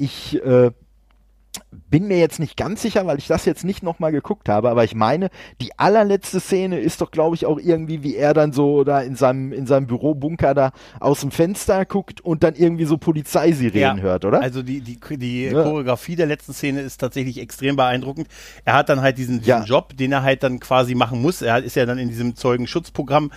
Speaker 2: bin mir jetzt nicht ganz sicher, weil ich das jetzt nicht nochmal geguckt habe, aber ich meine, die allerletzte Szene ist doch, glaube ich, auch irgendwie, wie er dann so da in seinem Bürobunker da aus dem Fenster guckt und dann irgendwie so Polizeisirenen hört, oder?
Speaker 1: Also die Choreografie der letzten Szene ist tatsächlich extrem beeindruckend. Er hat dann halt diesen Job, den er halt dann quasi machen muss. Er ist ja dann in diesem Zeugenschutzprogramm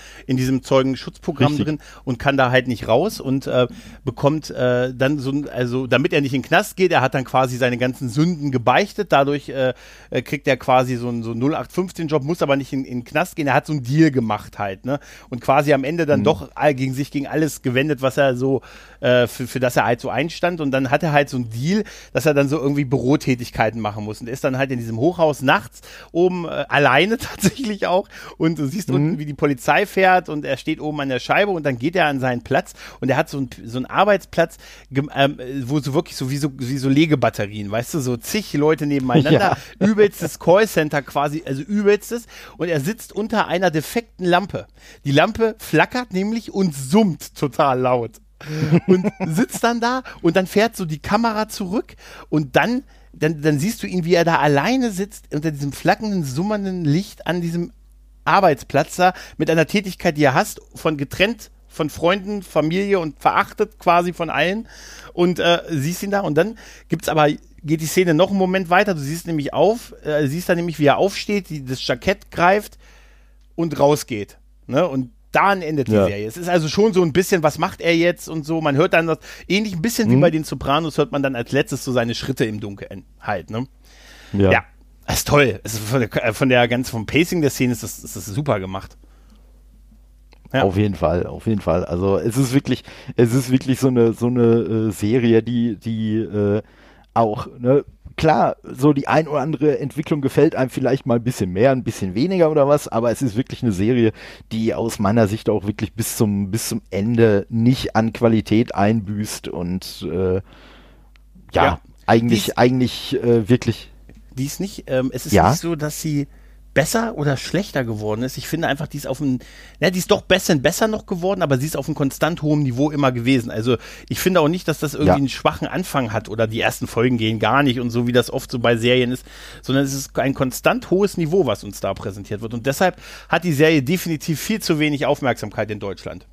Speaker 1: drin und kann da halt nicht raus und bekommt dann damit er nicht in den Knast geht, er hat dann quasi seine ganzen Sünden gebeichtet, dadurch kriegt er quasi so einen 0815-Job, muss aber nicht in den Knast gehen, er hat so einen Deal gemacht halt, ne, und quasi am Ende dann doch gegen alles gewendet, was er so, für das er halt so einstand und dann hat er halt so einen Deal, dass er dann so irgendwie Bürotätigkeiten machen muss und er ist dann halt in diesem Hochhaus nachts oben alleine tatsächlich auch und du siehst unten, wie die Polizei fährt und er steht oben an der Scheibe und dann geht er an seinen Platz und er hat so einen Arbeitsplatz, wo so wirklich so wie so Legebatterien, weißt du, so zig Leute nebeneinander, übelstes Callcenter quasi, also übelstes und er sitzt unter einer defekten Lampe. Die Lampe flackert nämlich und summt total laut und sitzt dann da und dann fährt so die Kamera zurück und dann siehst du ihn, wie er da alleine sitzt unter diesem flackernden, summernden Licht an diesem Arbeitsplatz da mit einer Tätigkeit, die er hasst, getrennt von Freunden, Familie und verachtet quasi von allen und siehst ihn da und dann geht die Szene noch einen Moment weiter, du siehst nämlich siehst dann nämlich, wie er aufsteht, das Jackett greift und rausgeht, ne, und dann endet die Serie. Es ist also schon so ein bisschen, was macht er jetzt und so, man hört dann das, ähnlich ein bisschen wie bei den Sopranos, hört man dann als letztes so seine Schritte im Dunkeln halt, ne. Ja, das ist toll, es ist vom Pacing der Szene ist das super gemacht.
Speaker 2: Ja. Auf jeden Fall. Also es ist wirklich so eine Serie, die auch, ne, klar, so die ein oder andere Entwicklung gefällt einem vielleicht mal ein bisschen mehr, ein bisschen weniger oder was, aber es ist wirklich eine Serie, die aus meiner Sicht auch wirklich bis zum Ende nicht an Qualität einbüßt und eigentlich wirklich.
Speaker 1: Die ist nicht, es ist nicht so, dass sie besser oder schlechter geworden ist. Ich finde einfach, die ist die ist doch besser noch geworden, aber sie ist auf einem konstant hohen Niveau immer gewesen. Also ich finde auch nicht, dass das irgendwie einen schwachen Anfang hat oder die ersten Folgen gehen gar nicht und so, wie das oft so bei Serien ist, sondern es ist ein konstant hohes Niveau, was uns da präsentiert wird. Und deshalb hat die Serie definitiv viel zu wenig Aufmerksamkeit in Deutschland.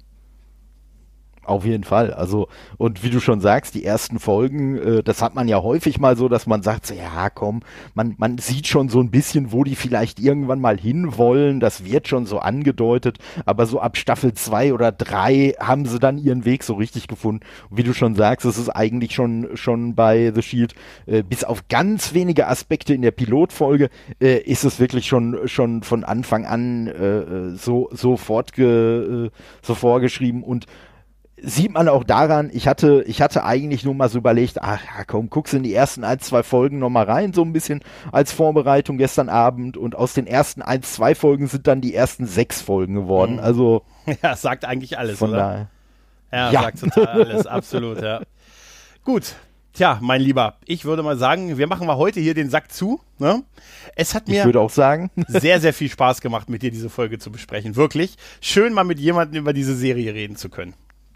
Speaker 2: Auf jeden Fall. Also, und wie du schon sagst, die ersten Folgen, das hat man ja häufig mal so, dass man sagt, so, ja komm, man sieht schon so ein bisschen, wo die vielleicht irgendwann mal hinwollen, das wird schon so angedeutet, aber so ab Staffel 2 oder 3 haben sie dann ihren Weg so richtig gefunden. Und wie du schon sagst, es ist eigentlich schon bei The Shield, bis auf ganz wenige Aspekte in der Pilotfolge, ist es wirklich schon von Anfang an so vorgeschrieben und sieht man auch daran, ich hatte eigentlich nur mal so überlegt, ach ja, komm, guckst in die ersten 1-2 Folgen nochmal rein, so ein bisschen als Vorbereitung gestern Abend und aus den ersten 1-2 Folgen sind dann die ersten 6 Folgen geworden, also.
Speaker 1: Ja, sagt eigentlich alles,
Speaker 2: von
Speaker 1: oder?
Speaker 2: Daher.
Speaker 1: Ja, sagt total alles, absolut, ja. Gut. Tja, mein Lieber, ich würde mal sagen, wir machen mal heute hier den Sack zu. Ne? Es hat mir
Speaker 2: ich würde auch sagen,
Speaker 1: sehr, sehr viel Spaß gemacht, mit dir diese Folge zu besprechen. Wirklich schön, mal mit jemandem über diese Serie reden zu können.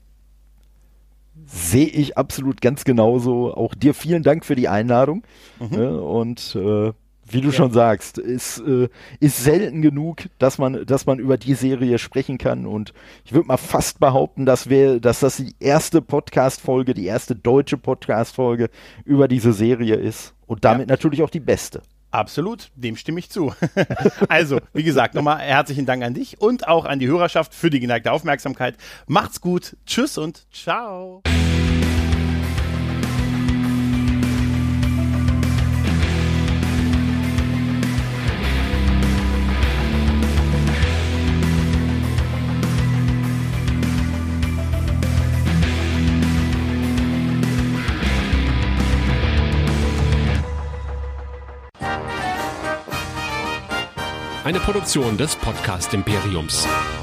Speaker 2: Sehe ich absolut ganz genauso. Auch dir vielen Dank für die Einladung. Und wie du schon sagst, ist selten genug, dass man über die Serie sprechen kann. Und ich würde mal fast behaupten, dass das die erste Podcast-Folge, die erste deutsche Podcast-Folge über diese Serie ist. Und damit natürlich auch die beste.
Speaker 1: Absolut, dem stimme ich zu. Also, wie gesagt, nochmal herzlichen Dank an dich und auch an die Hörerschaft für die geneigte Aufmerksamkeit. Macht's gut, tschüss und ciao.
Speaker 3: Eine Produktion des Podcast Imperiums.